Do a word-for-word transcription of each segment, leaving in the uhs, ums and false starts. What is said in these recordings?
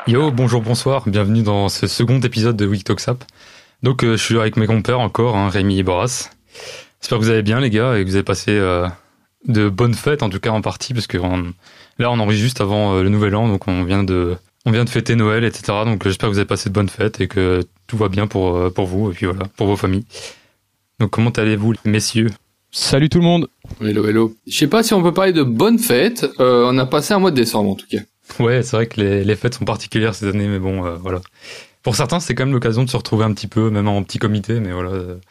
Yo, bonjour, bonsoir, bienvenue dans ce second épisode de Week Talks App. Donc euh, je suis avec mes compères encore, hein, Rémi et Boras. J'espère que vous allez bien les gars et que vous avez passé euh, de bonnes fêtes, en tout cas en partie, parce que on, là on enregistre juste avant euh, le nouvel an, donc on vient de on vient de fêter Noël, et cetera. Donc euh, j'espère que vous avez passé de bonnes fêtes et que tout va bien pour, euh, pour vous et puis voilà, pour vos familles. Donc comment allez-vous messieurs? Salut tout le monde. Hello, hello. Je sais pas si on peut parler de bonnes fêtes. Euh, on a passé un mois de décembre en tout cas. Ouais, c'est vrai que les, les fêtes sont particulières cette année, mais bon, euh, voilà. Pour certains, c'est quand même l'occasion de se retrouver un petit peu, même en petit comité, mais voilà. euh,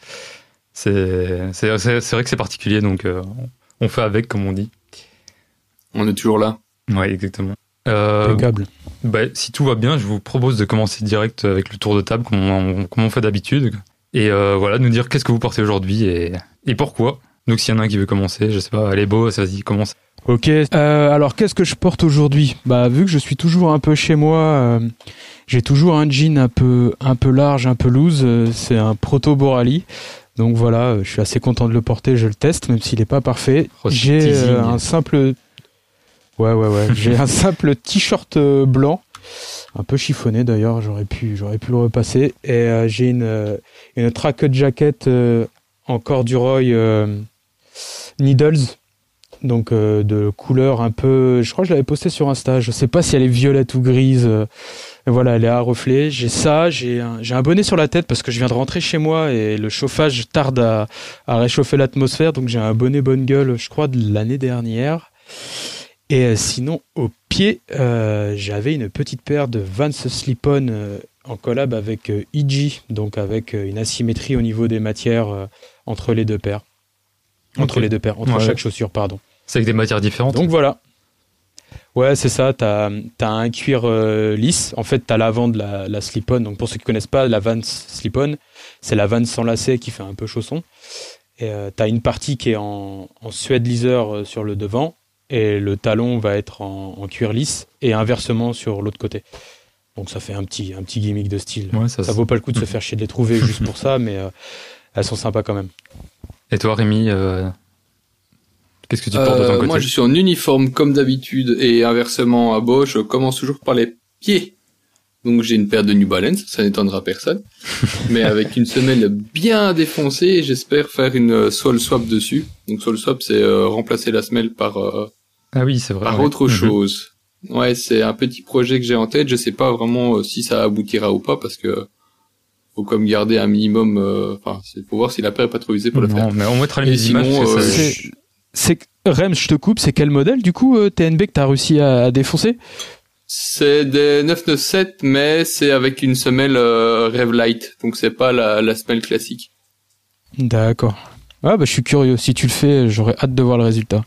C'est, c'est, c'est, c'est vrai que c'est particulier, donc euh, on fait avec, comme on dit. On est toujours là. Ouais, exactement. Euh, Impeccable. bah, si tout va bien, je vous propose de commencer direct avec le tour de table, comme on, comme on fait d'habitude. Et euh, voilà, de nous dire qu'est-ce que vous portez aujourd'hui et, et pourquoi. Donc s'il y en a un qui veut commencer, je sais pas, allez beau, vas-y, commence. Ok. Euh, alors qu'est-ce que je porte aujourd'hui ? Bah vu que je suis toujours un peu chez moi, euh, j'ai toujours un jean un peu un peu large, un peu loose. Euh, c'est un Proto Borali. Donc voilà, euh, je suis assez content de le porter. Je le teste, même s'il est pas parfait. Oh, j'ai teasing. euh, un simple. Ouais ouais ouais. j'ai un simple t-shirt euh, blanc, un peu chiffonné d'ailleurs. J'aurais pu j'aurais pu le repasser. Et euh, j'ai une euh, une track jacket euh, en corduroy euh, Needles. Donc euh, de couleur un peu, je crois que je l'avais posté sur Insta, je sais pas si elle est violette ou grise, euh, mais voilà, elle est à reflet. J'ai ça, j'ai un, j'ai un bonnet sur la tête parce que je viens de rentrer chez moi et le chauffage tarde à, à réchauffer l'atmosphère, donc j'ai un bonnet bonne gueule, je crois de l'année dernière. Et euh, sinon au pied, euh, j'avais une petite paire de Vans Slip-On euh, en collab avec euh, E G, donc avec euh, une asymétrie au niveau des matières euh, entre les deux paires. Entre Ok. les deux paires, entre Ouais. chaque chaussure, pardon. C'est avec des matières différentes. Donc voilà. Ouais, c'est ça. T'as, t'as un cuir euh, lisse. En fait, t'as l'avant de la, la slip-on. Donc pour ceux qui connaissent pas, la Vans slip-on, c'est la Vans sans lacet qui fait un peu chausson. Et euh, t'as une partie qui est en, en suède leather euh, sur le devant, et le talon va être en, en cuir lisse, et inversement sur l'autre côté. Donc ça fait un petit, un petit gimmick de style. Ouais, ça, Ça vaut pas le coup de se faire chier de les trouver juste pour ça, mais euh, elles sont sympas quand même. Et toi Rémi, euh, qu'est-ce que tu portes de ton Euh, côté? moi je suis en uniforme comme d'habitude et inversement à Bosch, je commence toujours par les pieds. Donc j'ai une paire de New Balance, ça n'étonnera personne. Mais avec une semelle bien défoncée et j'espère faire une sole swap dessus. Donc sole swap c'est euh, remplacer la semelle par... Euh, Ah oui, c'est vrai. par ouais. autre Mhm. chose. Ouais, c'est un petit projet que j'ai en tête. Je sais pas vraiment euh, si ça aboutira ou pas parce que faut comme garder un minimum. euh, Enfin, c'est faut voir si la paire est pas trop usée pour le faire. Non, mais on mettra les Et images. sinon, parce que euh, ça- c'est- je- C'est Rem, je te coupe, c'est quel modèle du coup euh, T N B que t'as réussi à, à défoncer ? c'est des neuf neuf sept, mais c'est avec une semelle euh, Rev Light, donc c'est pas la, la semelle classique. D'accord. Ah bah je suis curieux, si tu le fais, j'aurais hâte de voir le résultat.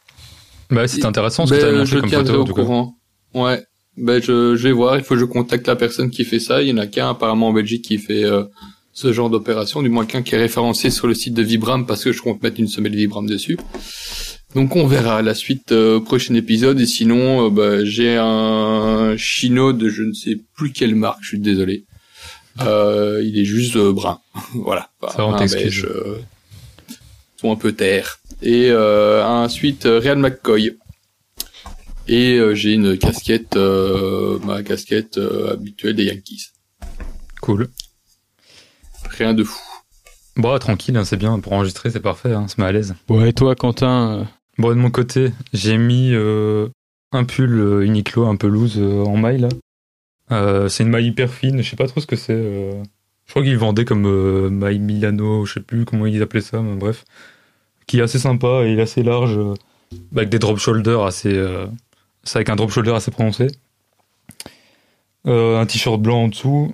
Bah ouais, c'était intéressant ce que Ben, tu avais montré je comme tiendrai photo. au en tout cas. courant. Ouais. Ben je, je vais voir. Il faut que je contacte la personne qui fait ça. Il y en a qu'un apparemment en Belgique qui fait euh, ce genre d'opération, du moins qu'un qui est référencé sur le site de Vibram parce que je compte mettre une semelle Vibram dessus. Donc on verra la suite euh, prochain épisode. Et sinon, euh, ben, j'ai un chino de je ne sais plus quelle marque. Je suis désolé. Euh, il est juste euh, brun. Voilà. Ça, on Un t'excuse. beige, euh, sont un peu terre. Et euh, ensuite euh, Ryan McCoy. Et euh, j'ai une casquette, euh, ma casquette euh, habituelle des Yankees. Cool. Rien de fou. Bon, tranquille, hein, c'est bien. Pour enregistrer, c'est parfait. Hein, ça met à l'aise. Ouais, et toi Quentin euh, Bon, de mon côté, j'ai mis euh, un pull euh, Uniqlo un peu loose euh, en maille là. Euh, c'est une maille hyper fine. Je sais pas trop ce que c'est. euh, Je crois qu'ils vendaient comme euh, maille Milano. Je sais plus comment ils appelaient ça. Mais bref, qui est assez sympa et il est assez large, euh, avec des drop shoulders assez. Euh, c'est avec un drop shoulder assez prononcé. Euh, un t-shirt blanc en dessous.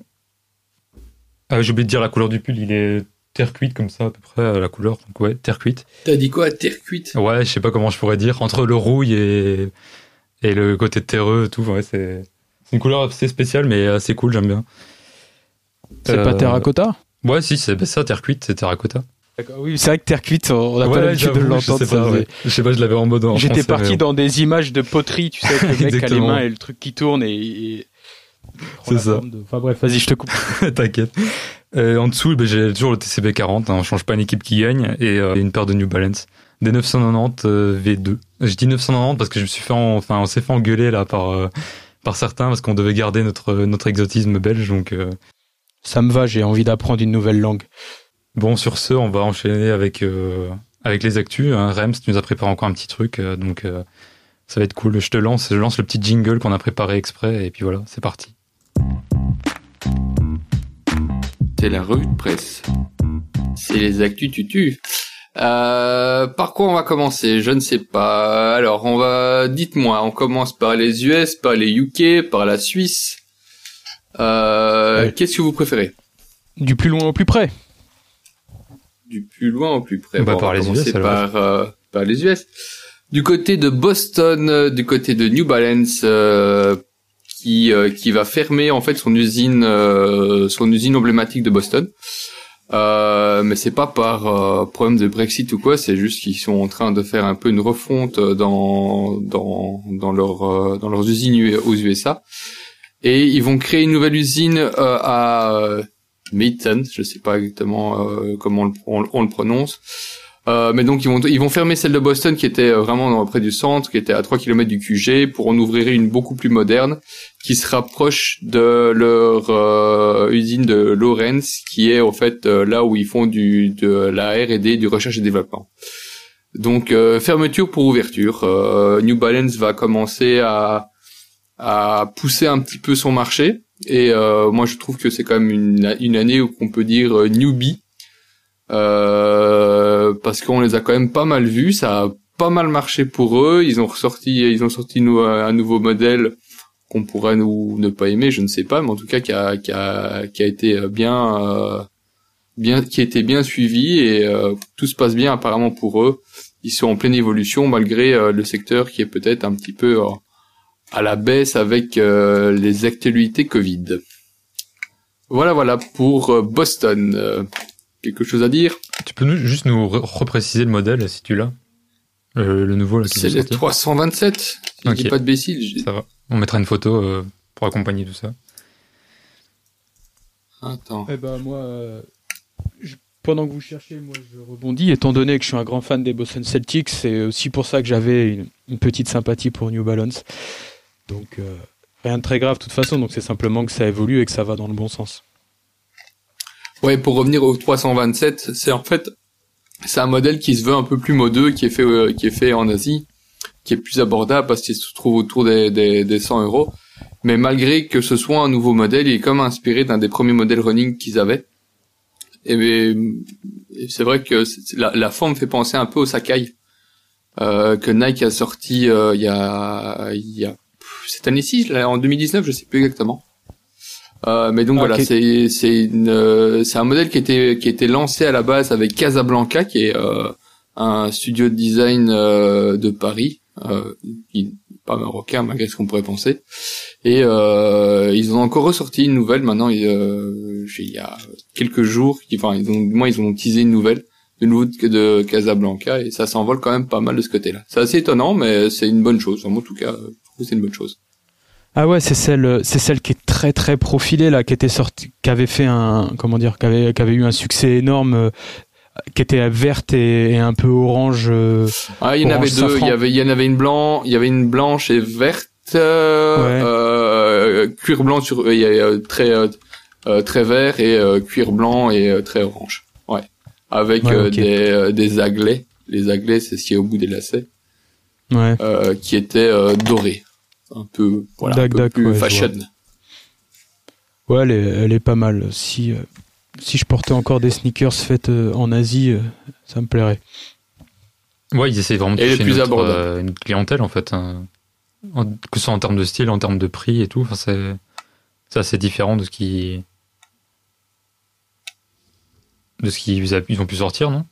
Ah, j'ai oublié de dire la couleur du pull. Il est terre cuite comme ça à peu près euh, la couleur. Donc ouais, terre cuite. T'as dit quoi, terre cuite? Ouais, je sais pas comment je pourrais dire. Entre le rouille et, et le côté terreux et tout, ouais, c'est, c'est une couleur assez spéciale, mais assez cool, j'aime bien. c'est Euh, pas terracotta ? Ouais, si, c'est ça, terre cuite, c'est terracotta. D'accord, oui, c'est vrai que terre cuite, on n'a Ouais, pas l'habitude de j'avoue, l'entendre. Je sais ça pas, faisait- ouais. Je sais pas, je l'avais en mode en J'étais français, parti mais dans des images de poterie, tu sais, avec le mec qui a les Exactement. mains et le truc qui tourne et... et... prend C'est la ça. forme de- Enfin bref, vas-y, je te coupe. bon. T'inquiète. Euh, en dessous, ben, j'ai toujours le T C B quarante, hein, on change pas une équipe qui gagne, et euh, une paire de New Balance. Des neuf cent quatre-vingt-dix euh, V deux. Je dis neuf cent quatre-vingt-dix parce que je me suis fait, en- enfin, on s'est fait engueuler là par, euh, par certains parce qu'on devait garder notre notre exotisme belge. Donc euh... ça me va, j'ai envie d'apprendre une nouvelle langue. Bon, sur ce, on va enchaîner avec euh, avec les actus. Hein. Rems, tu nous as préparé encore un petit truc, euh, donc euh, ça va être cool. Je te lance, je lance le petit jingle qu'on a préparé exprès, et puis voilà, c'est parti. C'est la revue de presse. C'est les actus tutu. Euh, par quoi on va commencer? Je ne sais pas. Alors, on va, dites-moi, on commence par les U S, par les U K, par la Suisse. Euh, ouais. Qu'est-ce que vous préférez? Du plus loin au plus près. Du plus loin au plus près. Bah, bon, par on va les commencer U S, par, euh, par les U S. Du côté de Boston, euh, du côté de New Balance, euh, qui euh, qui va fermer en fait son usine, euh, son usine emblématique de Boston. Euh, mais c'est pas par euh, problème de Brexit ou quoi, c'est juste qu'ils sont en train de faire un peu une refonte dans dans dans leur euh, dans leurs usines aux U S A, et ils vont créer une nouvelle usine euh, à euh, Mayton, je sais pas exactement euh, comment on le, on, on le prononce, euh, mais donc ils vont ils vont fermer celle de Boston qui était vraiment dans, près du centre, qui était à trois kilomètres du Q G, pour en ouvrir une beaucoup plus moderne, qui se rapproche de leur euh, usine de Lawrence, qui est en fait euh, là où ils font du de la R et D, du recherche et développement. Donc euh, fermeture pour ouverture. Euh, New Balance va commencer à à pousser un petit peu son marché, et euh, moi je trouve que c'est quand même une une année où on peut dire euh, newbie, euh, parce qu'on les a quand même pas mal vus, ça a pas mal marché pour eux. Ils ont ressorti ils ont sorti nou- un nouveau modèle qu'on pourrait nous ne pas aimer, je ne sais pas, mais en tout cas qui a qui a qui a été bien euh, bien qui a été bien suivi, et euh, tout se passe bien apparemment pour eux. Ils sont en pleine évolution malgré euh, le secteur qui est peut-être un petit peu euh, à la baisse avec euh, les actualités Covid. Voilà voilà pour euh, Boston. Euh, quelque chose à dire? Tu peux nous, juste nous re- repréciser le modèle si tu l'as, le, le nouveau là, qui c'est le trois cent vingt-sept, si okay. Je dis pas de bêtises. Ça va. On mettra une photo euh, pour accompagner tout ça. Attends. Eh ben moi, euh, je, pendant que vous cherchez, moi je rebondis. Étant donné que je suis un grand fan des Boston Celtics, c'est aussi pour ça que j'avais une, une petite sympathie pour New Balance. Donc euh, rien de très grave de toute façon. Donc c'est simplement que ça évolue et que ça va dans le bon sens. Ouais, pour revenir au trois cent vingt-sept, c'est en fait c'est un modèle qui se veut un peu plus modeux, qui est fait euh, qui est fait en Asie, qui est plus abordable parce qu'il se trouve autour des, des, des cent euros. Mais malgré que ce soit un nouveau modèle, il est comme inspiré d'un des premiers modèles running qu'ils avaient. Et, et c'est vrai que c'est, la, la forme fait penser un peu au Sakai, euh, que Nike a sorti euh, il y a, il y a cette année-ci, en deux mille dix-neuf, je sais plus exactement. Euh, mais donc ah, voilà, okay. c'est c'est une euh, c'est un modèle qui était qui était lancé à la base avec Casablanca, qui est euh, un studio de design euh, de Paris, euh, qui pas marocain malgré ce qu'on pourrait penser, et euh, ils ont encore ressorti une nouvelle maintenant. Il, euh, il y a quelques jours, enfin ils ont moi ils ont teasé une nouvelle de nouveau de, de Casablanca, et ça s'envole quand même pas mal de ce côté-là. C'est assez étonnant, mais c'est une bonne chose. En tout cas, je trouve que c'est une bonne chose. Ah ouais, c'est celle, c'est celle qui est très très profilée là, qui était sortie, qui avait fait un, comment dire, qui avait, qui avait eu un succès énorme, euh, qui était verte et, et un peu orange. Euh, ah, il y en avait deux. Il y avait, il y en avait une blanche, il y avait une blanche et verte, euh, ouais. euh, cuir blanc sur, il y a très euh, très vert, et euh, cuir blanc et euh, très orange. Ouais, avec ouais, euh, okay. des euh, des aglets. Les aglets, c'est ce qui est au bout des lacets. Ouais. Euh, qui étaient euh, dorés. Un peu, voilà, dac, un peu dac, plus ouais, fashion. Ouais, elle est, elle est pas mal. Si, euh, si je portais encore des sneakers faites euh, en Asie, euh, ça me plairait. Ouais, ils essaient vraiment de toucher notre, euh, une clientèle, en fait. Hein. En, que ce soit en termes de style, en termes de prix et tout. Enfin, c'est, c'est assez différent de ce qui, de ce qu'ils ils ont pu sortir, non?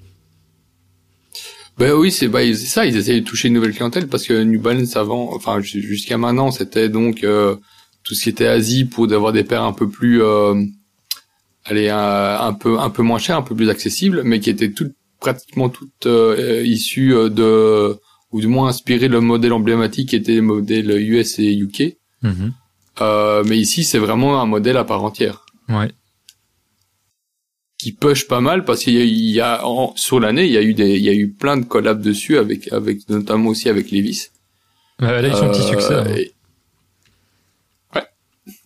Ben oui, c'est bah c'est ça, ils essaient de toucher une nouvelle clientèle, parce que New Balance avant, enfin jusqu'à maintenant, c'était donc euh, tout ce qui était Asie pour d'avoir des paires un peu plus, euh, allez, un, un peu un peu moins chères, un peu plus accessibles, mais qui étaient toutes pratiquement toutes euh, issues de, ou du moins inspirées de le modèle emblématique qui était le modèle U S et U K. Mm-hmm. Euh, mais ici, c'est vraiment un modèle à part entière. Ouais. Qui push pas mal, parce qu'il y a, il y a en, sur l'année il y a eu des il y a eu plein de collabs dessus, avec avec notamment aussi avec Levi's. Ouais, là ils ont euh, un petit succès. Hein. Et,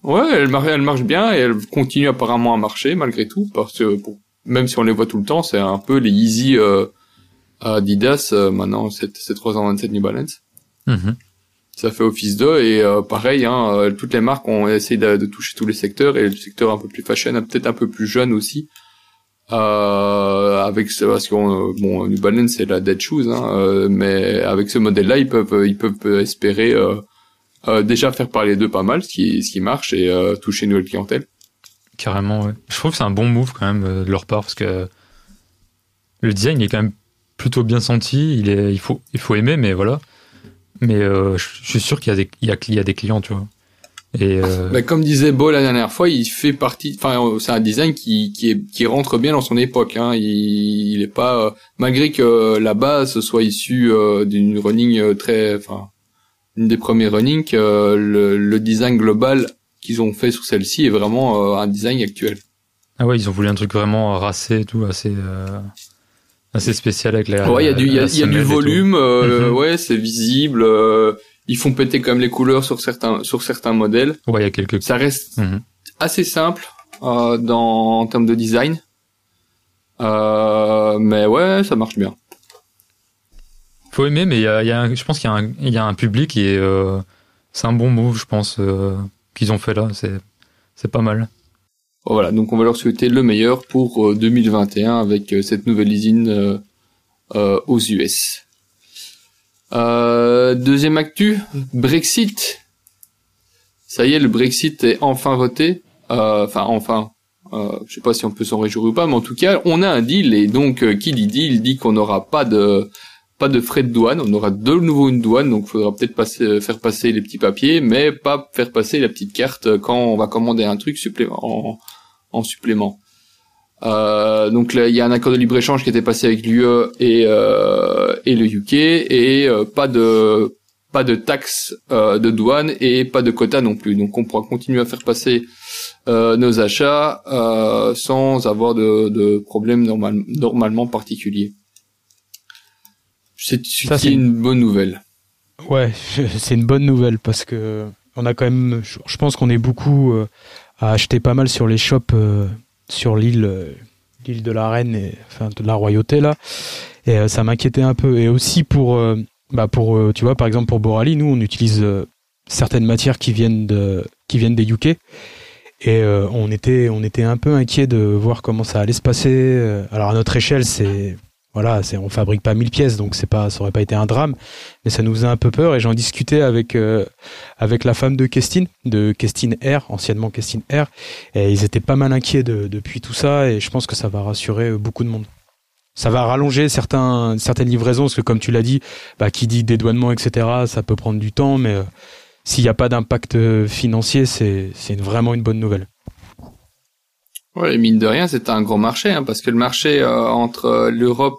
Ouais, elle, mar- elle marche bien et elle continue apparemment à marcher malgré tout, parce que bon, même si on les voit tout le temps, c'est un peu les Yeezy euh, Adidas, euh, maintenant c'est, c'est trois cent vingt-sept New Balance. Mm-hmm. Ça fait office d'eux et euh, pareil, hein, euh, toutes les marques ont essayé de, de toucher tous les secteurs et le secteur un peu plus fashion, peut-être un peu plus jeune aussi. Euh, avec ce, parce que euh, bon, New Balance c'est la dead shoes, hein, euh, mais avec ce modèle-là, ils peuvent, ils peuvent espérer euh, euh, déjà faire parler d'eux pas mal, ce qui, ce qui marche et euh, toucher une nouvelle clientèle. Carrément, ouais. Je trouve que c'est un bon move quand même euh, de leur part parce que le design il est quand même plutôt bien senti. Il est, il faut, il faut aimer, mais voilà. Mais euh, je suis sûr qu'il y a des, il y a, il y a des clients, tu vois. Et euh... bah, comme disait Beau la dernière fois, il fait partie, enfin, c'est un design qui, qui est, qui rentre bien dans son époque, hein. Il, il est pas, euh, malgré que la base soit issue euh, d'une running très, enfin, une des premiers running, euh, le, le design global qu'ils ont fait sur celle-ci est vraiment euh, un design actuel. Ah ouais, ils ont voulu un truc vraiment racé et tout, assez, euh, assez spécial avec la. Ouais, il y a du, il y a, y a du volume, euh, mm-hmm. ouais, c'est visible. Euh, Ils font péter quand même les couleurs sur certains sur certains modèles. Ouais, il y a quelques. Ça reste mmh. assez simple euh, dans en termes de design, euh, mais ouais, ça marche bien. Faut aimer, mais il y a, il y a un, je pense qu'il y a un, il y a un public et euh, c'est un bon move, je pense, euh, qu'ils ont fait là. C'est c'est pas mal. Voilà, donc on va leur souhaiter le meilleur pour euh, deux mille vingt et un avec euh, cette nouvelle usine euh, euh, aux U S. Euh, deuxième actu, Brexit. Ça y est, le Brexit est enfin voté. Euh, enfin, enfin, euh, je sais pas si on peut s'en réjouir ou pas, mais en tout cas, on a un deal et donc euh, qui dit deal dit qu'on n'aura pas de pas de frais de douane. On aura de nouveau une douane, donc il faudra peut-être passer, faire passer les petits papiers, mais pas faire passer la petite carte quand on va commander un truc supplément en, en supplément. Euh, donc là, il y a un accord de libre-échange qui était passé avec l'U E et euh, et le U K et euh, pas de pas de taxes euh, de douane et pas de quotas non plus. Donc on pourra continuer à faire passer euh, nos achats euh, sans avoir de, de problèmes normal, normalement particuliers. C'est, Ça, c'est c'est une bonne nouvelle. Ouais, c'est une bonne nouvelle parce que on a quand même, je pense qu'on est beaucoup euh, à acheter pas mal sur les shops euh, sur l'île, euh, l'île de la Reine et enfin de la Royauté là, et euh, ça m'inquiétait un peu. Et aussi pour, euh, bah pour, euh, tu vois, par exemple pour Borali, nous on utilise euh, certaines matières qui viennent de, qui viennent des U K, et euh, on était, on était un peu inquiet de voir comment ça allait se passer. Alors à notre échelle, c'est Voilà, c'est, on fabrique pas mille pièces, donc c'est pas, ça aurait pas été un drame, mais ça nous faisait un peu peur. Et j'en discutais avec euh, avec la femme de Kestine, de Kestine R, anciennement Kestine R, et ils étaient pas mal inquiets de, depuis tout ça. Et je pense que ça va rassurer beaucoup de monde. Ça va rallonger certains certaines livraisons, parce que comme tu l'as dit, bah, qui dit dédouanement, et cetera, ça peut prendre du temps, mais euh, s'il n'y a pas d'impact financier, c'est c'est une, vraiment une bonne nouvelle. Ouais, mine de rien, c'est un gros marché, hein, parce que le marché euh, entre l'Europe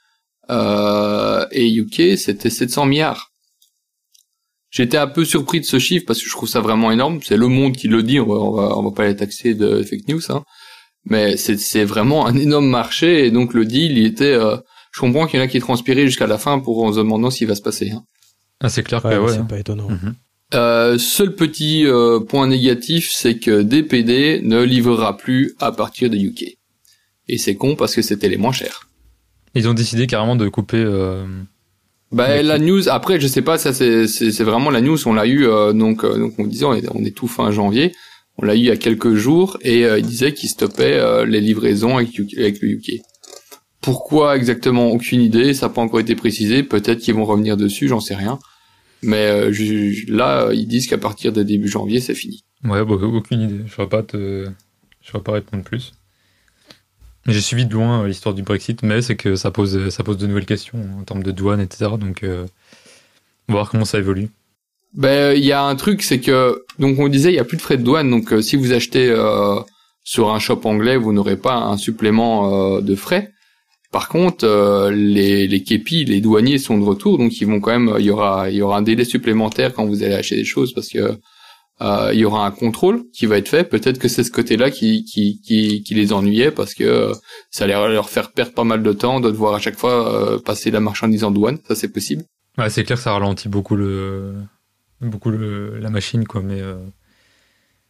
euh, et U K, c'était sept cents milliards. J'étais un peu surpris de ce chiffre parce que je trouve ça vraiment énorme. C'est Le Monde qui le dit, on va, on va, on va pas les taxer de fake news, hein. Mais c'est, c'est vraiment un énorme marché et donc le deal, il était. Euh, je comprends qu'il y en a qui transpiraient jusqu'à la fin pour en se demandant ce qui va se passer. Hein. Ah, c'est clair que ouais, ouais. C'est hein. pas étonnant. Mm-hmm. Euh, seul petit euh, point négatif, c'est que D P D ne livrera plus à partir de U K. Et c'est con parce que c'était les moins chers. Ils ont décidé carrément de couper. Euh... Bah la news, après je sais pas, ça c'est c'est, c'est vraiment la news, on l'a eu euh, donc euh, donc on disait on est, on est tout fin janvier, on l'a eu il y a quelques jours et euh, il disait qu'il stoppait euh, les livraisons avec, U K, avec le U K. Pourquoi exactement, aucune idée, ça n'a pas encore été précisé, peut-être qu'ils vont revenir dessus, j'en sais rien. Mais euh, je, je, là, ils disent qu'à partir de début janvier, c'est fini. Ouais, bah, aucune idée. Je ne vais pas te, je vais pas répondre plus. J'ai suivi de loin l'histoire du Brexit, mais c'est que ça pose, ça pose de nouvelles questions en termes de douane, et cetera. Donc, euh, on va voir comment ça évolue. Ben, il y a un truc, c'est que donc on disait il y a plus de frais de douane. Donc, euh, si vous achetez euh, sur un shop anglais, vous n'aurez pas un supplément euh, de frais. Par contre, euh, les, les képis, les douaniers sont de retour, donc ils vont quand même, il y aura, il y aura un délai supplémentaire quand vous allez acheter des choses parce que euh, il y aura un contrôle qui va être fait. Peut-être que c'est ce côté-là qui, qui, qui, qui les ennuyait parce que euh, ça allait leur faire perdre pas mal de temps de devoir à chaque fois euh, passer la marchandise en douane. Ça, c'est possible. Ouais, c'est clair que ça ralentit beaucoup le, beaucoup le, la machine, quoi. Mais, euh,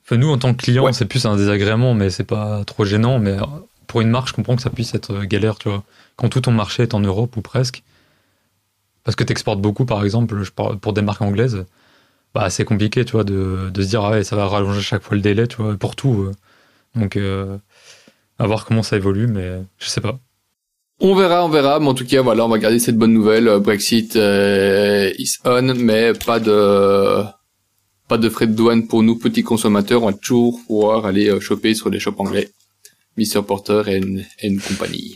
Enfin, nous, en tant que client, Ouais. c'est plus un désagrément, mais c'est pas trop gênant. Mais pour une marque, je comprends que ça puisse être galère, tu vois. Quand tout ton marché est en Europe ou presque, parce que t'exportes beaucoup, par exemple, je parle pour des marques anglaises, bah c'est compliqué, tu vois, de, de se dire ah ouais, ça va rallonger chaque fois le délai, tu vois, pour tout. euh. Donc, euh, à voir comment ça évolue, mais je sais pas. On verra, on verra, mais en tout cas, voilà, on va garder cette bonne nouvelle. Euh, Brexit euh, is on, mais pas de pas de frais de douane pour nous petits consommateurs. On va toujours pouvoir aller euh, choper sur des shops anglais. mister Porter et une, et une compagnie.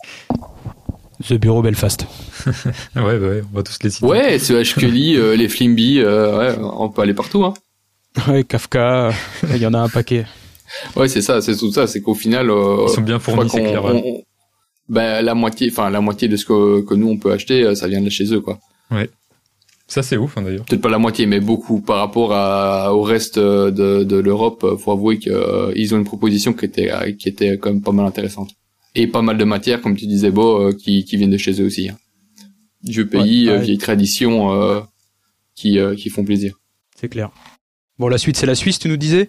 The Bureau Belfast. Ouais, bah ouais, on va tous les citer. Ouais, ce H. Kelly, euh, les Flimby, euh, ouais, on peut aller partout, hein. Ouais, Kafka, il y en a un paquet. Ouais, c'est ça, c'est tout ça, c'est qu'au final, euh, Ils sont bien je crois fournis, c'est qu'on- clair. Ouais. on- on- ben, la moitié, enfin, la moitié de ce que, que nous on peut acheter, euh, ça vient de chez eux, quoi. Ça, c'est ouf, hein, d'ailleurs. Peut-être pas la moitié, mais beaucoup par rapport à, au reste de, de l'Europe. Faut avouer que euh, ils ont une proposition qui était, euh, qui était quand même pas mal intéressante. Et pas mal de matières, comme tu disais, Beau, euh, qui, qui viennent de chez eux aussi. Hein. Vieux pays, Ouais, euh, ouais. vieilles traditions, euh, qui, euh, qui font plaisir. C'est clair. Bon, la suite, c'est la Suisse, tu nous disais?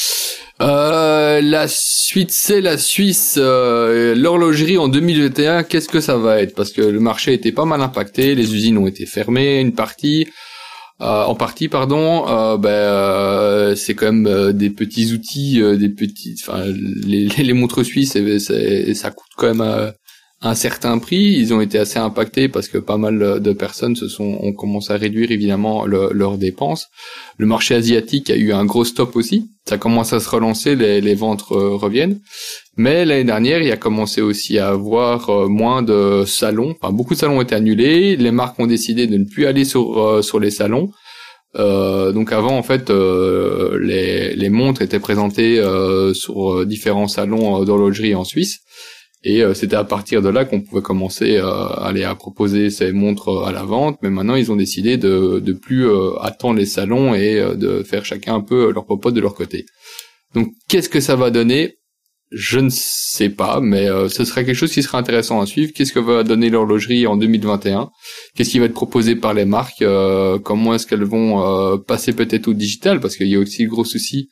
Euh, la suite, c'est la Suisse. Euh, l'horlogerie en deux mille vingt et un, qu'est-ce que ça va être? Parce que le marché était pas mal impacté, les usines ont été fermées, une partie, euh, en partie, pardon. Euh, ben, euh, c'est quand même euh, des petits outils, euh, des petits. Enfin, les, les, les montres suisses, c'est, c'est, ça coûte quand même euh, un certain prix. Ils ont été assez impactés parce que pas mal de personnes se sont ont commencé à réduire évidemment le, leurs dépenses. Le marché asiatique a eu un gros stop aussi. Ça commence à se relancer, les, les ventes euh, reviennent. Mais l'année dernière, il a commencé aussi à avoir euh, moins de salons. Enfin, beaucoup de salons ont été annulés. Les marques ont décidé de ne plus aller sur euh, sur les salons. Euh, donc avant, en fait, euh, les, les montres étaient présentées euh, sur différents salons euh, d'horlogerie en Suisse. Et euh, c'était à partir de là qu'on pouvait commencer euh, à aller à proposer ces montres à la vente. Mais maintenant, ils ont décidé de de plus euh, attendre les salons et euh, de faire chacun un peu leur popote de leur côté. Donc, qu'est-ce que ça va donner? Je ne sais pas, mais euh, ce serait quelque chose qui serait intéressant à suivre. Qu'est-ce que va donner l'horlogerie en deux mille vingt et un? Qu'est-ce qui va être proposé par les marques? euh, Comment est-ce qu'elles vont euh, passer peut-être au digital? Parce qu'il y a aussi le gros souci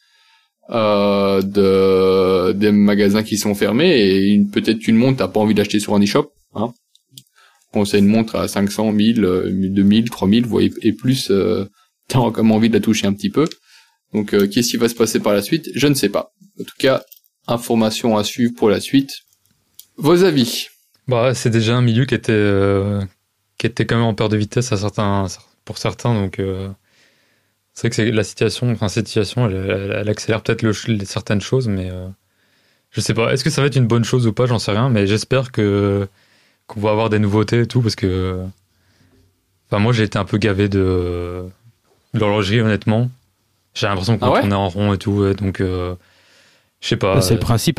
euh, de des magasins qui sont fermés et une, peut-être une montre t'as pas envie d'acheter sur un e-shop, hein. Quand c'est une montre à cinq cents, mille, deux mille, trois mille, voire et plus, euh, t'as quand même envie de la toucher un petit peu. Donc euh, qu'est-ce qui va se passer par la suite? Je ne sais pas. En tout cas, information à suivre pour la suite. Vos avis? Bah, c'est déjà un milieu qui était, euh, qui était quand même en perte de vitesse à certains, pour certains, donc euh, c'est vrai que c'est la situation, enfin cette situation, elle, elle, elle accélère peut-être le, certaines choses, mais euh, je sais pas. Est-ce que ça va être une bonne chose ou pas? J'en sais rien, mais j'espère que qu'on va avoir des nouveautés et tout, parce que, enfin moi j'ai été un peu gavé de, de l'horlogerie, honnêtement. J'ai l'impression qu'on Ah ouais tournait en rond et tout, ouais, donc euh, je sais pas. Bah, c'est le principe.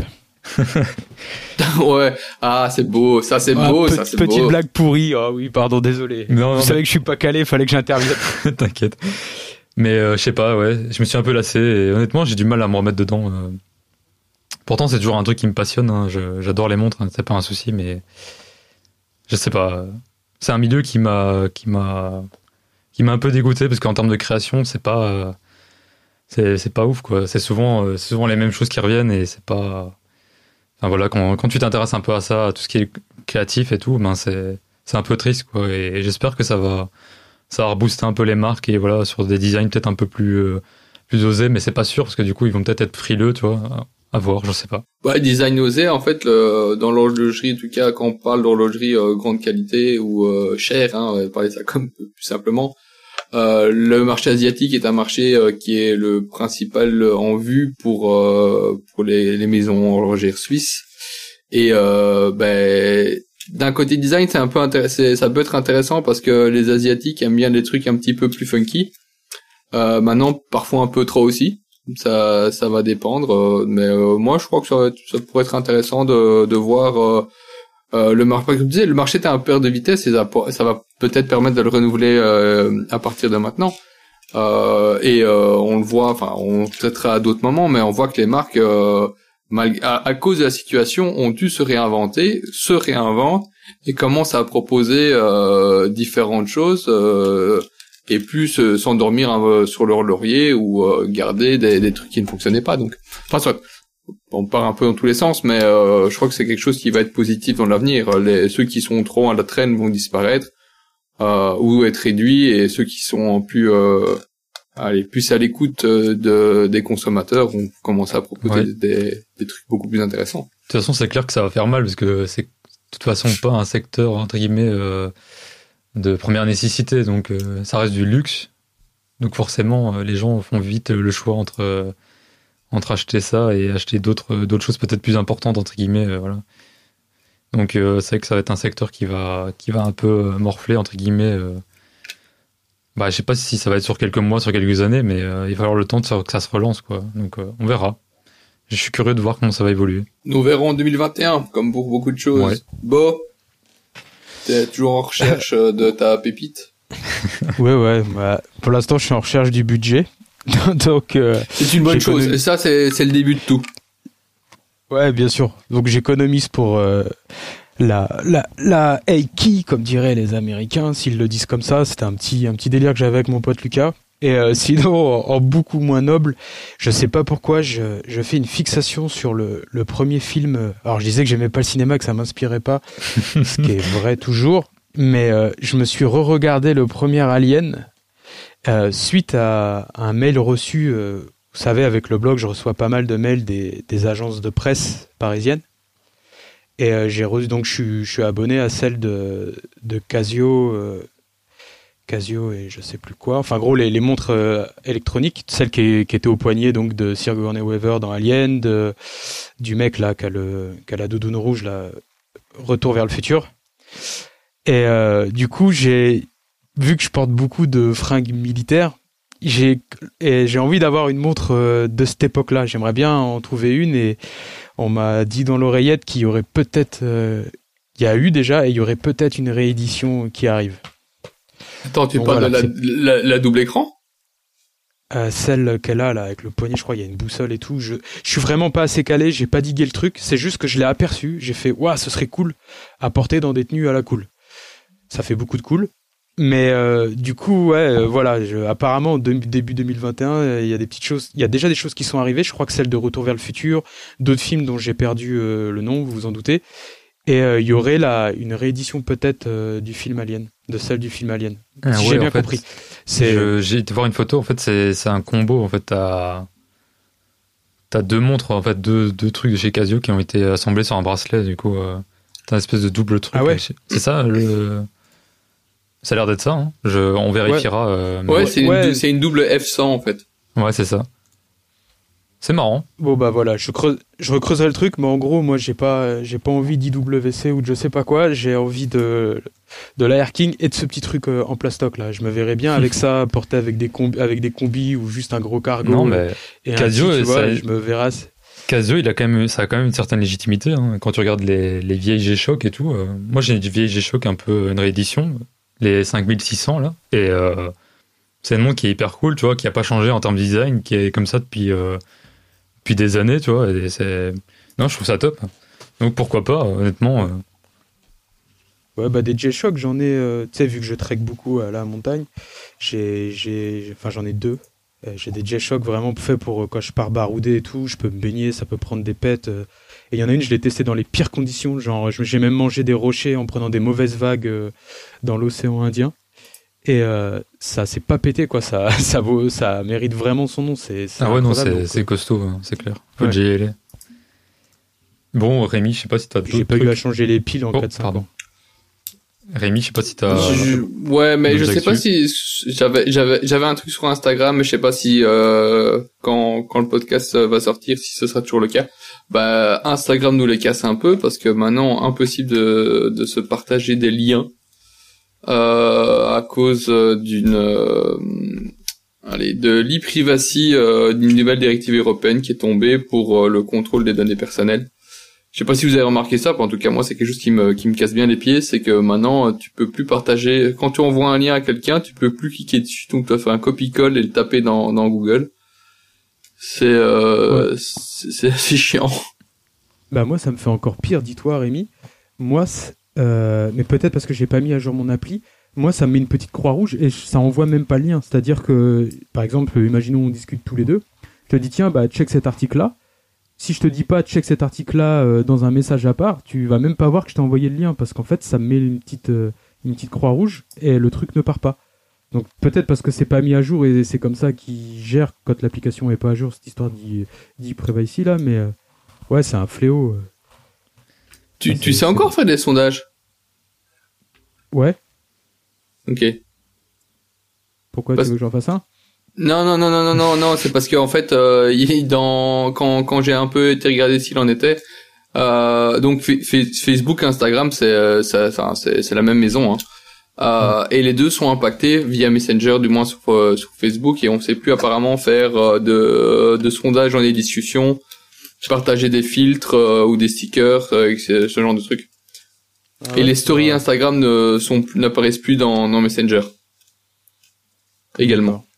Ouais, ah c'est beau, ça c'est Ah, beau, pe- ça c'est petite beau. blague pourrie. Ah oui, pardon, désolé. Non, non, Vous savez que je suis pas calé, fallait que j'intervienne. T'inquiète. Mais euh, je sais pas, ouais, je me suis un peu lassé et honnêtement, j'ai du mal à me remettre dedans. euh. Pourtant, c'est toujours un truc qui me passionne, hein. Je- j'adore les montres, hein, c'est pas un souci, mais je sais pas. C'est un milieu qui m'a qui m'a qui m'a un peu dégoûté parce qu'en termes de création, c'est pas euh, c'est c'est pas ouf quoi. C'est souvent euh, c'est souvent les mêmes choses qui reviennent et c'est pas. Enfin voilà, quand quand tu t'intéresses un peu à ça, à tout ce qui est créatif et tout, ben c'est c'est un peu triste quoi. Et, et j'espère que ça va ça va rebooster un peu les marques et voilà sur des designs peut-être un peu plus euh, plus osés, mais c'est pas sûr parce que du coup ils vont peut-être être frileux, tu vois. À voir, je sais pas. Ouais, design osé, en fait, le, dans l'horlogerie, en tout cas, quand on parle d'horlogerie euh, grande qualité ou euh, chère, hein, on va parler ça comme plus simplement, euh, le marché asiatique est un marché euh, qui est le principal en vue pour euh, pour les, les maisons horlogères suisses. Et euh, ben, d'un côté design, c'est un peu intéressant, ça peut être intéressant parce que les asiatiques aiment bien des trucs un petit peu plus funky. Euh, maintenant, parfois un peu trop aussi. Ça, ça va dépendre, euh, mais euh, moi je crois que ça, va être, ça pourrait être intéressant de, de voir euh, euh, le marché. Comme je disais, le marché est un perte de vitesse et ça, ça va peut-être permettre de le renouveler euh, à partir de maintenant. Euh, et euh, on le voit, enfin, on traitera à d'autres moments, mais on voit que les marques, euh, mal, à, à cause de la situation, ont dû se réinventer, se réinventent et commencent à proposer euh, différentes choses. Euh, et plus euh, s'endormir euh, sur leur laurier ou euh, garder des, des trucs qui ne fonctionnaient pas. Donc, enfin, soit, on part un peu dans tous les sens, mais euh, je crois que c'est quelque chose qui va être positif dans l'avenir. Les, ceux qui sont trop à la traîne vont disparaître euh, ou être réduits, et ceux qui sont plus euh, allez, plus à l'écoute de, des consommateurs vont commencer à proposer ouais. des, des trucs beaucoup plus intéressants. De toute façon, c'est clair que ça va faire mal, parce que c'est de toute façon pas un secteur, entre guillemets, euh, de première nécessité, donc euh, ça reste du luxe. Donc forcément, euh, les gens font vite le choix entre, euh, entre acheter ça et acheter d'autres, d'autres choses peut-être plus importantes, entre guillemets. Euh, voilà. Donc euh, c'est vrai que ça va être un secteur qui va, qui va un peu morfler, entre guillemets. Euh, Bah, je sais pas si ça va être sur quelques mois, sur quelques années, mais euh, il va falloir le temps de que ça se relance, quoi. Donc, euh, on verra. Je suis curieux de voir comment ça va évoluer. Nous verrons en deux mille vingt et un, comme pour beaucoup de choses. Ouais. Bon, t'es toujours en recherche de ta pépite. Ouais, ouais. Bah, pour l'instant, je suis en recherche du budget. Donc, euh, c'est une bonne chose. Et ça, c'est, c'est le début de tout. Ouais, bien sûr. Donc, j'économise pour... Euh, La, la, la hey key, comme diraient les Américains, s'ils le disent comme ça. C'était un petit, un petit délire que j'avais avec mon pote Lucas. Et euh, sinon, en, en beaucoup moins noble, je sais pas pourquoi, je, je fais une fixation sur le, le premier film. Alors, je disais que j'aimais pas le cinéma, que ça m'inspirait pas, ce qui est vrai toujours. Mais euh, je me suis re-regardé le premier Alien euh, suite à, à un mail reçu. Euh, vous savez, avec le blog, je reçois pas mal de mails des, des agences de presse parisiennes. Et euh, j'ai reçu, donc je suis, je suis abonné à celle de, de Casio, euh, Casio et je sais plus quoi. Enfin, gros, les, les montres euh, électroniques, celle qui, est, qui était au poignet donc de Sigourney Weaver dans Alien, de, du mec là qui a, le, qui a la doudoune rouge, là, Retour vers le futur. Et euh, du coup, j'ai vu que je porte beaucoup de fringues militaires. J'ai, et j'ai envie d'avoir une montre euh, de cette époque-là. J'aimerais bien en trouver une, et on m'a dit dans l'oreillette qu'il y aurait peut-être... Euh, il y a eu déjà, et il y aurait peut-être une réédition qui arrive. Attends, tu Donc parles voilà, de la, la, la double écran euh, Celle qu'elle a, là, avec le poignet, je crois, il y a une boussole et tout. Je, je suis vraiment pas assez calé, j'ai pas digué le truc. C'est juste que je l'ai aperçu. J'ai fait, ouah, ce serait cool à porter dans des tenues à la cool. Ça fait beaucoup de cool. Mais euh, du coup, ouais, euh, voilà. Je, apparemment, de, début deux mille vingt et un, il euh, y a des petites choses. Il y a déjà des choses qui sont arrivées. Je crois que celle de Retour vers le futur, d'autres films dont j'ai perdu euh, le nom, vous vous en doutez. Et il euh, y aurait là une réédition peut-être euh, du film Alien, de celle du film Alien. Ah, si ouais, j'ai bien fait, compris. C'est... Je, j'ai été voir une photo. En fait, c'est, c'est un combo. En fait, t'as, t'as deux montres, en fait, deux, deux trucs de chez Casio qui ont été assemblés sur un bracelet. Du coup, euh, t'as une espèce de double truc. Ah ouais. C'est ça le. Ça a l'air d'être ça, hein. Je, on vérifiera. Ouais, euh, ouais, ouais. C'est, ouais. Une, c'est une double F cent en fait. Ouais, c'est ça. C'est marrant. Bon bah voilà, je creuse, je recreuserai le truc, mais en gros, moi j'ai pas, j'ai pas envie d'I W C ou de je sais pas quoi. J'ai envie de de l'Air King et de ce petit truc euh, en plastoc là. Je me verrais bien avec ça, porté avec des combis, avec des combis ou juste un gros cargo. Non mais et Casio, petit, tu vois, ça... je me verrais. Casio, il a quand même, ça a quand même une certaine légitimité. Hein. Quand tu regardes les, les vieilles G-Shock et tout, euh, moi j'ai une vieille G-Shock un peu une réédition, les cinq mille six cents là, et euh, c'est une montre qui est hyper cool, tu vois, qui a pas changé en termes de design, qui est comme ça depuis euh, depuis des années, tu vois. Et c'est, non, je trouve ça top. Donc pourquoi pas, honnêtement. Euh... Ouais, bah des G-Shock, j'en ai, euh, tu sais, vu que je trek beaucoup à la montagne, j'ai, j'ai, enfin j'en ai deux. J'ai des G-Shock vraiment faits pour quand je pars barouder et tout, je peux me baigner, ça peut prendre des pètes. Et il y en a une, je l'ai testé dans les pires conditions, genre j'ai même mangé des rochers en prenant des mauvaises vagues dans l'océan Indien. Et euh, ça s'est pas pété, quoi, ça, ça, vaut, ça mérite vraiment son nom. C'est, c'est ah ouais, non, c'est, donc, c'est costaud, hein, c'est clair. Faut ouais. que j'y aille. Bon, Rémi, je sais pas si t'as d'autres J'ai pas trucs. eu à changer les piles en oh, quatre cinq pardon. ans. Rémi, je sais pas si t'as. Je, ouais, mais je sais pas si j'avais j'avais j'avais un truc sur Instagram, mais je sais pas si euh, quand quand le podcast va sortir, si ce sera toujours le cas. Bah Instagram nous les casse un peu parce que maintenant impossible de de se partager des liens euh, à cause d'une euh, allez de l'e-privacy euh, d'une nouvelle directive européenne qui est tombée pour euh, le contrôle des données personnelles. Je sais pas si vous avez remarqué ça, en tout cas moi c'est quelque chose qui me qui me casse bien les pieds, c'est que maintenant tu peux plus partager, quand tu envoies un lien à quelqu'un, tu peux plus cliquer dessus, donc tu vas faire un copie-colle et le taper dans dans Google. C'est euh, ouais. c'est, c'est assez chiant. Bah moi ça me fait encore pire, dis-toi Rémi. Moi euh, mais peut-être parce que j'ai pas mis à jour mon appli, moi, ça me met une petite croix rouge et ça envoie même pas le lien. C'est-à-dire que, par exemple, imaginons on discute tous les deux, je te dis tiens, bah check cet article-là. Si je te dis pas check cet article-là euh, dans un message à part, tu vas même pas voir que je t'ai envoyé le lien parce qu'en fait, ça me met une petite euh, une petite croix rouge et le truc ne part pas. Donc peut-être parce que c'est pas mis à jour et c'est comme ça qu'ils gèrent quand l'application est pas à jour, cette histoire d'e-privacy là, mais euh, ouais, c'est un fléau. Euh. Tu, Ah, tu sais encore faire des sondages? Ouais. Ok. Pourquoi parce... tu veux que j'en fasse un? Non, non, non, non, non, non, non, c'est parce qu'en fait, euh, dans quand quand j'ai un peu été regarder s'il en était, euh, donc f- f- Facebook, Instagram, c'est euh, ça, enfin, c'est c'est la même maison, hein. Euh, ouais. Et les deux sont impactés via Messenger, du moins sur, euh, sur Facebook, et on sait plus apparemment faire euh, de de sondages dans les discussions, partager des filtres euh, ou des stickers, euh, ce genre de trucs. Ah ouais, et les stories ouais. Instagram ne sont n'apparaissent plus dans dans Messenger. Également. D'accord.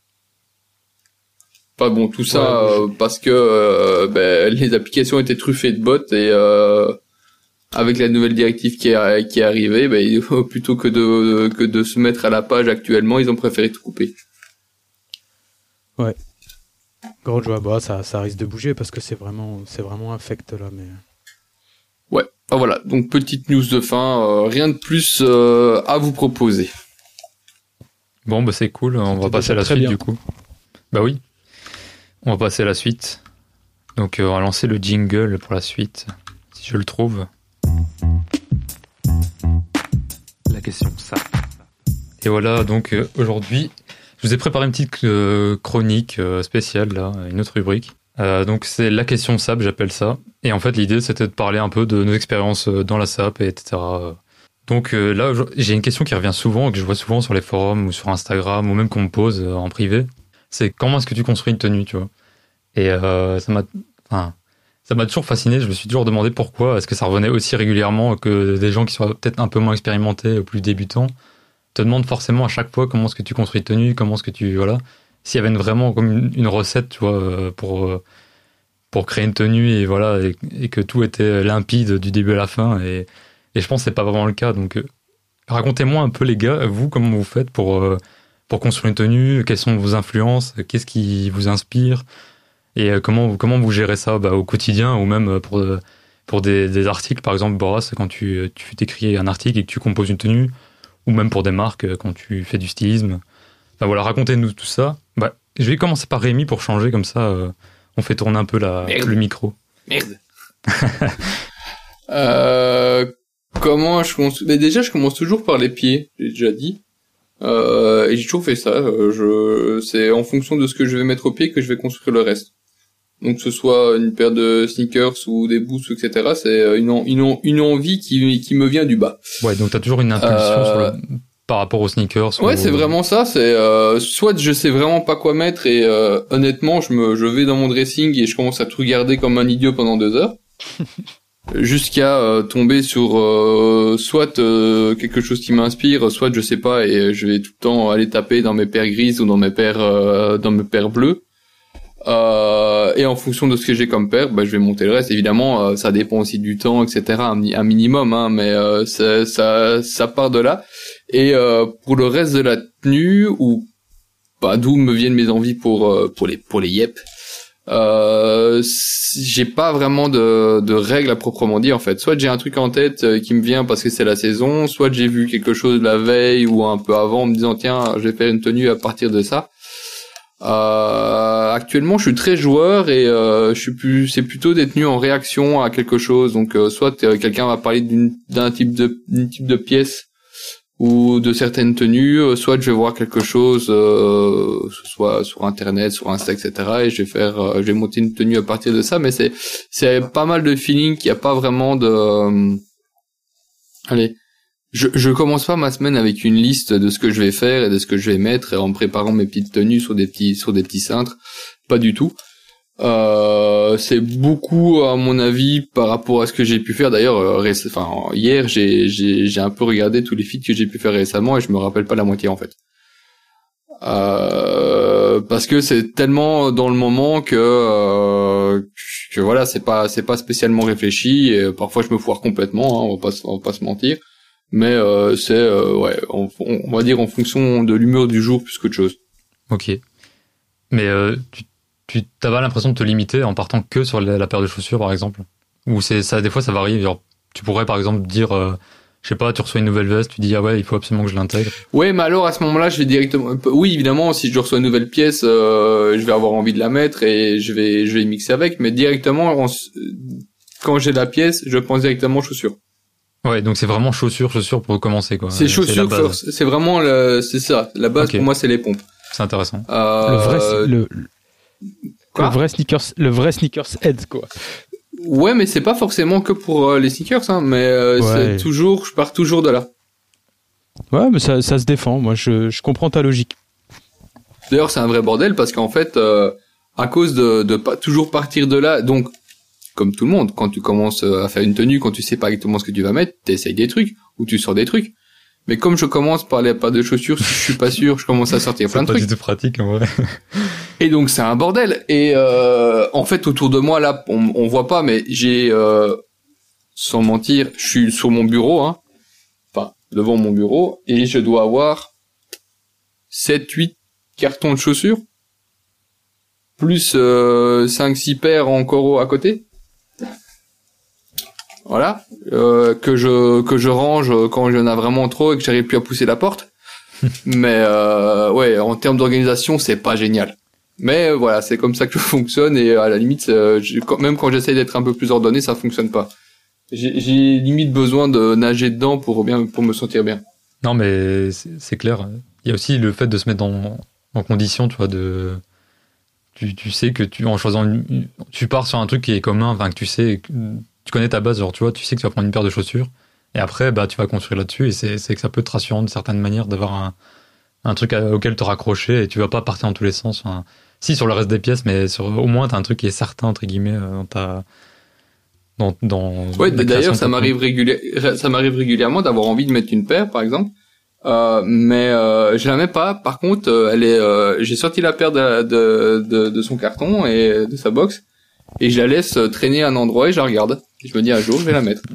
Enfin bon, tout ça ouais, euh, parce que euh, ben, les applications étaient truffées de bots et euh, avec la nouvelle directive qui est qui est arrivée, ben, plutôt que de que de se mettre à la page actuellement, ils ont préféré tout couper. Ouais. Grand joie, bah ça ça risque de bouger parce que c'est vraiment c'est vraiment infect là, mais. Ouais. Ah, voilà. Donc petite news de fin, euh, rien de plus euh, à vous proposer. Bon bah c'est cool, on C'était va passer à la suite bien. Du coup. Bah oui. On va passer à la suite. Donc euh, on va lancer le jingle pour la suite, si je le trouve. La question ça. Et voilà, donc euh, aujourd'hui, je vous ai préparé une petite euh, chronique euh, spéciale, là, une autre rubrique. Euh, donc c'est la question S A P, j'appelle ça. Et en fait l'idée c'était de parler un peu de nos expériences dans la S A P, et cetera. Donc euh, là, j'ai une question qui revient souvent, que je vois souvent sur les forums ou sur Instagram, ou même qu'on me pose euh, en privé. C'est comment est-ce que tu construis une tenue, tu vois. Et euh, ça m'a, enfin, ça m'a toujours fasciné. Je me suis toujours demandé pourquoi est-ce que ça revenait aussi régulièrement que des gens qui sont peut-être un peu moins expérimentés ou plus débutants te demandent forcément à chaque fois comment est-ce que tu construis une tenue, comment est-ce que tu voilà. S'il y avait une, vraiment comme une, une recette, tu vois, pour pour créer une tenue et voilà et, et que tout était limpide du début à la fin et et je pense que c'est pas vraiment le cas. Donc racontez-moi un peu les gars, vous comment vous faites pour pour construire une tenue, quelles sont vos influences, qu'est-ce qui vous inspire et comment, comment vous gérez ça bah, au quotidien ou même pour, pour des, des articles, par exemple, Boras, quand tu, tu t'écris un article et que tu composes une tenue, ou même pour des marques, quand tu fais du stylisme. Enfin voilà, racontez-nous tout ça. Bah, je vais commencer par Rémi pour changer, comme ça euh, on fait tourner un peu la, le micro. Merde. euh, comment je commence... Mais déjà, je commence toujours par les pieds, j'ai déjà dit. Euh, et j'ai toujours fait ça. Je, c'est en fonction de ce que je vais mettre au pied que je vais construire le reste. Donc que ce soit une paire de sneakers ou des boots, et cetera. C'est une, une, une envie qui, qui me vient du bas. Ouais, donc t'as toujours une impulsion euh... sur le... par rapport aux sneakers. Ouais, ou... c'est vraiment ça. C'est euh, soit je sais vraiment pas quoi mettre et euh, honnêtement, je me, je vais dans mon dressing et je commence à tout regarder comme un idiot pendant deux heures. Jusqu'à euh, tomber sur euh, soit euh, quelque chose qui m'inspire, soit je sais pas et je vais tout le temps aller taper dans mes paires grises ou dans mes paires euh, dans mes paires bleues. Euh, et en fonction de ce que j'ai comme paire, bah je vais monter le reste. Évidemment, euh, ça dépend aussi du temps, et cetera. Un, un minimum, hein, mais euh, ça, ça ça part de là. Et euh, pour le reste de la tenue, ou bah d'où me viennent mes envies pour euh, pour les pour les yep. Euh, j'ai pas vraiment de, de règles à proprement dire en fait. Soit j'ai un truc en tête euh, qui me vient parce que c'est la saison, soit j'ai vu quelque chose la veille ou un peu avant en me disant tiens je vais faire une tenue à partir de ça. Euh, actuellement je suis très joueur et euh, je suis plus, c'est plutôt des tenues en réaction à quelque chose. Donc euh, soit euh, quelqu'un va parler d'une, d'un type de, d'une type de pièce ou de certaines tenues, soit je vais voir quelque chose, euh, ce soit sur internet, sur Insta, et cetera. Et je vais faire, euh, je vais monter une tenue à partir de ça. Mais c'est, c'est pas mal de feeling. Il n'y a pas vraiment de. Euh... Allez, je, je commence pas ma semaine avec une liste de ce que je vais faire et de ce que je vais mettre et en préparant mes petites tenues sur des petits, sur des petits cintres. Pas du tout. Euh, c'est beaucoup à mon avis par rapport à ce que j'ai pu faire d'ailleurs euh, réc- enfin hier j'ai j'ai j'ai un peu regardé tous les feats que j'ai pu faire récemment et je me rappelle pas la moitié en fait euh, parce que c'est tellement dans le moment que euh, que voilà c'est pas c'est pas spécialement réfléchi et parfois je me foire complètement hein, on va pas on va pas se mentir Mais euh, c'est euh, ouais, on, on va dire en fonction de l'humeur du jour plus qu'autre chose. Ok. Mais euh, tu tu t'as pas l'impression de te limiter en partant que sur la, la paire de chaussures par exemple, ou c'est ça des fois ça varie, genre tu pourrais par exemple dire euh, je sais pas, tu reçois une nouvelle veste, tu dis ah ouais il faut absolument que je l'intègre. Ouais, mais alors à ce moment-là je vais directement, oui évidemment si je reçois une nouvelle pièce euh, je vais avoir envie de la mettre et je vais je vais mixer avec, mais directement on, quand j'ai la pièce je pense directement chaussures. Ouais, donc c'est vraiment chaussures chaussures pour commencer quoi. C'est chaussures first, c'est vraiment le, c'est ça la base. Okay. Pour moi c'est les pompes. C'est intéressant. Euh, le vrai le Quoi le vrai sneakers, le vrai sneakers head quoi. Ouais, mais c'est pas forcément que pour euh, les sneakers, hein. Mais euh, ouais. c'est toujours, je pars toujours de là. Ouais, mais ça, ça se défend. Moi, je, je comprends ta logique. D'ailleurs, c'est un vrai bordel parce qu'en fait, euh, à cause de, de pas toujours partir de là, donc comme tout le monde, quand tu commences à faire une tenue, quand tu sais pas exactement ce que tu vas mettre, t'essayes des trucs ou tu sors des trucs. Mais comme je commence par les pas de chaussures, si je suis pas sûr, je commence à sortir plein de trucs. C'est pas du tout pratique en vrai. Et donc c'est un bordel. Et euh, en fait autour de moi là, on, on voit pas, mais j'ai, euh, sans mentir, je suis sur mon bureau, hein, enfin devant mon bureau, et je dois avoir sept huit cartons de chaussures, plus euh, cinq six paires encore à côté. Voilà, euh, que je que je range quand il y en a vraiment trop et que j'arrive plus à pousser la porte. Mais euh, ouais, en termes d'organisation, c'est pas génial. Mais euh, voilà, c'est comme ça que je fonctionne et à la limite, euh, je, quand, même quand j'essaie d'être un peu plus ordonné, ça fonctionne pas. J'ai, j'ai limite besoin de nager dedans pour bien pour me sentir bien. Non, mais c'est, c'est clair. Il y a aussi le fait de se mettre en, en condition, tu vois, de tu tu sais que tu en choisissant une, tu pars sur un truc qui est commun, enfin que tu sais. Que, tu connais ta base, genre tu vois, tu sais que tu vas prendre une paire de chaussures et après bah tu vas construire là-dessus et c'est c'est que ça peut te rassurer de certaines manières d'avoir un un truc à, auquel te raccrocher et tu vas pas partir dans tous les sens. Enfin, si sur le reste des pièces, mais sur au moins t'as un truc qui est certain entre guillemets dans ta dans dans. Ouais, d'ailleurs ça m'arrive régulièrement, ça m'arrive régulièrement d'avoir envie de mettre une paire par exemple, euh, mais euh, je la mets pas. Par contre, euh, elle est, euh, j'ai sorti la paire de, de de de son carton et de sa box et je la laisse traîner à un endroit et je la regarde. Je me dis un jour je vais la mettre.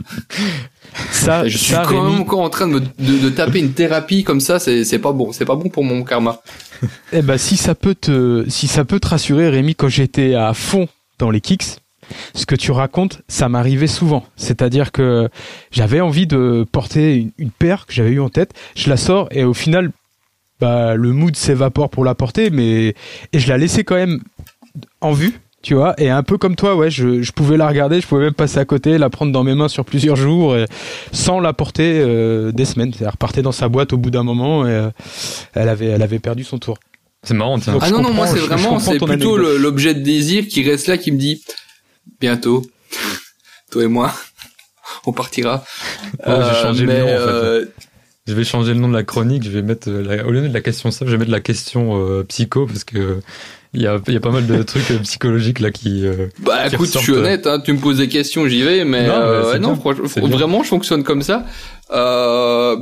Ça, je suis ça, quand Rémi... même encore en train de, me, de, de taper une thérapie comme ça, c'est, c'est pas bon, c'est pas bon pour mon karma. Eh ben si ça peut te, si ça peut te rassurer, Rémi, quand j'étais à fond dans les kicks, ce que tu racontes, ça m'arrivait souvent. C'est-à-dire que j'avais envie de porter une, une paire que j'avais eu en tête, je la sors et au final, bah le mood s'évapore pour la porter, mais et je la laissais quand même en vue. Tu vois, et un peu comme toi, ouais, je, je pouvais la regarder, je pouvais même passer à côté, la prendre dans mes mains sur plusieurs jours, et, sans la porter euh, des semaines. Elle repartait dans sa boîte au bout d'un moment, et euh, elle avait, elle avait perdu son tour. C'est marrant, tiens. Donc, ah non, non, moi c'est je, vraiment, je c'est plutôt le, l'objet de désir qui reste là, qui me dit, bientôt, toi et moi, on partira. Ouais, euh, j'ai changé mais, le nom, en fait. Euh... Je vais changer le nom de la chronique, je vais mettre, la, au lieu de la question simple, je vais mettre la question euh, psycho, parce que il y a, il y a pas mal de trucs euh, psychologiques là qui. Euh, bah qui écoute, je suis honnête, hein, tu me poses des questions, j'y vais, mais, non, euh, mais non, franchement, vraiment, je fonctionne comme ça. Euh,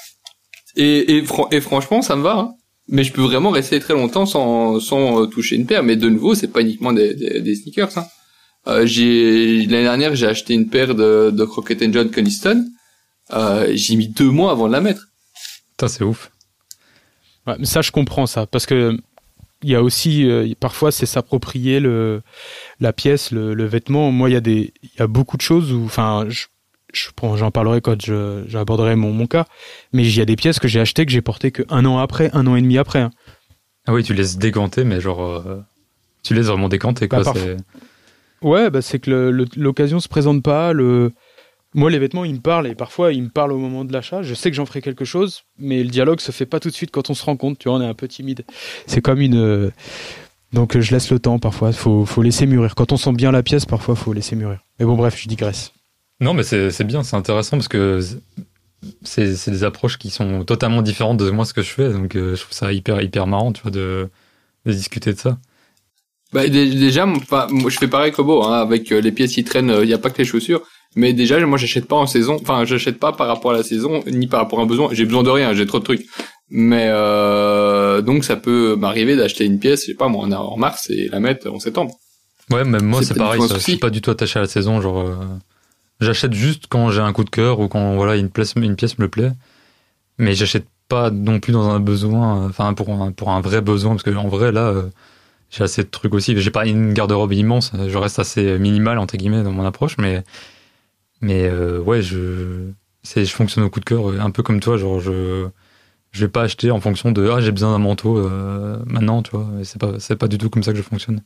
et, et, fr- et franchement, ça me va. Hein. Mais je peux vraiment rester très longtemps sans, sans toucher une paire. Mais de nouveau, c'est pas uniquement des, des, des sneakers. Hein. Euh, j'ai l'année dernière, j'ai acheté une paire de, de Crockett and John Coniston. Euh, j'ai mis deux mois avant de la mettre. Ça, c'est ouf. Ouais, mais ça, je comprends ça, parce que il y a aussi euh, parfois c'est s'approprier le la pièce, le, le vêtement. Moi, il y a des, il y a beaucoup de choses où, enfin, je, je prends, j'en parlerai quand je j'aborderai mon mon cas. Mais il y a des pièces que j'ai achetées que j'ai portées que un an après, un an et demi après. Hein. Ah oui, tu laisses décanter, mais genre, euh, tu laisses vraiment décanter quoi. Bah, c'est... Ouais, bah c'est que le, le, l'occasion se présente pas. Le Moi, les vêtements, ils me parlent et parfois, ils me parlent au moment de l'achat. Je sais que j'en ferai quelque chose, mais le dialogue se fait pas tout de suite quand on se rend compte. Tu vois, on est un peu timide. C'est comme une... Donc, je laisse le temps parfois. Faut, faut laisser mûrir. Quand on sent bien la pièce, parfois, faut laisser mûrir. Mais bon, bref, je digresse. Non, mais c'est, c'est bien, c'est intéressant parce que c'est, c'est des approches qui sont totalement différentes de moi, ce que je fais. Donc, euh, je trouve ça hyper, hyper marrant, tu vois, de, de discuter de ça. Bah, déjà, moi, je fais pareil que Beau, hein, avec les pièces qui traînent, il y a pas que les chaussures. Mais déjà, moi, j'achète pas en saison. Enfin, j'achète pas par rapport à la saison, ni par rapport à un besoin. J'ai besoin de rien, j'ai trop de trucs. Mais euh, donc, ça peut m'arriver d'acheter une pièce, je sais pas, moi, en mars et la mettre en septembre. Ouais, même moi, c'est, c'est parein, pareil. Ça, je suis pas du tout attaché à la saison. Genre, euh, j'achète juste quand j'ai un coup de cœur ou quand voilà une pièce, une pièce me plaît. Mais j'achète pas non plus dans un besoin, enfin pour un, pour un vrai besoin, parce que en vrai là, euh, j'ai assez de trucs aussi. J'ai pas une garde-robe immense, je reste assez minimal entre guillemets dans mon approche, mais mais euh, ouais, je c'est je fonctionne au coup de cœur, un peu comme toi, genre je je vais pas acheter en fonction de ah j'ai besoin d'un manteau euh, maintenant, tu vois. C'est pas c'est pas du tout comme ça que je fonctionne.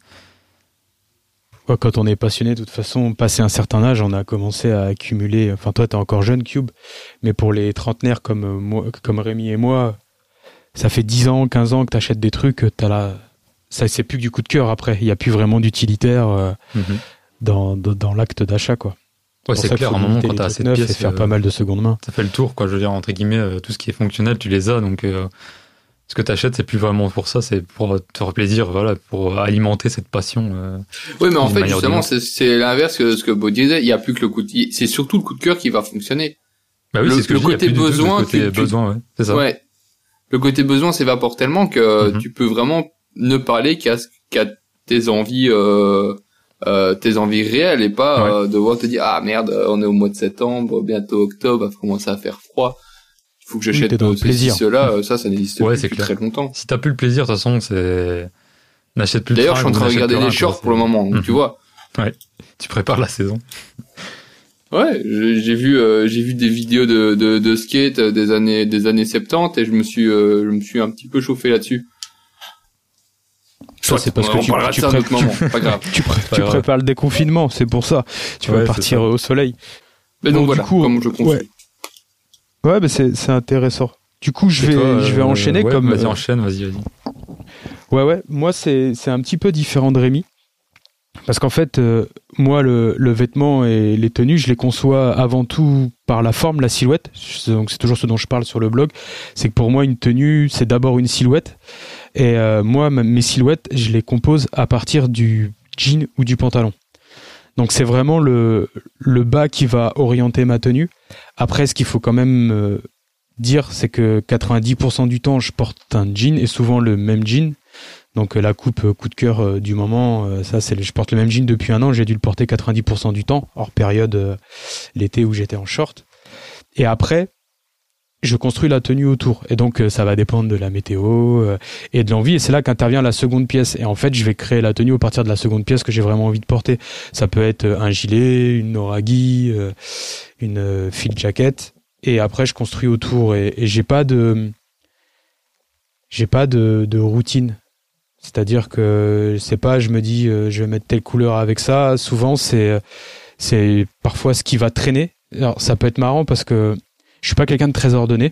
Ouais, quand on est passionné, de toute façon, passé un certain âge, on a commencé à accumuler. Enfin, toi, t'es encore jeune, Cube, mais pour les trentenaires comme euh, moi, comme Rémi et moi, ça fait dix ans, quinze ans que t'achètes des trucs, t'as la... ça c'est plus que du coup de cœur après. Il y a plus vraiment d'utilitaire euh, mm-hmm. dans, dans dans l'acte d'achat, quoi. Ouais, c'est clair. À un moment, quand t'as assez de pièces, et faire euh, pas mal de seconde main. Ça fait le tour, quoi. Je veux dire, entre guillemets, euh, tout ce qui est fonctionnel, tu les as, donc. Euh... Ce que t'achètes, c'est plus vraiment pour ça, c'est pour te faire plaisir, voilà, pour alimenter cette passion. Euh, oui, mais en fait, justement, c'est, c'est l'inverse que ce que Beau disait. Il y a plus que le coup de, c'est surtout le coup de cœur qui va fonctionner. Bah oui, le, c'est ce que le je dis, côté besoin, le côté tu, besoin, ouais, c'est ça. Ouais. Le côté besoin s'évapore tellement que mm-hmm. tu peux vraiment ne parler qu'à, qu'à tes envies, euh, euh, tes envies réelles et pas, ouais. euh, devoir te dire, ah merde, on est au mois de septembre, bientôt octobre, va commencer à faire froid. Il faut que j'achète oui, dans le plaisir. Cela, ça, ça n'existe ouais, plus depuis clair. très longtemps. Si t'as plus le plaisir, de toute façon, c'est, n'achète plus. D'ailleurs, je suis en train de regarder des shorts pour le moment, donc mmh. tu vois. Ouais. Tu prépares la saison. Ouais, j'ai, j'ai vu, euh, j'ai vu des vidéos de, de, de skate des années, des années soixante-dix et je me suis, euh, je me suis un petit peu chauffé là-dessus. Ça, c'est parce que tu, tu, ça pré- moment, pas grave. tu, pré- tu grave. prépares le déconfinement, c'est pour ça. Tu ouais, vas partir au soleil. Mais donc, donc voilà, du coup, comme je construis. Ouais, ouais mais c'est, c'est intéressant. Du coup, je vais, toi, je vais euh, enchaîner ouais, comme. Vas-y, enchaîne, vas-y, vas-y. Ouais, ouais. Moi, c'est, c'est un petit peu différent de Rémi. Parce qu'en fait, euh, moi, le, le vêtement et les tenues, je les conçois avant tout par la forme, la silhouette. Donc, c'est toujours ce dont je parle sur le blog. C'est que pour moi, une tenue, c'est d'abord une silhouette. Et euh, moi, mes silhouettes, je les compose à partir du jean ou du pantalon. Donc, c'est vraiment le, le bas qui va orienter ma tenue. Après, ce qu'il faut quand même euh, dire, c'est que quatre-vingt-dix pour cent du temps, je porte un jean et souvent le même jean. Donc la coupe coup de cœur euh, du moment, euh, ça c'est, je porte le même jean depuis un an, j'ai dû le porter quatre-vingt-dix pour cent du temps, hors période euh, l'été où j'étais en short. Et après, je construis la tenue autour. Et donc euh, ça va dépendre de la météo euh, et de l'envie. Et c'est là qu'intervient la seconde pièce. Et en fait, je vais créer la tenue à partir de la seconde pièce que j'ai vraiment envie de porter. Ça peut être un gilet, une noraghi, euh, une euh, field jacket. Et après, je construis autour. Et, et j'ai pas de, j'ai pas de, de routine. C'est-à-dire que c'est pas, je me dis, euh, je vais mettre telle couleur avec ça. Souvent, c'est, c'est parfois ce qui va traîner. Alors, ça peut être marrant parce que je suis pas quelqu'un de très ordonné.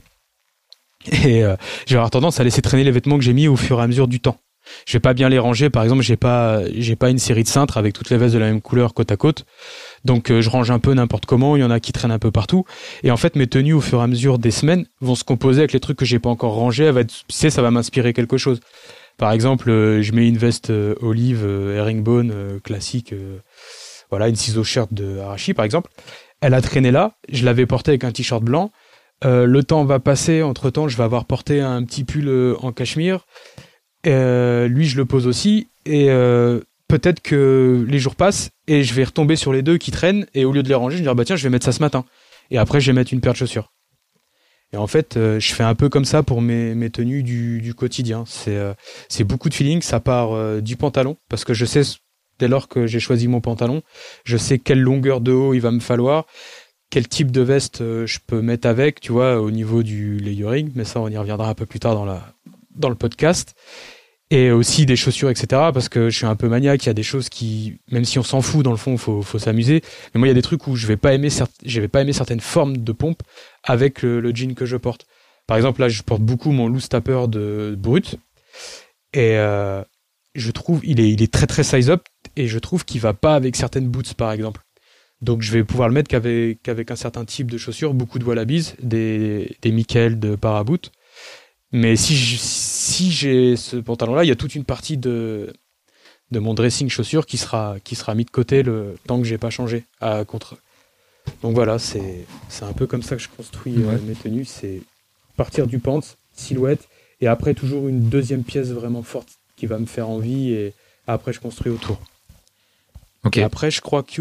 Et euh, je vais avoir tendance à laisser traîner les vêtements que j'ai mis au fur et à mesure du temps. Je vais pas bien les ranger. Par exemple, j'ai pas, j'ai pas une série de cintres avec toutes les vestes de la même couleur côte à côte. Donc, euh, je range un peu n'importe comment. Il y en a qui traînent un peu partout. Et en fait, mes tenues au fur et à mesure des semaines vont se composer avec les trucs que j'ai pas encore rangés. Elle va être, tu sais, ça va m'inspirer quelque chose. Par exemple, euh, je mets une veste euh, olive euh, herringbone euh, classique, euh, voilà, une ciseau shirt de Arashi par exemple. Elle a traîné là, je l'avais portée avec un t-shirt blanc. Euh, le temps va passer, entre temps, je vais avoir porté un petit pull euh, en cachemire. Euh, lui, je le pose aussi, et euh, peut-être que les jours passent et je vais retomber sur les deux qui traînent. Et au lieu de les ranger, je vais dire bah tiens, je vais mettre ça ce matin. Et après, je vais mettre une paire de chaussures. Et en fait, euh, je fais un peu comme ça pour mes, mes tenues du, du quotidien. C'est, euh, c'est beaucoup de feeling. Ça part euh, du pantalon, parce que je sais, dès lors que j'ai choisi mon pantalon, je sais quelle longueur de haut il va me falloir, quel type de veste euh, je peux mettre avec, tu vois, au niveau du layering. Mais ça, on y reviendra un peu plus tard dans, la, dans le podcast. Et aussi des chaussures, et cetera. Parce que je suis un peu maniaque. Il y a des choses qui, même si on s'en fout, dans le fond, faut, faut s'amuser. Mais moi, il y a des trucs où je vais pas aimer, cer- je vais pas aimer certaines formes de pompe avec le, le jean que je porte. Par exemple, là, je porte beaucoup mon loose tapper de Brut. Et euh, je trouve, il est, il est très, très size up. Et je trouve qu'il va pas avec certaines boots, par exemple. Donc, je vais pouvoir le mettre qu'avec, qu'avec un certain type de chaussures, beaucoup de Wallabies, des, des Michael de Paraboot. Mais si, je, si j'ai ce pantalon-là, il y a toute une partie de, de mon dressing chaussures qui sera, qui sera mis de côté le temps que j'ai pas changé à contre. Donc voilà, c'est, c'est un peu comme ça que je construis ouais. euh, mes tenues. C'est partir du pants, silhouette, et après toujours une deuxième pièce vraiment forte qui va me faire envie, et après je construis autour. Okay. Et après, je crois, Cube,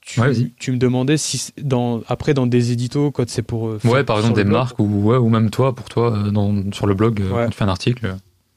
tu, Ouais, vas-y. tu me demandais si dans, après dans des éditos, quand c'est pour. euh, Ouais, faire- par sur exemple le des blog, marques ou, ouais, ou même toi, pour toi, euh, dans, sur le blog, euh, Ouais. quand tu fais un article.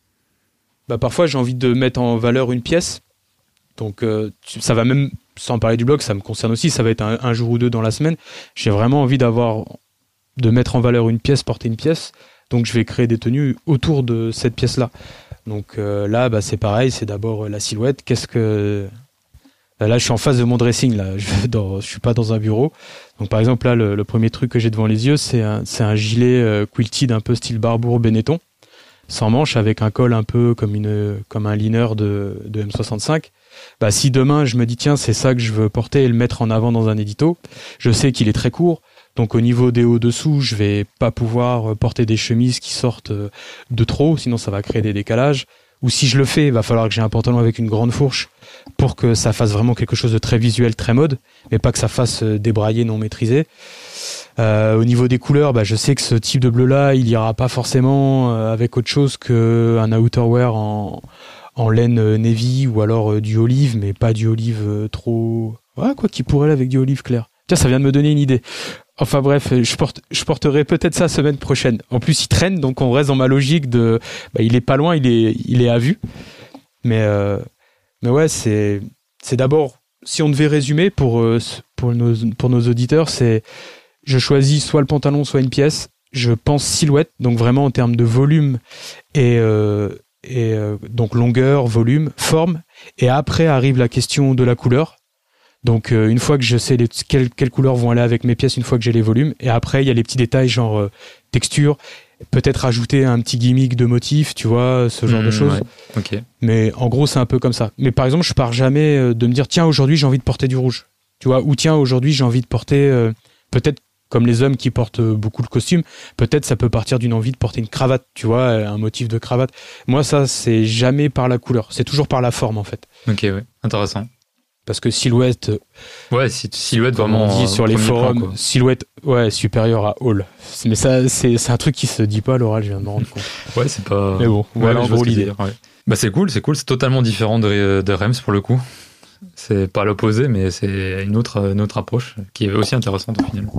Bah, parfois, j'ai envie de mettre en valeur une pièce. Donc, euh, tu- ça va même, sans parler du blog, ça me concerne aussi. Ça va être un, un jour ou deux dans la semaine. J'ai vraiment envie d'avoir, de mettre en valeur une pièce, porter une pièce. Donc, je vais créer des tenues autour de cette pièce-là. Donc euh, là, bah, c'est pareil. C'est d'abord euh, la silhouette. Qu'est-ce que Là, je suis en face de mon dressing. Là, je, vais dans, je suis pas dans un bureau. Donc, par exemple, là, le, le premier truc que j'ai devant les yeux, c'est un, c'est un gilet euh, quilted un peu style Barbour Benetton, sans manche, avec un col un peu comme une, comme un liner de, de M soixante-cinq. Bah, si demain je me dis tiens, c'est ça que je veux porter et le mettre en avant dans un édito, je sais qu'il est très court. Donc, au niveau des hauts dessous, je vais pas pouvoir porter des chemises qui sortent de trop, sinon ça va créer des décalages. Ou si je le fais, il va falloir que j'ai un pantalon avec une grande fourche pour que ça fasse vraiment quelque chose de très visuel, très mode, mais pas que ça fasse débrailler non maîtrisé. Euh, au niveau des couleurs, bah, je sais que ce type de bleu-là, il ira pas forcément euh, avec autre chose qu'un outerwear en, en laine navy ou alors euh, du olive, mais pas du olive euh, trop... Ouais, quoi qu'il pourrait aller avec du olive clair. Tiens, ça vient de me donner une idée. Enfin bref, je, porte, je porterai peut-être ça semaine prochaine. En plus, il traîne, donc on reste dans ma logique de... Bah, il est pas loin, il est, il est à vue. Mais, euh, mais ouais, c'est, c'est d'abord... Si on devait résumer pour, euh, pour, nos, pour nos auditeurs, c'est... Je choisis soit le pantalon, soit une pièce. Je pense silhouette, donc vraiment en termes de volume et, euh, et euh, donc longueur, volume, forme. Et après arrive la question de la couleur. Donc euh, une fois que je sais les, quelles, quelles couleurs vont aller avec mes pièces, une fois que j'ai les volumes. Et après il y a les petits détails genre euh, texture, peut-être rajouter un petit gimmick de motif, tu vois, ce genre Mmh, de choses. ouais. Ok. Mais en gros c'est un peu comme ça. Mais par exemple je pars jamais euh, de me dire tiens aujourd'hui j'ai envie de porter du rouge. Tu vois, ou tiens aujourd'hui j'ai envie de porter euh, peut-être comme les hommes qui portent beaucoup le costume, peut-être ça peut partir d'une envie de porter une cravate, tu vois, un motif de cravate. Moi, ça, c'est jamais par la couleur, c'est toujours par la forme, en fait. Ok, ouais, intéressant. Parce que silhouette, Ouais, si, silhouette comme vraiment. on dit euh, sur les premier forums, plan, quoi. silhouette, ouais, supérieure à all. Mais ça, c'est, c'est un truc qui se dit pas à l'oral, je viens de me rendre compte. Ouais, c'est pas. Mais bon, Ouais, voilà mais en je vois gros ce que tu l'idée. veux dire, ouais. Bah c'est cool, c'est cool, c'est totalement différent de, de Rems pour le coup. C'est pas l'opposé, mais c'est une autre, une autre approche qui est aussi intéressante au final.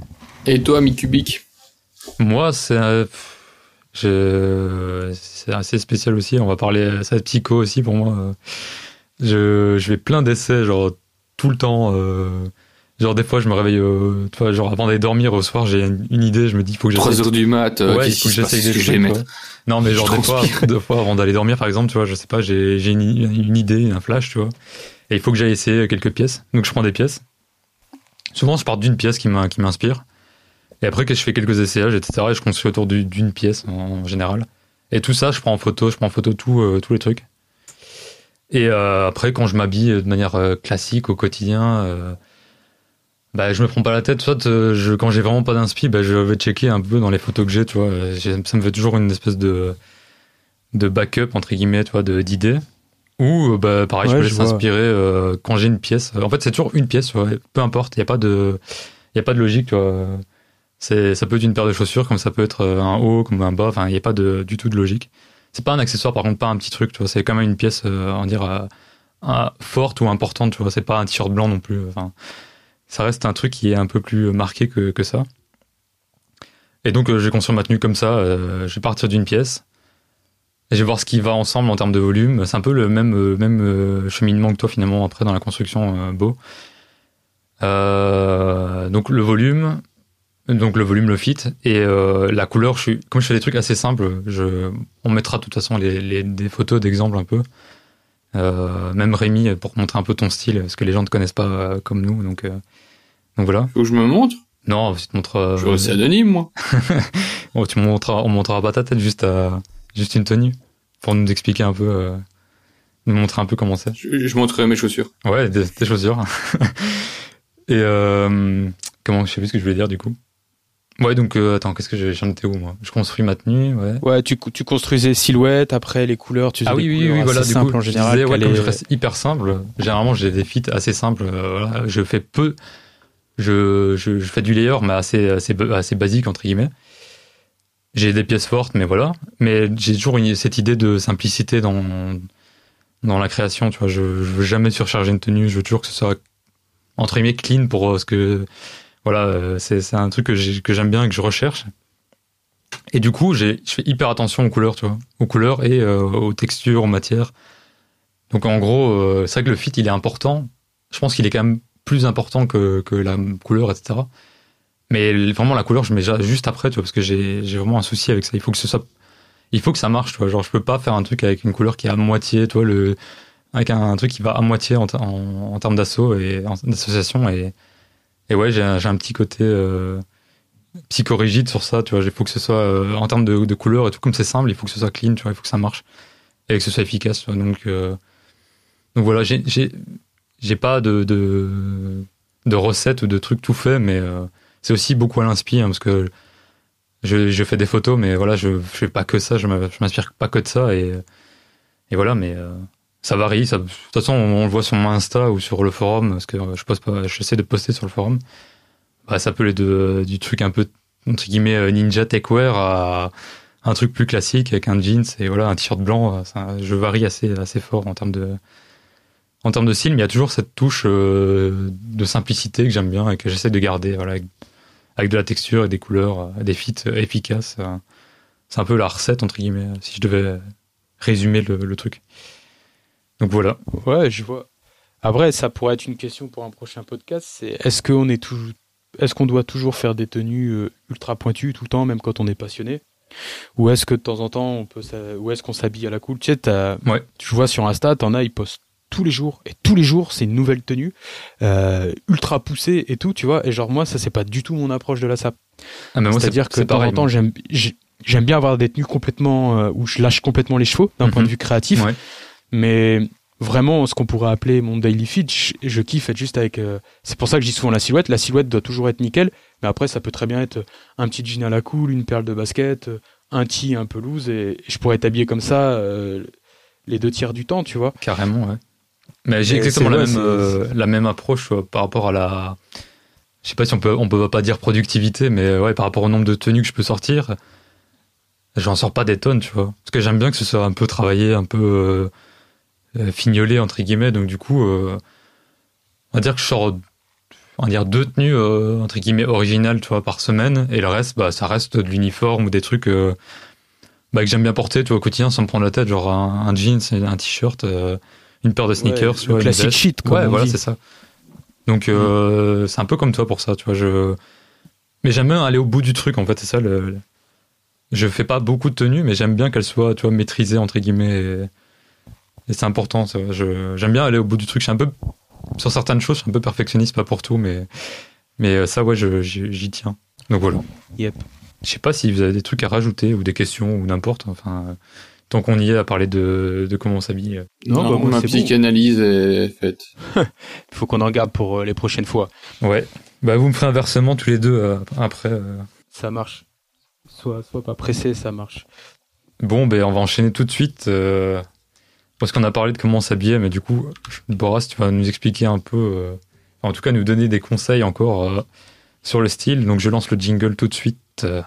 Et toi, mi-cubique? Moi, c'est, euh, je, c'est assez spécial aussi. On va parler, ça va être psycho aussi pour moi. Je, je fais plein d'essais, genre tout le temps. Euh, genre des fois, je me réveille, euh, tu vois, genre avant d'aller dormir au soir, j'ai une, une idée, je me dis, il faut que j'essaye. trois heures du mat, euh, Ouais, il qu'est-ce faut qui que se passe? j'essaye Qu'est-ce des que je vais trucs, mettre? quoi. Non, mais genre Je des fois, transpire. deux fois avant d'aller dormir, par exemple, tu vois, je sais pas, j'ai, j'ai une, une idée, un flash, tu vois. Et il faut que j'aille essayer quelques pièces. Donc je prends des pièces. Souvent, je pars d'une pièce qui m'in- qui m'inspire. Et après, que je fais quelques essayages, et cetera. Et je construis autour du- d'une pièce en, en général. Et tout ça, je prends en photo, je prends en photo tout, euh, tous les trucs. Et euh, après, quand je m'habille de manière euh, classique au quotidien, euh, bah, je me prends pas la tête. Soit euh, je, quand j'ai vraiment pas d'inspi, bah, je vais checker un peu dans les photos que j'ai, tu vois. J'ai- Ça me fait toujours une espèce de, de backup, entre guillemets, tu vois, de, d'idées. Ou, bah, pareil, je Ouais, me je laisse vois. inspirer euh, quand j'ai une pièce. En fait, c'est toujours une pièce, tu vois, peu importe. Il n'y a pas de, il y a pas de logique, tu vois. C'est, ça peut être une paire de chaussures, comme ça peut être un haut, comme un bas. Enfin, il n'y a pas de, du tout de logique. C'est pas un accessoire, par contre, pas un petit truc, tu vois. C'est quand même une pièce, euh, on dire, euh, euh, forte ou importante, tu vois. C'est pas un t-shirt blanc non plus. Enfin, ça reste un truc qui est un peu plus marqué que, que ça. Et donc, euh, j'ai construit ma tenue comme ça. Euh, je vais partir d'une pièce. Et je vais voir ce qui va ensemble en termes de volume. C'est un peu le même, euh, même euh, cheminement que toi, finalement, après, dans la construction, euh, Beau. Euh, donc, le volume, donc le volume, le fit. Et euh, la couleur, je suis, comme je fais des trucs assez simples, je, on mettra de toute façon les, les, des photos d'exemples un peu. Euh, même Rémi, pour montrer un peu ton style, parce que les gens ne te connaissent pas euh, comme nous. Donc, euh, donc voilà. Faut que je me montre? Non, tu te montres. Euh, Je suis anonyme, moi. oh, tu montrera, on montrera pas ta tête, juste, à, juste une tenue. Pour nous expliquer un peu, euh, nous montrer un peu comment c'est. Je, je montrerai mes chaussures. Ouais, des, des chaussures. Et euh, comment, je sais plus ce que je voulais dire du coup. Ouais, donc euh, attends, qu'est-ce que j'ai, j'en étais où moi? Je construis ma tenue, ouais. Ouais, tu, tu construisais silhouette, après les couleurs, tu faisais Ah oui, des oui, couleurs oui, voilà, assez du simples coup, en je général. disais, ouais, calées- comme je reste hyper simple, généralement j'ai des fits assez simples, euh, voilà, je fais peu, je, je, je fais du layer, mais assez, assez, ba- assez basique, entre guillemets. J'ai des pièces fortes, mais voilà. Mais j'ai toujours une, cette idée de simplicité dans, dans la création, tu vois. Je, je veux jamais surcharger une tenue, je veux toujours que ce soit entre guillemets clean pour euh, ce que voilà, euh, c'est c'est un truc que j'ai, que j'aime bien et que je recherche. Et du coup, j'ai je fais hyper attention aux couleurs, tu vois, aux couleurs et euh, aux textures, aux matières. Donc en gros, euh, c'est vrai que le fit il est important. Je pense qu'il est quand même plus important que que la couleur, et cetera. Mais vraiment la couleur, je mets juste après, tu vois, parce que j'ai j'ai vraiment un souci avec ça. Il faut que ce soit, il faut que ça marche, tu vois. Genre, je peux pas faire un truc avec une couleur qui est à moitié, tu vois, le avec un, un truc qui va à moitié en, en, en termes d'assaut et en, d'association. Et et ouais, j'ai un, j'ai un petit côté euh, psychorigide sur ça, tu vois. Il faut que ce soit euh, en termes de, de couleur et tout, comme c'est simple, il faut que ce soit clean, tu vois. Il faut que ça marche et que ce soit efficace, tu vois. Donc euh, donc voilà, j'ai j'ai j'ai pas de de de recettes ou de trucs tout faits, mais euh, c'est aussi beaucoup à l'inspi, hein, parce que je, je fais des photos, mais voilà, je, je fais pas que ça, je m'inspire pas que de ça, et, et voilà, mais euh, ça varie. Ça, de toute façon, on, on le voit sur mon Insta ou sur le forum, parce que je poste pas, j'essaie de poster sur le forum. Bah, ça peut aller de, du truc un peu, entre guillemets, ninja techwear à un truc plus classique avec un jeans et voilà, un t-shirt blanc. Ça, je varie assez, assez fort en termes de, en termes de style, mais il y a toujours cette touche euh, de simplicité que j'aime bien et que j'essaie de garder, voilà, avec, avec de la texture et des couleurs, des fits efficaces. C'est un peu la recette, entre guillemets, si je devais résumer le, le truc. Donc voilà. Ouais, je vois. Après, ça pourrait être une question pour un prochain podcast, c'est est-ce qu'on est toujours, est-ce qu'on doit toujours faire des tenues euh, ultra pointues tout le temps, même quand on est passionné? Ou est-ce que de temps en temps, on peut, ou est-ce qu'on s'habille à la cool? Tu sais, t'as, ouais. Tu vois sur Insta, t'en as, ils postent tous les jours, et tous les jours, c'est une nouvelle tenue, euh, ultra poussée et tout, tu vois, et genre moi, ça, c'est pas du tout mon approche de la S A P. Ah, mais moi, c'est-à-dire que de temps en temps, j'aime, j'aime bien avoir des tenues complètement, euh, où je lâche complètement les chevaux, d'un mm-hmm. point de vue créatif, ouais. mais vraiment, ce qu'on pourrait appeler mon daily fit, je, je kiffe être juste avec, euh, c'est pour ça que je dis souvent la silhouette, la silhouette doit toujours être nickel, mais après, ça peut très bien être un petit jean à la cool, une perle de basket, un tee un peu loose, et, et je pourrais être habillé comme ça, euh, les deux tiers du temps, tu vois. Carrément, ouais. Mais j'ai exactement la, vrai, même, euh, la même approche euh, par rapport à la... Je sais pas si on peut, on peut pas dire productivité, mais ouais, par rapport au nombre de tenues que je peux sortir, j'en sors pas des tonnes, tu vois. Parce que j'aime bien que ce soit un peu travaillé, un peu euh, fignolé, entre guillemets, donc du coup, euh, on va dire que je sors, on va dire deux tenues, euh, entre guillemets, originales, tu vois, par semaine, et le reste, bah, ça reste de l'uniforme ou des trucs euh, bah, que j'aime bien porter, tu vois, au quotidien, sans me prendre la tête, genre un, un jeans, un t-shirt... Euh, une paire de sneakers, ouais, tu vois, classique shit, quoi. Ouais, voilà, dit. C'est ça. Donc, euh, mmh. c'est un peu comme toi pour ça, tu vois. Je... Mais j'aime bien aller au bout du truc, en fait, c'est ça. Le... le... Je fais pas beaucoup de tenues, mais j'aime bien qu'elles soient, tu vois, maîtrisées, entre guillemets. Et, et c'est important, ça. Je... J'aime bien aller au bout du truc. Je suis un peu, sur certaines choses, je suis un peu perfectionniste, pas pour tout, mais, mais ça, ouais, je... j'y tiens. Donc voilà. Yep. Je sais pas si vous avez des trucs à rajouter ou des questions ou n'importe. Enfin. Tant qu'on y est à parler de, de comment on s'habille. Non, non bah moi, ma psychanalyse bon. est faite. Il faut qu'on en garde pour euh, les prochaines fois. Ouais. Bah, vous me ferez un versement tous les deux euh, après. Euh... Ça marche. Soit, soit pas pressé, ça marche. Bon, ben, on va enchaîner tout de suite. Euh, parce qu'on a parlé de comment on s'habillait, mais du coup, Boras, tu vas nous expliquer un peu, euh, en tout cas, nous donner des conseils encore euh, sur le style. Donc, je lance le jingle tout de suite. Euh...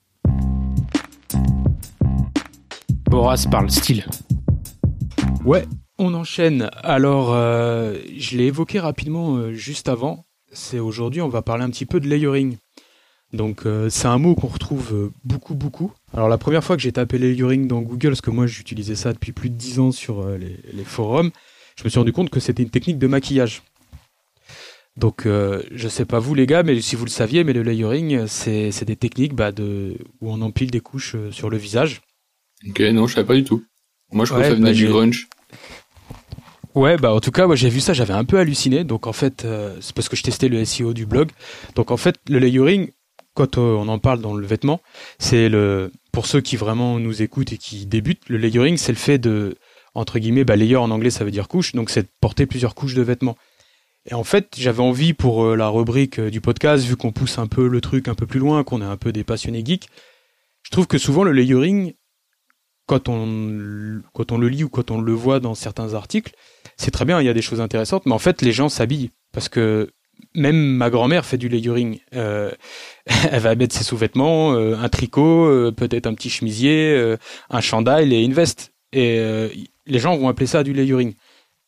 Boras parle style. Ouais, on enchaîne. Alors, euh, je l'ai évoqué rapidement euh, juste avant. C'est aujourd'hui, on va parler un petit peu de layering. Donc, euh, c'est un mot qu'on retrouve euh, beaucoup, beaucoup. Alors, la première fois que j'ai tapé layering dans Google, parce que moi, j'utilisais ça depuis plus de dix ans sur euh, les, les forums, je me suis rendu compte que c'était une technique de maquillage. Donc, euh, je sais pas vous les gars, mais si vous le saviez, mais le layering, c'est, c'est des techniques bah, de, où on empile des couches euh, sur le visage. Ok, non, je savais pas du tout. Moi, je crois ouais, que ça venait bah, du grunge. Ouais, bah en tout cas, moi j'ai vu ça, j'avais un peu halluciné. Donc en fait, euh, c'est parce que je testais le S E O du blog. Donc en fait, le layering, quand euh, on en parle dans le vêtement, c'est le, pour ceux qui vraiment nous écoutent et qui débutent, le layering, c'est le fait de, entre guillemets, bah layer en anglais, ça veut dire couche, donc c'est de porter plusieurs couches de vêtements. Et en fait, j'avais envie pour euh, la rubrique euh, du podcast, vu qu'on pousse un peu le truc un peu plus loin, qu'on est un peu des passionnés geeks, je trouve que souvent le layering, Quand on, quand on le lit ou quand on le voit dans certains articles, c'est très bien, il y a des choses intéressantes, mais en fait, les gens s'habillent. Parce que même ma grand-mère fait du layering. Euh, elle va mettre ses sous-vêtements, euh, un tricot, euh, peut-être un petit chemisier, euh, un chandail et une veste. Et euh, les gens vont appeler ça du layering.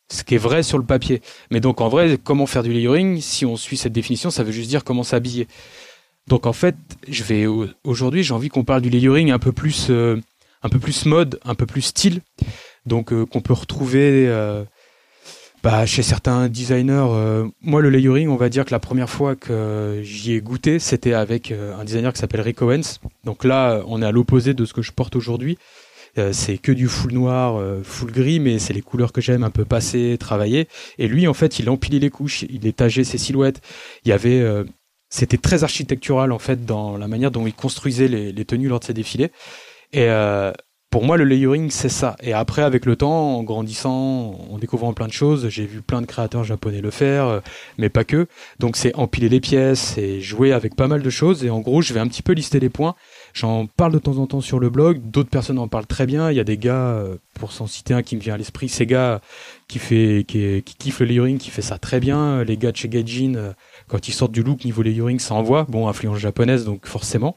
ce qui est vrai sur le papier. Mais donc en vrai, comment faire du layering? Si on suit cette définition, ça veut juste dire comment s'habiller. Donc en fait, je vais aujourd'hui, j'ai envie qu'on parle du layering un peu plus, euh, un peu plus mode, un peu plus style, donc euh, qu'on peut retrouver euh, bah, chez certains designers. Euh, moi, le layering, on va dire que la première fois que j'y ai goûté, c'était avec euh, un designer qui s'appelle Rick Owens. Donc là, on est à l'opposé de ce que je porte aujourd'hui. Euh, c'est que du full noir, euh, full gris, mais c'est les couleurs que j'aime, un peu passées, travaillées. Et lui, en fait, il empilait les couches, il étageait ses silhouettes. Il y avait euh, C'était très architectural en fait dans la manière dont il construisait les, les tenues lors de ses défilés. Et euh, pour moi, le layering, c'est ça. Et après, avec le temps, en grandissant, en découvrant plein de choses, j'ai vu plein de créateurs japonais le faire, euh, mais pas que. Donc c'est empiler les pièces et jouer avec pas mal de choses. Et en gros, je vais un petit peu lister les points. J'en parle de temps en temps sur le blog. D'autres personnes en parlent très bien. Il y a des gars, euh, pour s'en citer un qui me vient à l'esprit, Sega, qui fait, qui, est, qui kiffe le layering, qui fait ça très bien. Les gars de chez Gaijin, euh, quand ils sortent du look niveau layering, ça envoie. Bon, influence japonaise, donc forcément.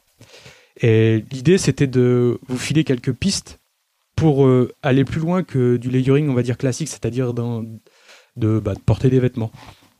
Et l'idée, c'était de vous filer quelques pistes pour euh, aller plus loin que du layering, on va dire classique, c'est-à-dire dans, de, bah, de porter des vêtements.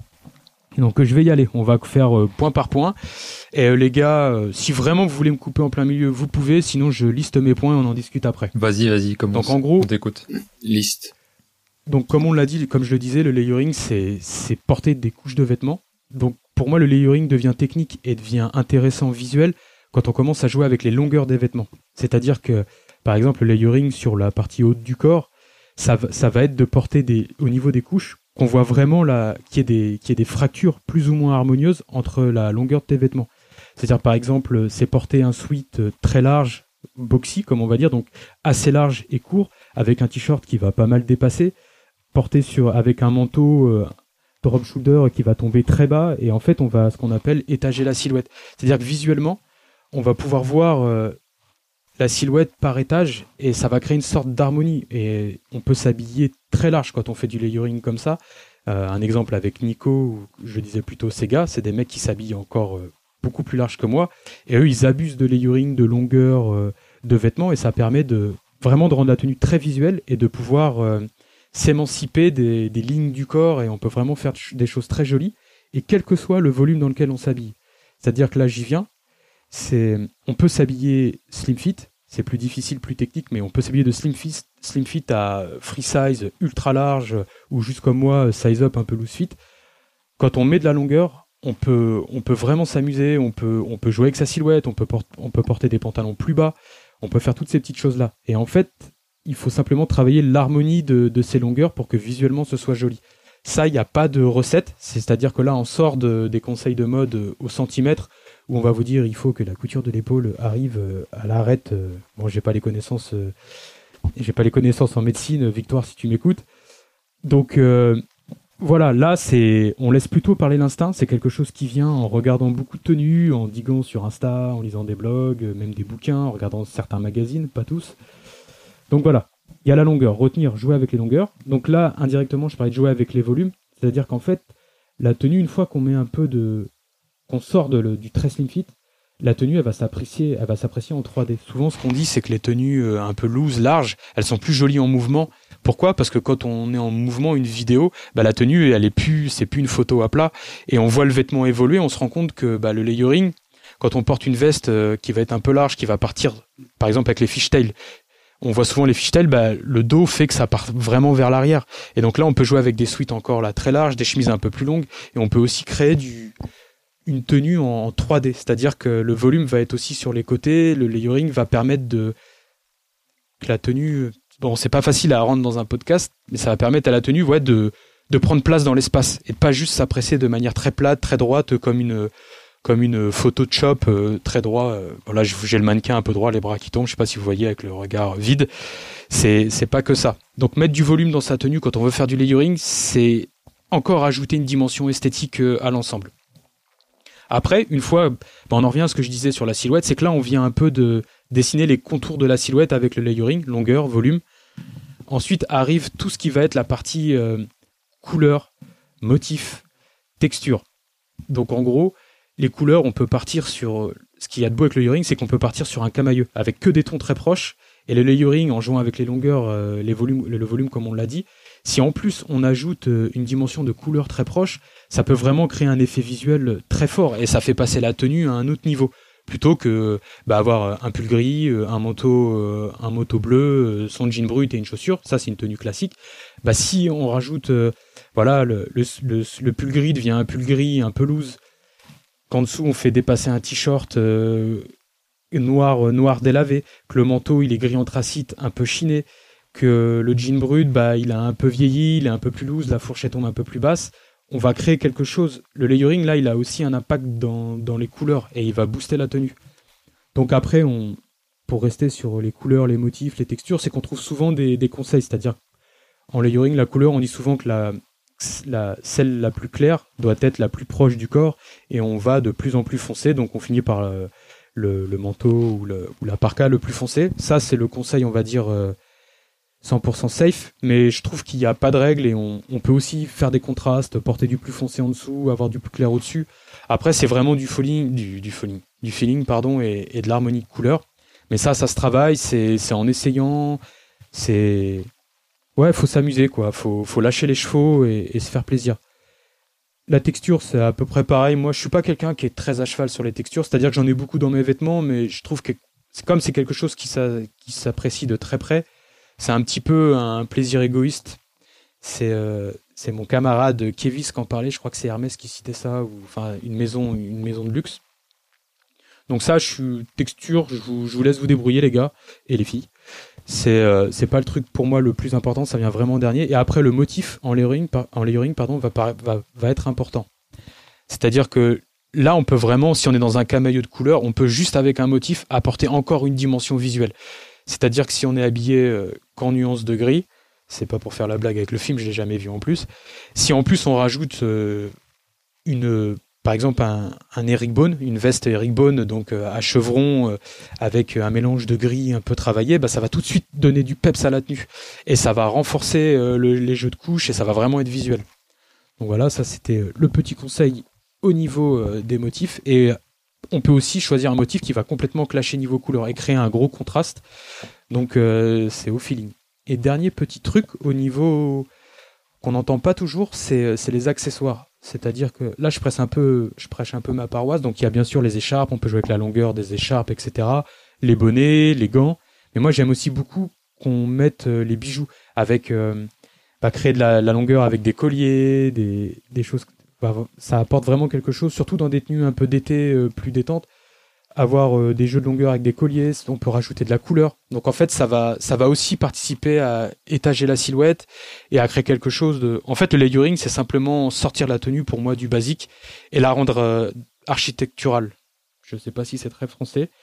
Donc je vais y aller, on va faire euh, point par point. Et euh, les gars, euh, si vraiment vous voulez me couper en plein milieu, vous pouvez, sinon je liste mes points et on en discute après. Vas-y, vas-y, commence. Donc en gros, on t'écoute. Liste. Donc comme on l'a dit, comme je le disais, le layering, c'est, c'est porter des couches de vêtements. Donc pour moi, le layering devient technique et devient intéressant visuel quand on commence à jouer avec les longueurs des vêtements. C'est-à-dire que, par exemple, le layering sur la partie haute du corps, ça, ça va être de porter des, au niveau des couches, qu'on voit vraiment là, qu'il y ait des, qu'il y ait des fractures plus ou moins harmonieuses entre la longueur de tes vêtements. C'est-à-dire, par exemple, c'est porter un sweat très large, boxy, comme on va dire, donc assez large et court, avec un t-shirt qui va pas mal dépasser, porté sur, avec un manteau euh, drop shoulder qui va tomber très bas, et en fait, on va, ce qu'on appelle, étager la silhouette. C'est-à-dire que visuellement, on va pouvoir voir euh, la silhouette par étage et ça va créer une sorte d'harmonie. Et on peut s'habiller très large quand on fait du layering comme ça. Euh, un exemple avec Nico, ou je disais plutôt Sega, c'est des mecs qui s'habillent encore euh, beaucoup plus large que moi. Et eux, ils abusent de layering, de longueur euh, de vêtements et ça permet de vraiment de rendre la tenue très visuelle et de pouvoir euh, s'émanciper des, des lignes du corps et on peut vraiment faire des choses très jolies et quel que soit le volume dans lequel on s'habille. C'est-à-dire que là, j'y viens. C'est, on peut s'habiller slim fit, c'est plus difficile, plus technique, mais on peut s'habiller de slim fit, slim fit à free size, ultra large, ou juste comme moi, size up, un peu loose fit. Quand on met de la longueur, on peut, on peut vraiment s'amuser, on peut, on peut jouer avec sa silhouette, on peut, port- on peut porter des pantalons plus bas, on peut faire toutes ces petites choses-là. Et en fait, il faut simplement travailler l'harmonie de, de ces longueurs pour que visuellement ce soit joli. Ça, il n'y a pas de recette, c'est-à-dire que là, on sort de, des conseils de mode au centimètre, où on va vous dire il faut que la couture de l'épaule arrive à l'arête. Bon, j'ai pas les connaissances, j'ai pas les connaissances en médecine, Victoire, si tu m'écoutes. Donc euh, voilà, là c'est, on laisse plutôt parler l'instinct. C'est quelque chose qui vient en regardant beaucoup de tenues, en diguant sur Insta, en lisant des blogs, même des bouquins, en regardant certains magazines, pas tous. Donc voilà, il y a la longueur, retenir, jouer avec les longueurs. Donc là, indirectement, je parlais de jouer avec les volumes, c'est-à-dire qu'en fait, la tenue, une fois qu'on met un peu de qu'on sort de le, du très slim fit, la tenue elle va s'apprécier, elle va s'apprécier en trois D. Souvent ce qu'on dit c'est que les tenues euh, un peu loose, larges, elles sont plus jolies en mouvement. Pourquoi ? Parce que quand on est en mouvement, une vidéo, bah la tenue elle est plus, c'est plus une photo à plat et on voit le vêtement évoluer, on se rend compte que bah, le layering, quand on porte une veste euh, qui va être un peu large, qui va partir, par exemple avec les fishtails, on voit souvent les fishtails, bah, le dos fait que ça part vraiment vers l'arrière. Et donc là on peut jouer avec des sweats encore là très larges, des chemises un peu plus longues et on peut aussi créer du une tenue en trois D, c'est-à-dire que le volume va être aussi sur les côtés, le layering va permettre de que la tenue, bon c'est pas facile à rendre dans un podcast, mais ça va permettre à la tenue ouais, de, de prendre place dans l'espace et de pas juste s'apprécier de manière très plate, très droite, comme une, comme une photo de shop euh, très droit. Euh, bon là j'ai le mannequin un peu droit, les bras qui tombent, je sais pas si vous voyez avec le regard vide, c'est, c'est pas que ça. Donc mettre du volume dans sa tenue quand on veut faire du layering, c'est encore ajouter une dimension esthétique euh, à l'ensemble. Après, une fois, ben on en revient à ce que je disais sur la silhouette, c'est que là, on vient un peu de dessiner les contours de la silhouette avec le layering, longueur, volume. Ensuite arrive tout ce qui va être la partie euh, couleur, motif, texture. Donc en gros, les couleurs, on peut partir sur... Ce qu'il y a de beau avec le layering, c'est qu'on peut partir sur un camailleux, avec que des tons très proches. Et le layering, en jouant avec les longueurs, euh, les volumes, le, le volume, comme on l'a dit, Si en plus on ajoute une dimension de couleur très proche, ça peut vraiment créer un effet visuel très fort et ça fait passer la tenue à un autre niveau. Plutôt que bah, avoir un pull gris, un manteau, un manteau bleu, son jean brut et une chaussure, ça c'est une tenue classique. Bah, si on rajoute, euh, voilà, le, le, le, le pull gris devient un pull gris un peu loose, qu'en dessous on fait dépasser un t-shirt euh, noir, noir délavé, que le manteau il est gris anthracite, un peu chiné, que le jean brut bah, il a un peu vieilli, il est un peu plus loose, la fourchette tombe un peu plus basse. On va créer quelque chose. Le layering, là, il a aussi un impact dans, dans les couleurs et il va booster la tenue. Donc après, on, pour rester sur les couleurs, les motifs, les textures, c'est qu'on trouve souvent des, des conseils. C'est-à-dire, en layering, la couleur, on dit souvent que la, la, celle la plus claire doit être la plus proche du corps et on va de plus en plus foncé. Donc on finit par le, le, le manteau ou, le, ou la parka le plus foncé. Ça, c'est le conseil, on va dire... Euh, cent pour cent safe, mais je trouve qu'il n'y a pas de règle et on, on peut aussi faire des contrastes, porter du plus foncé en dessous, avoir du plus clair au-dessus. Après, c'est vraiment du feeling, du, du feeling, du feeling pardon, et, et de l'harmonie de couleur. Mais ça, ça se travaille, c'est, c'est en essayant, c'est... Ouais, faut s'amuser, quoi. Faut, faut lâcher les chevaux et, et se faire plaisir. La texture, c'est à peu près pareil. Moi, je suis pas quelqu'un qui est très à cheval sur les textures, c'est-à-dire que j'en ai beaucoup dans mes vêtements, mais je trouve que c'est comme c'est quelque chose qui, s'a, qui s'apprécie de très près. C'est un petit peu un plaisir égoïste. C'est, euh, c'est mon camarade Kevis qui en parlait. Je crois que c'est Hermès qui citait ça, ou enfin une maison, une maison de luxe. Donc ça, je suis texture. Je vous, je vous laisse vous débrouiller les gars et les filles. C'est, euh, c'est pas le truc pour moi le plus important. Ça vient vraiment en dernier. Et après, le motif en layering, en layering, pardon, va, va, va être important. C'est-à-dire que là, on peut vraiment, si on est dans un camailleux de couleurs, on peut juste avec un motif apporter encore une dimension visuelle. C'est-à-dire que si on est habillé euh, qu'en nuance de gris, c'est pas pour faire la blague avec le film, je l'ai jamais vu en plus. Si en plus on rajoute euh, une, euh, par exemple un, un herringbone, une veste herringbone donc euh, à chevron euh, avec un mélange de gris un peu travaillé, bah ça va tout de suite donner du peps à la tenue et ça va renforcer euh, le, les jeux de couches et ça va vraiment être visuel. Donc voilà, ça c'était le petit conseil au niveau euh, des motifs et on peut aussi choisir un motif qui va complètement clasher niveau couleur et créer un gros contraste. Donc euh, c'est au feeling. Et dernier petit truc au niveau qu'on n'entend pas toujours, c'est, c'est les accessoires. C'est-à-dire que là je presse un peu, je prêche un peu ma paroisse. Donc il y a bien sûr les écharpes, on peut jouer avec la longueur des écharpes, et cetera. Les bonnets, les gants. Mais moi j'aime aussi beaucoup qu'on mette les bijoux avec, euh, bah, créer de la, la longueur avec des colliers, des, des choses. Bah, ça apporte vraiment quelque chose, surtout dans des tenues un peu d'été euh, plus détentes. Avoir euh, des jeux de longueur avec des colliers, on peut rajouter de la couleur. Donc en fait, ça va, ça va aussi participer à étager la silhouette et à créer quelque chose de... En fait, le layering, c'est simplement sortir la tenue, pour moi, du basique et la rendre euh, architecturale. Je sais pas si c'est très français,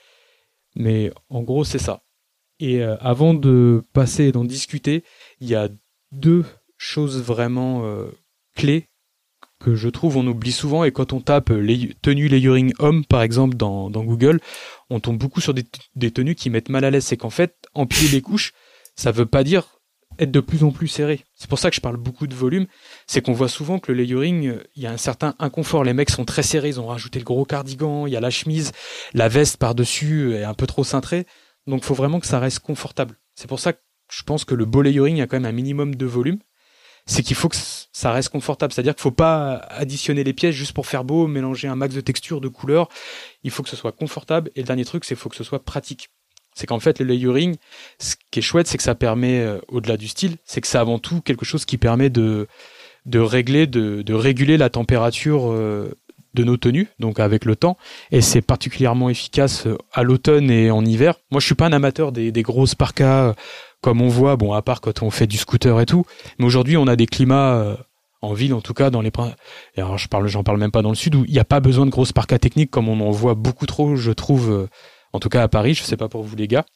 mais en gros, c'est ça. Et euh, avant de passer et d'en discuter, il y a deux choses vraiment euh, clés que je trouve on oublie souvent, et quand on tape les tenues layering homme par exemple dans, dans Google, on tombe beaucoup sur des, des tenues qui mettent mal à l'aise. C'est qu'en fait, empiler les couches, ça veut pas dire être de plus en plus serré. C'est pour ça que je parle beaucoup de volume, c'est qu'on voit souvent que le layering, il y a un certain inconfort. Les mecs sont très serrés, ils ont rajouté le gros cardigan, il y a la chemise, la veste par-dessus est un peu trop cintrée, donc faut vraiment que ça reste confortable. C'est pour ça que je pense que le beau layering a quand même un minimum de volume. C'est qu'il faut que ça reste confortable. C'est-à-dire qu'il ne faut pas additionner les pièces juste pour faire beau, mélanger un max de textures, de couleurs. Il faut que ce soit confortable. Et le dernier truc, c'est qu'il faut que ce soit pratique. C'est qu'en fait, le layering, ce qui est chouette, c'est que ça permet, euh, au-delà du style, c'est que c'est avant tout quelque chose qui permet de, de régler, de, de réguler la température euh, de nos tenues, donc avec le temps. Et c'est particulièrement efficace à l'automne et en hiver. Moi, je suis pas un amateur des, des grosses parkas, comme on voit, bon, à part quand on fait du scooter et tout. Mais aujourd'hui, on a des climats, euh, en ville en tout cas, dans les... Et alors, je parle, j'en parle même pas dans le sud, où il n'y a pas besoin de grosses parkas techniques, comme on en voit beaucoup trop, je trouve, euh, en tout cas à Paris, je sais pas pour vous les gars.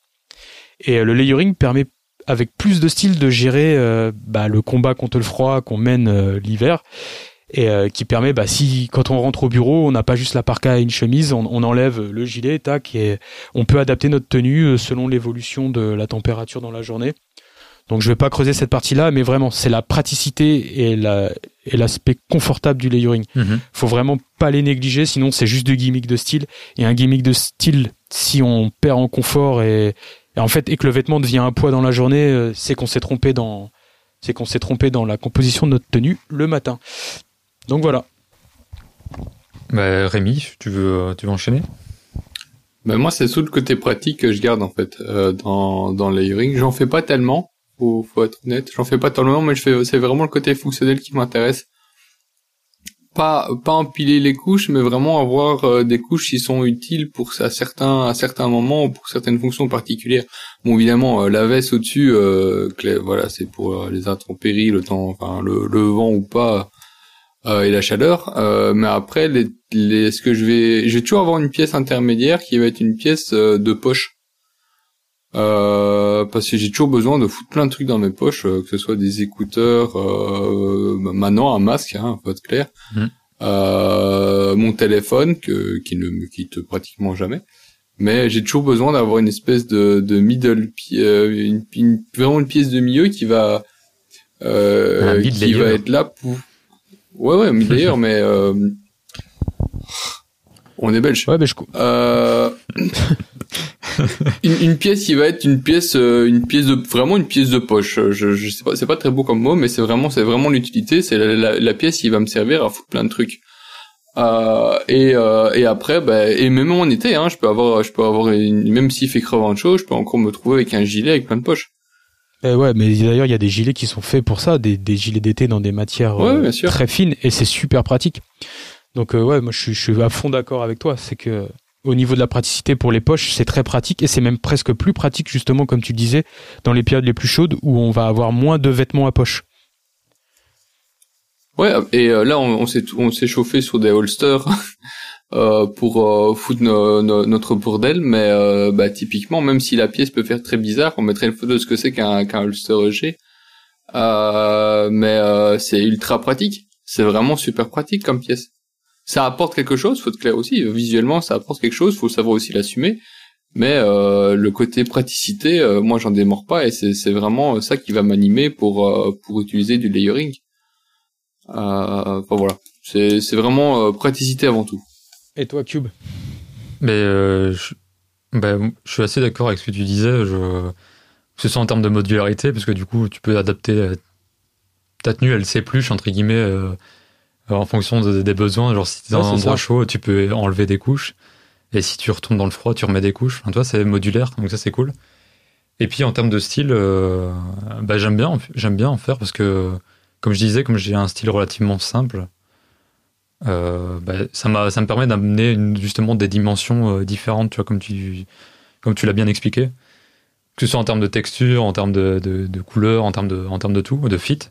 Et euh, le layering permet, avec plus de style, de gérer euh, bah, le combat contre le froid qu'on mène euh, l'hiver. Et euh, qui permet, bah, si quand on rentre au bureau, on n'a pas juste la parka et une chemise, on, on enlève le gilet, tac, et on peut adapter notre tenue selon l'évolution de la température dans la journée. Donc je vais pas creuser cette partie-là, mais vraiment, c'est la praticité et, la, et l'aspect confortable du layering. Mm-hmm. Faut vraiment pas les négliger, sinon c'est juste du gimmick de style. Et un gimmick de style, si on perd en confort et, et en fait, et que le vêtement devient un poids dans la journée, c'est qu'on s'est trompé dans c'est qu'on s'est trompé dans la composition de notre tenue le matin. Donc voilà. Bah, Rémi, tu veux, tu veux enchaîner? Ben moi, c'est surtout le côté pratique que je garde en fait euh, dans dans le layering. J'en fais pas tellement, faut faut être honnête. J'en fais pas tellement, mais je fais c'est vraiment le côté fonctionnel qui m'intéresse. Pas pas empiler les couches, mais vraiment avoir euh, des couches qui sont utiles pour à certains à certains moments ou pour certaines fonctions particulières. Bon, évidemment, euh, la veste au-dessus, euh, clé, voilà, c'est pour euh, les intempéries, le temps, enfin le, le vent ou pas. Euh, et la chaleur, euh, mais après, les, les, ce que je vais, je vais toujours avoir une pièce intermédiaire qui va être une pièce euh, de poche, euh, parce que j'ai toujours besoin de foutre plein de trucs dans mes poches, euh, que ce soit des écouteurs, euh, maintenant un masque, hein, faut être clair, mmh. euh, mon téléphone que qui ne me quitte pratiquement jamais, mais j'ai toujours besoin d'avoir une espèce de, de middle, euh, une, une, vraiment une pièce de milieu qui va, euh, qui va être là pour Ouais, ouais, mais d'ailleurs, mais euh... on est belge. Ouais, mais je... euh... une, une pièce qui va être une pièce, euh, une pièce de vraiment une pièce de poche. Je, je sais pas, c'est pas très beau comme mot, mais c'est vraiment, c'est vraiment l'utilité. C'est la, la, la pièce qui va me servir à foutre plein de trucs. Euh, et euh, et après, bah, et même en été, hein, je peux avoir, je peux avoir une, même s'il fait crevant chaud, je peux encore me trouver avec un gilet avec plein de poches. Eh ouais, mais d'ailleurs, il y a des gilets qui sont faits pour ça, des, des gilets d'été dans des matières ouais, euh, très fines, et c'est super pratique. Donc euh, ouais, moi je suis, je suis à fond d'accord avec toi. C'est que au niveau de la praticité pour les poches, c'est très pratique, et c'est même presque plus pratique justement, comme tu disais, dans les périodes les plus chaudes où on va avoir moins de vêtements à poche. Ouais, et euh, là on, on s'est on s'est chauffé sur des holsters. Euh, pour euh, foutre no, no, notre bordel, mais euh, bah typiquement, même si la pièce peut faire très bizarre, on mettrait une photo de ce que c'est qu'un qu'un holster E G, euh, mais euh, c'est ultra pratique. C'est vraiment super pratique comme pièce. Ça apporte quelque chose, faut être clair aussi. Visuellement, ça apporte quelque chose, faut savoir aussi l'assumer. Mais euh, le côté praticité, euh, moi j'en démords pas, et c'est c'est vraiment ça qui va m'animer pour euh, pour utiliser du layering. Euh, enfin voilà, c'est c'est vraiment euh, praticité avant tout. Et toi, Cube? Mais euh, je, ben, je suis assez d'accord avec ce que tu disais, je, que ce soit en termes de modularité, parce que du coup, tu peux adapter ta tenue, elle s'épluche, entre guillemets, euh, en fonction de, des besoins. Genre, si t'es dans ouais, un endroit chaud, tu peux enlever des couches, et si tu retombes dans le froid, tu remets des couches. Enfin, toi, c'est modulaire, donc ça, c'est cool. Et puis, en termes de style, euh, ben, j'aime bien, j'aime bien en faire, parce que, comme je disais, comme j'ai un style relativement simple, Euh, bah, ça m'a ça me permet d'amener une, justement des dimensions euh, différentes, tu vois, comme tu comme tu l'as bien expliqué, que ce soit en termes de texture, en termes de, de, de couleur, en termes de en termes de tout, de fit.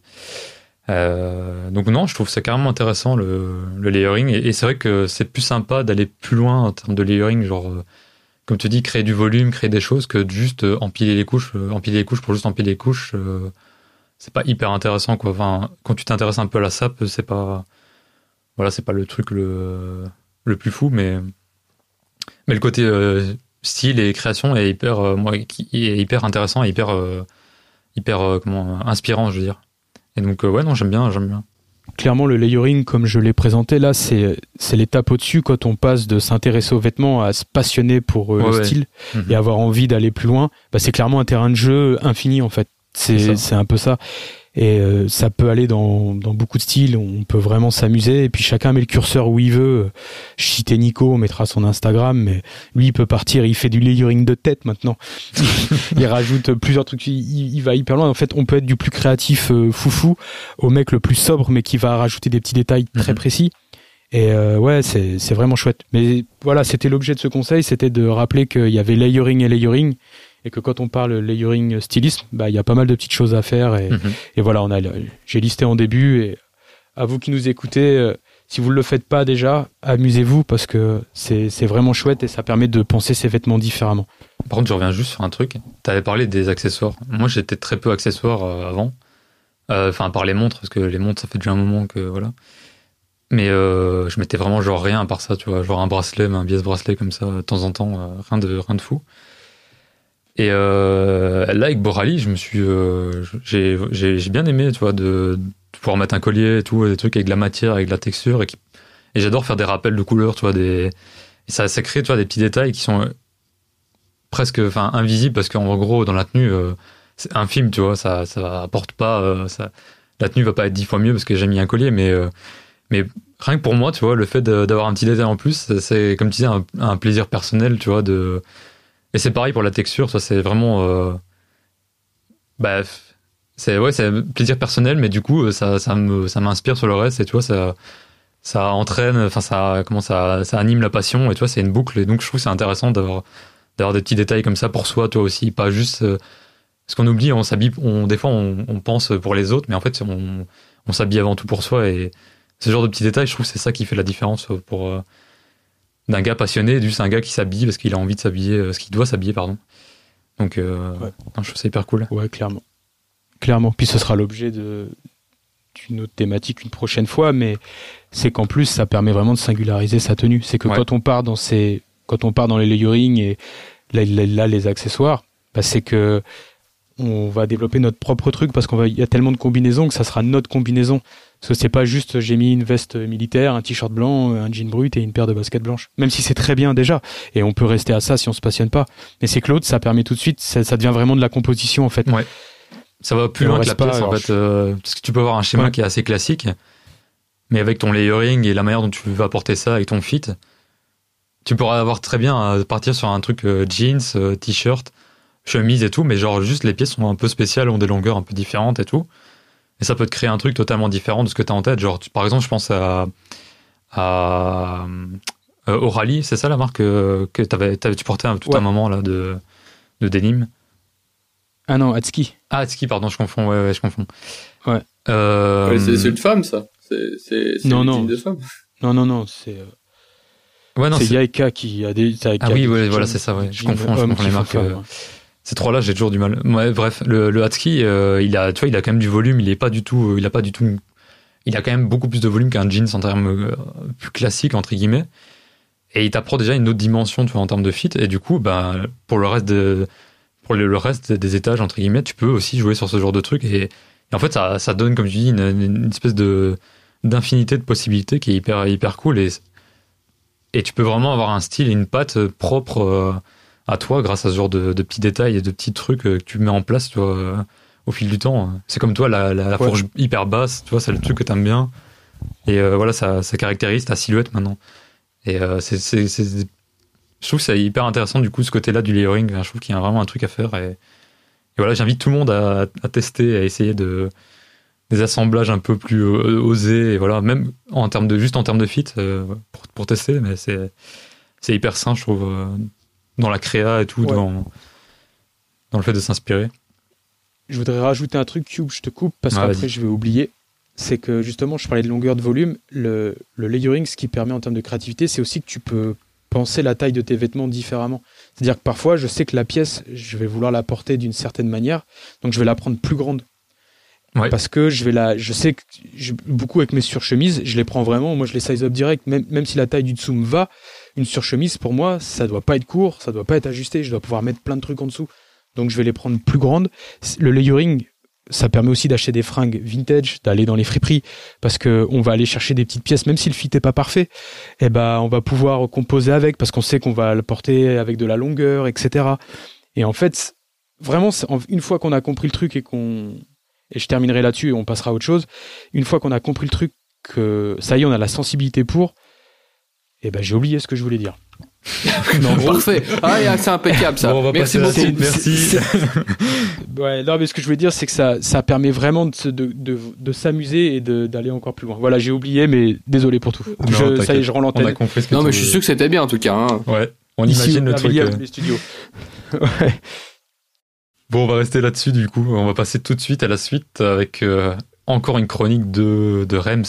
Euh, donc non, je trouve ça carrément intéressant le, le layering, et, et c'est vrai que c'est plus sympa d'aller plus loin en termes de layering, genre euh, comme tu dis, créer du volume, créer des choses, que de juste euh, empiler les couches, euh, empiler les couches pour juste empiler les couches. Euh, c'est pas hyper intéressant, quoi. Enfin, quand tu t'intéresses un peu à la S A P, c'est pas Voilà, c'est pas le truc le, le plus fou, mais, mais le côté euh, style et création est hyper, euh, moi, qui est hyper intéressant et hyper, euh, hyper euh, comment, inspirant, je veux dire. Et donc, euh, ouais, non, j'aime bien, j'aime bien. Clairement, le layering, comme je l'ai présenté là, c'est, c'est l'étape au-dessus quand on passe de s'intéresser aux vêtements à se passionner pour euh, ouais, le ouais. style mmh. et avoir envie d'aller plus loin. Bah, c'est clairement un terrain de jeu infini, en fait. C'est, c'est, c'est un peu ça. Et euh, ça peut aller dans, dans beaucoup de styles, on peut vraiment s'amuser, et puis chacun met le curseur où il veut. Je citais Nico, on mettra son Instagram, mais lui il peut partir, il fait du layering de tête maintenant. Il rajoute plusieurs trucs, il, il va hyper loin. En fait, on peut être du plus créatif euh, foufou au mec le plus sobre, mais qui va rajouter des petits détails très précis. Et euh, ouais, c'est, c'est vraiment chouette. Mais voilà, c'était l'objet de ce conseil, c'était de rappeler qu'il y avait layering et layering, et que quand on parle layering stylisme, bah il y a pas mal de petites choses à faire, et, mm-hmm. et voilà, on a, j'ai listé en début, et à vous qui nous écoutez, euh, si vous ne le faites pas déjà, amusez-vous, parce que c'est, c'est vraiment chouette, et ça permet de penser ses vêtements différemment. Par contre, je reviens juste sur un truc, tu avais parlé des accessoires. Moi, j'étais très peu accessoires euh, avant, enfin, euh, par les montres, parce que les montres, ça fait déjà un moment que, voilà. Mais euh, je mettais vraiment genre rien à part ça, tu vois, genre un bracelet, un biais bracelet comme ça, de temps en temps, euh, rien de rien de fou. Et euh, là, avec Borali, je me suis, euh, j'ai, j'ai, j'ai bien aimé, tu vois, de, de pouvoir mettre un collier et tout, des trucs avec de la matière, avec de la texture, et, qui, et j'adore faire des rappels de couleurs, tu vois, des, et ça, ça crée, tu vois, des petits détails qui sont presque, enfin, invisibles, parce qu'en gros, dans la tenue, euh, c'est un film, tu vois, ça, ça apporte pas, euh, ça, la tenue va pas être dix fois mieux parce que j'ai mis un collier, mais, euh, mais rien que pour moi, tu vois, le fait de, d'avoir un petit détail en plus, c'est, c'est comme tu disais, un, un plaisir personnel, tu vois, de, et c'est pareil pour la texture, ça, c'est vraiment, euh, bah, c'est, ouais, c'est un plaisir personnel, mais du coup, ça, ça me, ça m'inspire sur le reste, et tu vois, ça, ça entraîne, enfin, ça, comment ça, ça anime la passion, et tu vois, c'est une boucle, et donc je trouve que c'est intéressant d'avoir, d'avoir des petits détails comme ça pour soi, toi aussi, pas juste, euh, parce qu'on oublie, on s'habille, on, des fois, on, on pense pour les autres, mais en fait, on, on s'habille avant tout pour soi, et ce genre de petits détails, je trouve que c'est ça qui fait la différence pour, euh, d'un gars passionné, juste un gars qui s'habille parce qu'il a envie de s'habiller, euh, parce qu'il doit s'habiller, pardon. Donc, euh, ouais. non, je trouve ça hyper cool. Ouais, clairement. Clairement. Puis ce sera l'objet de, d'une autre thématique une prochaine fois, mais c'est qu'en plus, ça permet vraiment de singulariser sa tenue. C'est que ouais. quand on part dans ces, quand on part dans les layering et là, là, là les accessoires, bah, c'est que on va développer notre propre truc parce qu'on va, il y a tellement de combinaisons que ça sera notre combinaison. Parce que c'est pas juste j'ai mis une veste militaire, un t-shirt blanc, un jean brut et une paire de baskets blanches. Même si c'est très bien déjà. Et on peut rester à ça si on se passionne pas. Mais c'est que l'autre, ça permet tout de suite, ça, ça devient vraiment de la composition en fait. Ouais. Ça va plus loin que la pièce pas, en fait. Euh, parce que tu peux avoir un schéma ouais. qui est assez classique. Mais avec ton layering et la manière dont tu vas apporter ça avec ton fit, tu pourras avoir très bien à partir sur un truc euh, jeans, euh, t-shirt, chemise et tout. Mais genre juste les pièces sont un peu spéciales, ont des longueurs un peu différentes et tout. Et ça peut te créer un truc totalement différent de ce que tu as en tête. Genre, tu, par exemple, je pense à, à euh, Orally, c'est ça la marque que, que t'avais, t'avais, tu portais un, tout ouais. un moment là, de, de denim. Ah non, Atski. Ah, Atski, pardon, je confonds. Ouais, ouais, je confonds. Ouais. Euh... ouais c'est, c'est une femme, ça. C'est, c'est, c'est non, une non. de femme. Non, non, non, c'est. Ouais, non, c'est, c'est Yaika qui a des. Ah oui, ouais, voilà, c'est ça, ouais. Je confonds, je confonds les marques. Euh... Ces trois-là, j'ai toujours du mal. Ouais, bref, le, le Hatski, euh, il a, tu vois, il a quand même du volume. Il est pas du tout, il a pas du tout, il a quand même beaucoup plus de volume qu'un jeans en termes euh, plus classiques entre guillemets. Et il t'apprend déjà une autre dimension, tu vois, en termes de fit. Et du coup, ben, pour le reste de, pour le, le reste des étages entre guillemets, tu peux aussi jouer sur ce genre de truc. Et, et en fait, ça, ça donne, comme tu dis, une, une espèce de d'infinité de possibilités qui est hyper, hyper cool. Et et tu peux vraiment avoir un style et une patte propre. Euh, à toi grâce à ce genre de, de petits détails et de petits trucs que tu mets en place, tu vois, euh, au fil du temps. C'est comme toi, la, la, la ouais. fourche hyper basse, tu vois, c'est le truc que t'aimes bien. Et euh, voilà, ça, ça caractérise ta silhouette maintenant. Et euh, c'est, c'est, c'est, je trouve que c'est hyper intéressant, du coup, ce côté-là du layering. Je trouve qu'il y a vraiment un truc à faire. Et, et voilà, j'invite tout le monde à, à tester, à essayer de, des assemblages un peu plus euh, osés. Et voilà, même en termes de, juste en termes de fit, euh, pour, pour tester, mais c'est, c'est hyper sain, je trouve. Euh, dans la créa et tout, ouais. dans, dans le fait de s'inspirer. Je voudrais rajouter un truc, Cube, je te coupe, parce ah, qu'après vas-y. Je vais oublier. C'est que justement, je parlais de longueur de volume. Le, le layering, ce qui permet en termes de créativité, c'est aussi que tu peux penser la taille de tes vêtements différemment. C'est-à-dire que parfois, je sais que la pièce, je vais vouloir la porter d'une certaine manière, donc je vais la prendre plus grande. Ouais. Parce que je vais la, je sais que je, beaucoup avec mes surchemises, je les prends vraiment, moi je les size up direct, même, même si la taille du dessous me va. Une surchemise, pour moi, ça doit pas être court, ça doit pas être ajusté, je dois pouvoir mettre plein de trucs en dessous. Donc je vais les prendre plus grandes. Le layering, ça permet aussi d'acheter des fringues vintage, d'aller dans les friperies, parce que on va aller chercher des petites pièces, même si le fit est pas parfait, et ben on va pouvoir composer avec, parce qu'on sait qu'on va le porter avec de la longueur, et cetera. Et en fait, vraiment, une fois qu'on a compris le truc et qu'on, et je terminerai là-dessus et on passera à autre chose, une fois qu'on a compris le truc, que ça y est, on a la sensibilité pour, et ben j'ai oublié ce que je voulais dire. Non, parfait. Ah, c'est impeccable ça. Bon, merci beaucoup. C'est, merci. C'est, c'est... Ouais, non, mais ce que je veux dire, c'est que ça, ça permet vraiment de, de, de, de s'amuser et de, d'aller encore plus loin. Voilà, j'ai oublié, mais désolé pour tout. Non, je, ça y est, je rends l'antenne. On a compris ce que non, tu mais veux. Je suis sûr que c'était bien en tout cas. Hein. Ouais. On Ici, imagine le truc. Euh... les studios. Ouais. Bon, on va rester là-dessus du coup. On va passer tout de suite à la suite avec euh, encore une chronique de, de Rems.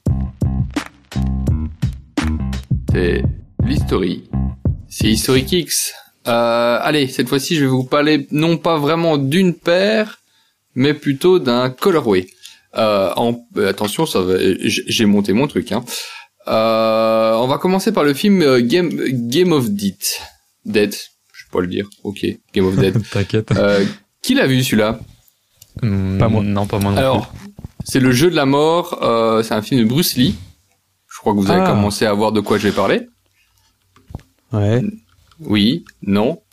C'est l'History. C'est Historic X. Euh, allez, cette fois-ci, je vais vous parler non pas vraiment d'une paire, mais plutôt d'un colorway. Euh, en, euh, attention, ça va, j'ai monté mon truc. Hein. Euh, on va commencer par le film euh, Game Game of Death. Death, je sais pas le dire. Ok, Game of Death. T'inquiète. Euh, qui l'a vu celui-là? Mmh, pas moi. Non, pas moi non Alors, plus. c'est le jeu de la mort. Euh, c'est un film de Bruce Lee. Je crois que vous avez ah. commencé à voir de quoi je vais parler. Ouais. Oui, non.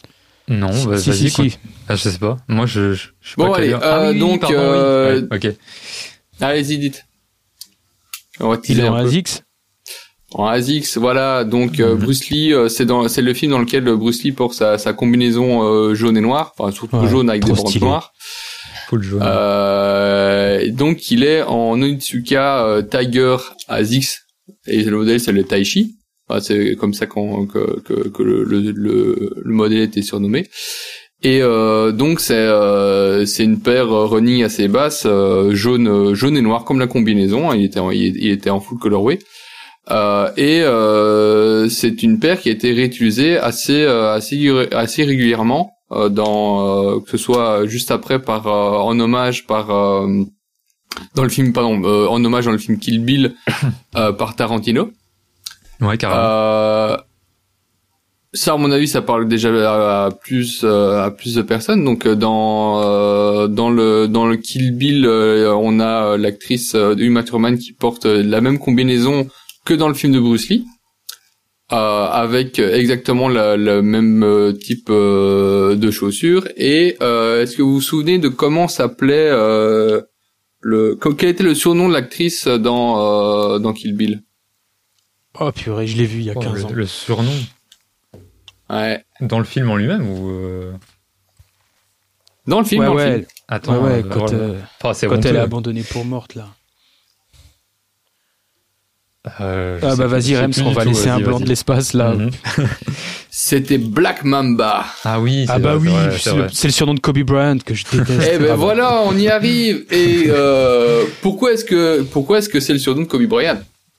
Non, Si, bah, si, vas-y. si, quoi. si. Ah, je sais pas. Moi, je, je, je suis Bon, pas allez, calé. euh, Ah oui, oui, donc, pardon, oui. euh, Ouais, ok. Allez-y, dites. On va Il teaser est en un peu. ASICS. En ASICS, voilà. Donc euh, Mhm. Bruce Lee, euh, c'est dans, c'est le film dans lequel euh, Bruce Lee porte sa, sa combinaison euh, jaune et noire, enfin surtout Ouais, jaune avec des trop bandes stylé. noires. Full jaune. Euh, donc il est en Onitsuka euh, Tiger ASICS et le modèle c'est le Taichi. Enfin, c'est comme ça qu'on, que, que, que le, le, le, le modèle était surnommé. Et euh, donc c'est euh, c'est une paire euh, running assez basse, euh, jaune euh, jaune et noir comme la combinaison. Hein, il était en, il, il était en full colorway. Euh, et euh, c'est une paire qui a été réutilisée assez euh, assez assez régulièrement euh, dans euh, que ce soit juste après par euh, en hommage par euh, dans le film pardon euh, en hommage dans le film Kill Bill euh, par Tarantino. Ouais, carrément. Euh, ça, à mon avis, ça parle déjà à, à plus euh, à plus de personnes. Donc euh, dans euh, dans le dans le Kill Bill, euh, on a euh, l'actrice euh, Uma Thurman qui porte euh, la même combinaison que dans le film de Bruce Lee, euh, avec exactement la- le même euh, type euh, de chaussures. Et euh, est-ce que vous vous souvenez de comment s'appelait euh, le quel était le surnom de l'actrice dans euh, dans Kill Bill? Oh purée, je l'ai vu il y a Oh, quinze le, ans. le surnom Ouais. dans le film en lui-même ou euh... Dans le film, Ouais, dans le ouais, film. Attends, ouais, ouais, euh, quand, voilà. euh, Enfin, c'est quand honteux. elle est abandonnée pour morte, là. Euh, je Ah sais bah plus- vas-y, je sais Rems, plus on du va tout, laisser un vas-y, blanc vas-y. de l'espace, là. Mhm. C'était Black Mamba. Ah oui, c'est Ah bah vrai, oui, c'est vrai, c'est c'est le, vrai. c'est le surnom de Kobe Bryant que je déteste. Eh ben Ah bah. voilà, on y arrive. Et euh, pourquoi est-ce que pourquoi est-ce que c'est le surnom de Kobe Bryant?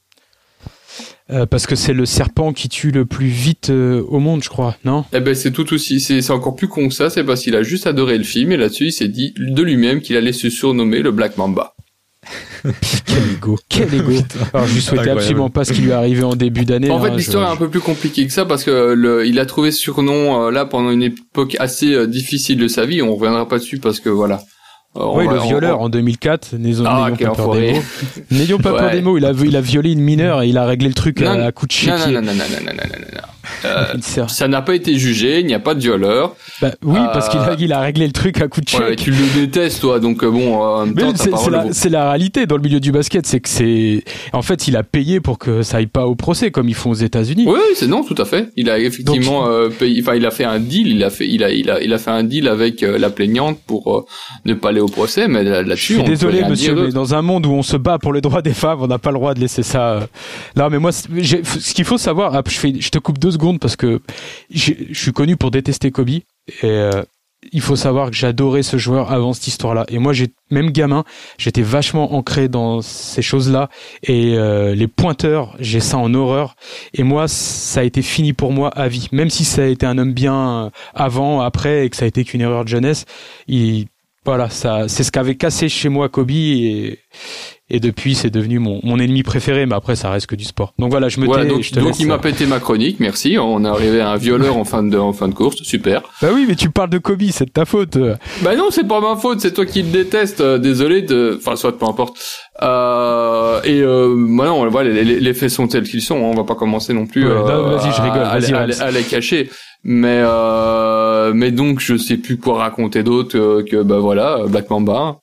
Euh, parce que c'est le serpent qui tue le plus vite euh, au monde, je crois, non? Eh ben c'est tout aussi, c'est c'est encore plus con que ça. C'est parce qu'il a juste adoré le film et là-dessus il s'est dit de lui-même qu'il allait se surnommer le Black Mamba. Quel ego, quel ego. Alors je lui souhaitais Incroyable. absolument pas ce qui lui est arrivé en début d'année. En fait, hein, l'histoire je- est un peu plus compliquée que ça parce que le, il a trouvé ce surnom euh, là pendant une époque assez euh, difficile de sa vie. On reviendra pas dessus parce que voilà. Euh, on Oui, va- le on- violeur on- en deux mille quatre, n'ayons Ah, n'ayons quel pas peur enfoiré. des mots. N'ayons pas peur Ouais. des mots, il a, il a violé une mineure et il a réglé le truc Non, à, à coup de Non, non, chéquier. non, non, non, non, non, non, non, non. Euh, Il sert- ça n'a pas été jugé, il n'y a pas de violeur. Bah, oui, Euh, parce qu'il a, il a réglé le truc à coup de Ouais, chèque. tu le détestes, toi, donc euh, bon, euh, en même Mais temps, ta c'est c'est parole la, vaut- c'est la réalité dans le milieu du basket, c'est que c'est, en fait, il a payé pour que ça aille pas au procès comme ils font aux États-Unis. Oui, c'est non, tout à fait. Il a effectivement euh, payé, enfin, il a fait un deal, il a fait, il a, il a, il a fait un deal avec euh, la plaignante pour euh, ne pas aller au procès, mais là- Je là-dessus, suis on peut désolé, rien monsieur, dire mais d'autre. dans un monde où on se bat pour les droits des femmes, on n'a pas le droit de laisser ça. euh. Non, mais moi, c'est- j'ai- ce qu'il faut savoir, ah, je, fais, je te coupe deux secondes parce que j'ai- je suis connu pour détester Kobe et euh, il faut savoir que j'adorais ce joueur avant cette histoire-là. Et moi, j'ai même gamin, j'étais vachement ancré dans ces choses-là et euh, les pointeurs, j'ai ça en horreur. Et moi, ça a été fini pour moi à vie. Même si ça a été un homme bien euh, avant, après, et que ça a été qu'une erreur de jeunesse, il voilà, ça, c'est ce qu'avait cassé chez moi Kobe et, et depuis c'est devenu mon, mon ennemi préféré, mais après ça reste que du sport. Donc voilà, je me Voilà, tais, donc, je te donc laisse. il m'a pété ma chronique, merci. On est arrivé à un violeur en fin de, en fin de course, super. Bah oui, mais tu parles de Kobe, c'est de ta faute. Bah non, c'est pas ma faute, c'est toi qui le détestes. euh, désolé de, enfin soit peu importe. Euh, et euh, bah non, voilà, les, les- les faits sont tels qu'ils sont. hein, on va pas commencer non plus Ouais, euh, non, vas-y, je rigole, à, vas-y, à- Rams. à les cacher. Mais euh, mais donc je sais plus quoi raconter d'autre euh, que bah voilà, Black Mamba.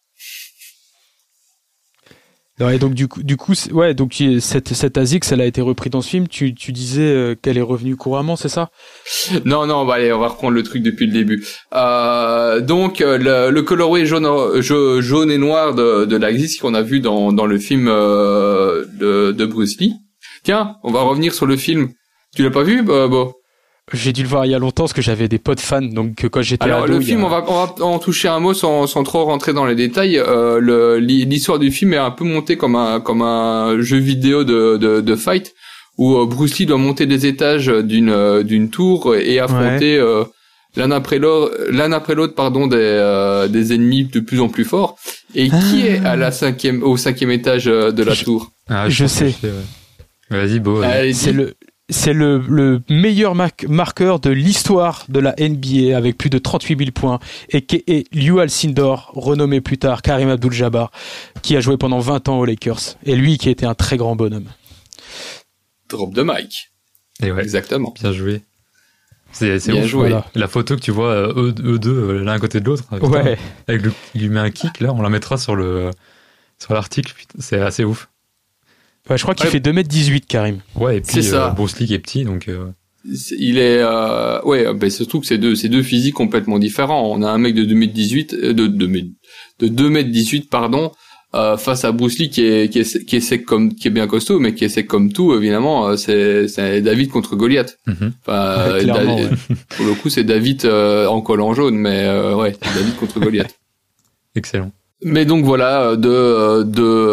Ouais, donc du coup, du coup, c'est- ouais, donc tu- cette cette ASICS, elle a été reprise dans ce film. Tu tu disais euh, qu'elle est revenue couramment, c'est ça? Non, non, bah allez, on va reprendre le truc depuis le début. Euh, donc, euh, le, le colorway jaune, ja- jaune et noir de, de l'Axis qu'on a vu dans, dans le film euh, de, de Bruce Lee. Tiens, on va revenir sur le film. Tu l'as pas vu, bah, bon. J'ai dû le voir il y a longtemps parce que j'avais des potes fans. Donc quand j'étais Alors, ado, le il y film, a- on va, on va en toucher un mot sans, sans trop rentrer dans les détails. Euh, le, l'histoire du film est un peu montée comme un, comme un jeu vidéo de, de, de fight où euh, Bruce Lee doit monter des étages d'une, euh, d'une tour et affronter euh, l'un après l'autre, l'un après l'autre, pardon, des, euh, des ennemis de plus en plus forts. Et qui Ah. est à la cinquième, au cinquième étage euh, de la Je- tour? Ah, Je pense que sais. ouais. Vas-y, Beau. vas-y. Allez, C'est dis. le c'est le, le meilleur mar- marqueur de l'histoire de la N B A avec plus de trente-huit mille points et qui est Liu Alcindor, renommé plus tard Karim Abdul-Jabbar, qui a joué pendant vingt ans aux Lakers et lui qui était un très grand bonhomme. Drop de mic. Et ouais, Exactement. bien joué. C'est, c'est Bien ouf. joué. Voilà. La photo que tu vois, euh, eux, eux deux, euh, l'un à côté de l'autre. Putain, Ouais. avec le, il lui met un kick, là, on la mettra sur, le, sur l'article. Putain, c'est assez ouf. Ouais, je crois qu'il Ouais. fait deux mètres dix-huit, Karim. Ouais, et puis C'est ça. euh, Bruce Lee qui est petit, donc... Euh... Il est, euh, ouais, ben surtout que c'est deux, c'est deux physiques complètement différents. On a un mec de deux mètres dix-huit, euh, de, de, de deux mètres dix-huit, pardon, euh, face à Bruce Lee qui est, qui est, qui est sec comme, qui est bien costaud, mais qui est sec comme tout, évidemment, euh, c'est, c'est David contre Goliath. Mm-hmm. Enfin, Ouais, clairement, David- ouais. pour le coup, c'est David, euh, en collant jaune, mais, euh, ouais, c'est David contre Goliath. Excellent. Mais donc voilà, de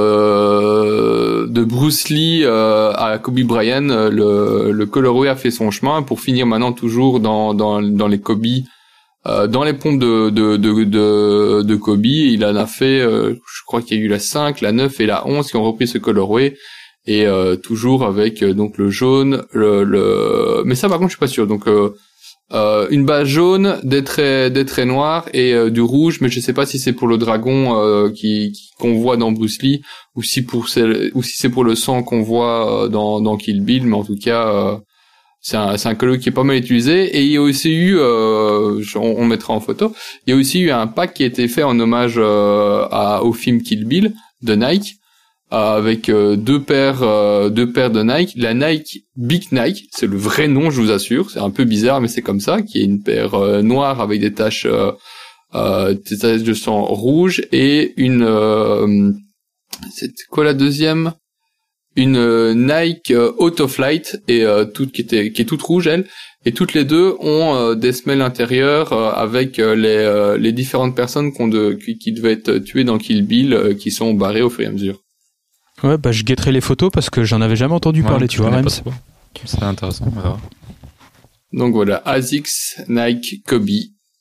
de de Bruce Lee euh, à Kobe Bryant, le le colorway a fait son chemin pour finir maintenant toujours dans dans dans les Kobe, euh, dans les pompes de de de de, de Kobe. Il en a fait, euh, je crois qu'il y a eu la cinq, la neuf et la onze qui ont repris ce colorway et euh, toujours avec euh, donc le jaune, le le. Mais ça par contre je suis pas sûr. Donc euh, Euh, une base jaune, des traits, des traits noirs et euh, du rouge, mais je sais pas si c'est pour le dragon euh, qui, qui qu'on voit dans Bruce Lee ou si pour c'est, ou si c'est pour le sang qu'on voit euh, dans dans Kill Bill, mais en tout cas euh, c'est un c'est un color qui est pas mal utilisé. Et il y a aussi eu, euh, on, on mettra en photo, il y a aussi eu un pack qui a été fait en hommage euh, à, au film Kill Bill de Nike. Euh, avec euh, deux paires euh, deux paires de Nike, la Nike Big Nike, c'est le vrai nom, je vous assure, c'est un peu bizarre mais c'est comme ça, qui est une paire euh, noire avec des taches euh, euh, des taches de sang rouge et une euh, c'est quoi la deuxième, une euh, Nike euh, Autoflight et euh, toute qui était qui est toute rouge elle, et toutes les deux ont euh, des semelles intérieures euh, avec euh, les euh, les différentes personnes qu'on de qui, qui devaient être tuées dans Kill Bill euh, qui sont barrées au fur et à mesure. Ouais, bah je guetterai les photos parce que j'en avais jamais entendu Ouais, parler, je tu vois, connais Rems. pas trop. C'est intéressant, on verra. Donc voilà, Asics, Nike, Kobe,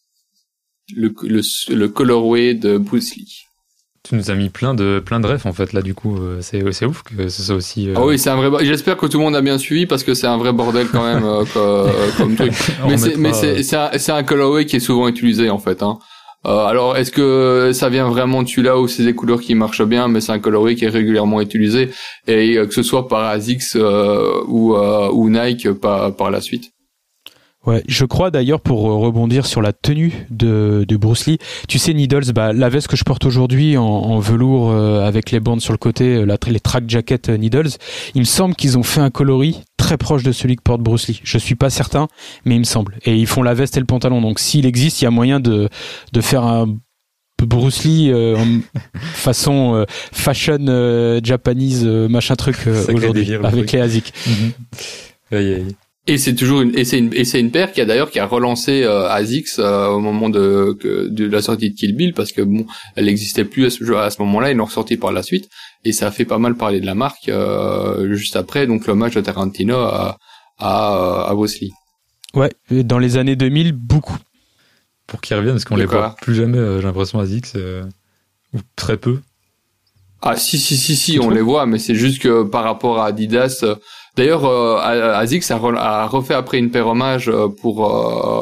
le, le, le colorway de Bruce Lee. Tu nous as mis plein de, plein de refs, en fait, là, du coup, euh, c'est, c'est ouf que ce soit aussi... Euh... Ah oui, c'est un vrai, bo- j'espère que tout le monde a bien suivi parce que c'est un vrai bordel quand même, euh, comme, comme truc. On mais c'est, mettra, mais c'est, euh, c'est un, c'est un colorway qui est souvent utilisé, en fait, hein. Euh, alors, est-ce que ça vient vraiment de celui-là où c'est des couleurs qui marchent bien, mais c'est un colorway qui est régulièrement utilisé, et euh, que ce soit par Asics euh, ou, euh, ou Nike par, par la suite. Ouais, je crois d'ailleurs, pour euh, rebondir sur la tenue de, de Bruce Lee, tu sais, Needles, bah, la veste que je porte aujourd'hui en, en velours euh, avec les bandes sur le côté, euh, la, les track jackets euh, Needles, il me semble qu'ils ont fait un coloris très proche de celui que porte Bruce Lee. Je suis pas certain, mais il me semble. Et ils font la veste et le pantalon. Donc s'il existe, il y a moyen de, de faire un Bruce Lee euh, en façon euh, fashion euh, japanese euh, machin truc euh, Sacré aujourd'hui délire, le avec truc. les Asics. Mm-hmm. Aïe, aïe. Et c'est toujours une et c'est une et c'est une paire qui a d'ailleurs qui a relancé euh, Asics euh, au moment de que, de la sortie de Kill Bill parce que bon, elle n'existait plus à ce, à ce moment-là, ils l'ont ressorti par la suite et ça a fait pas mal parler de la marque euh, juste après, donc l'hommage de Tarantino à à, à Bruce Lee. Ouais, dans les années deux mille, beaucoup. Pour qu'ils reviennent, parce qu'on De les quoi voit plus jamais, euh, j'ai l'impression, Asics, euh, ou très peu. Ah si si si si, Tu on trouves les voit, mais c'est juste que par rapport à Adidas. Euh, d'ailleurs, euh, Asics a, re- a refait après une paire hommage euh, pour euh,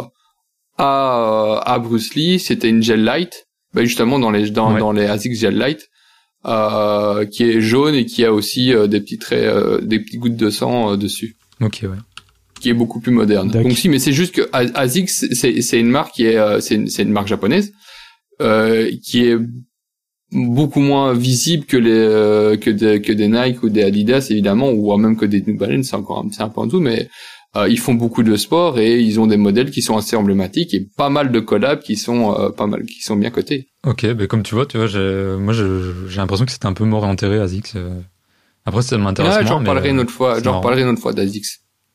à à Bruce Lee. C'était une Gel Light, bah, justement dans les dans Ouais. dans les Asics Gel Light, euh, qui est jaune et qui a aussi euh, des petits traits, euh, des petites gouttes de sang euh, dessus, Ok, ouais. qui est beaucoup plus moderne. D'accord. Donc si, mais c'est juste que A- Asics c'est c'est une marque qui est euh, c'est une, c'est une marque japonaise euh, qui est beaucoup moins visible que les euh, que des que des Nike ou des Adidas évidemment, ou même que des New Balance, c'est encore un, c'est un peu en dessous, mais euh, ils font beaucoup de sport et ils ont des modèles qui sont assez emblématiques et pas mal de collabs qui sont euh, pas mal qui sont bien cotés. Ok, ben comme tu vois, tu vois, j'ai, moi, je- j'ai l'impression que c'était un peu mort et enterré, Asics. euh. Après, ça m'intéresse Ouais, moins, j'en mais, parlerai une euh, autre fois, c'est j'en marrant. parlerai une autre fois d'Asics.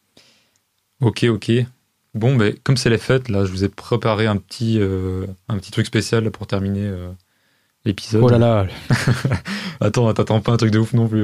Ok, ok. Bon, ben comme c'est les fêtes, là, je vous ai préparé un petit, euh, un petit truc spécial pour terminer euh, l'épisode. Oh là là. Attends, t'attends pas un truc de ouf non plus.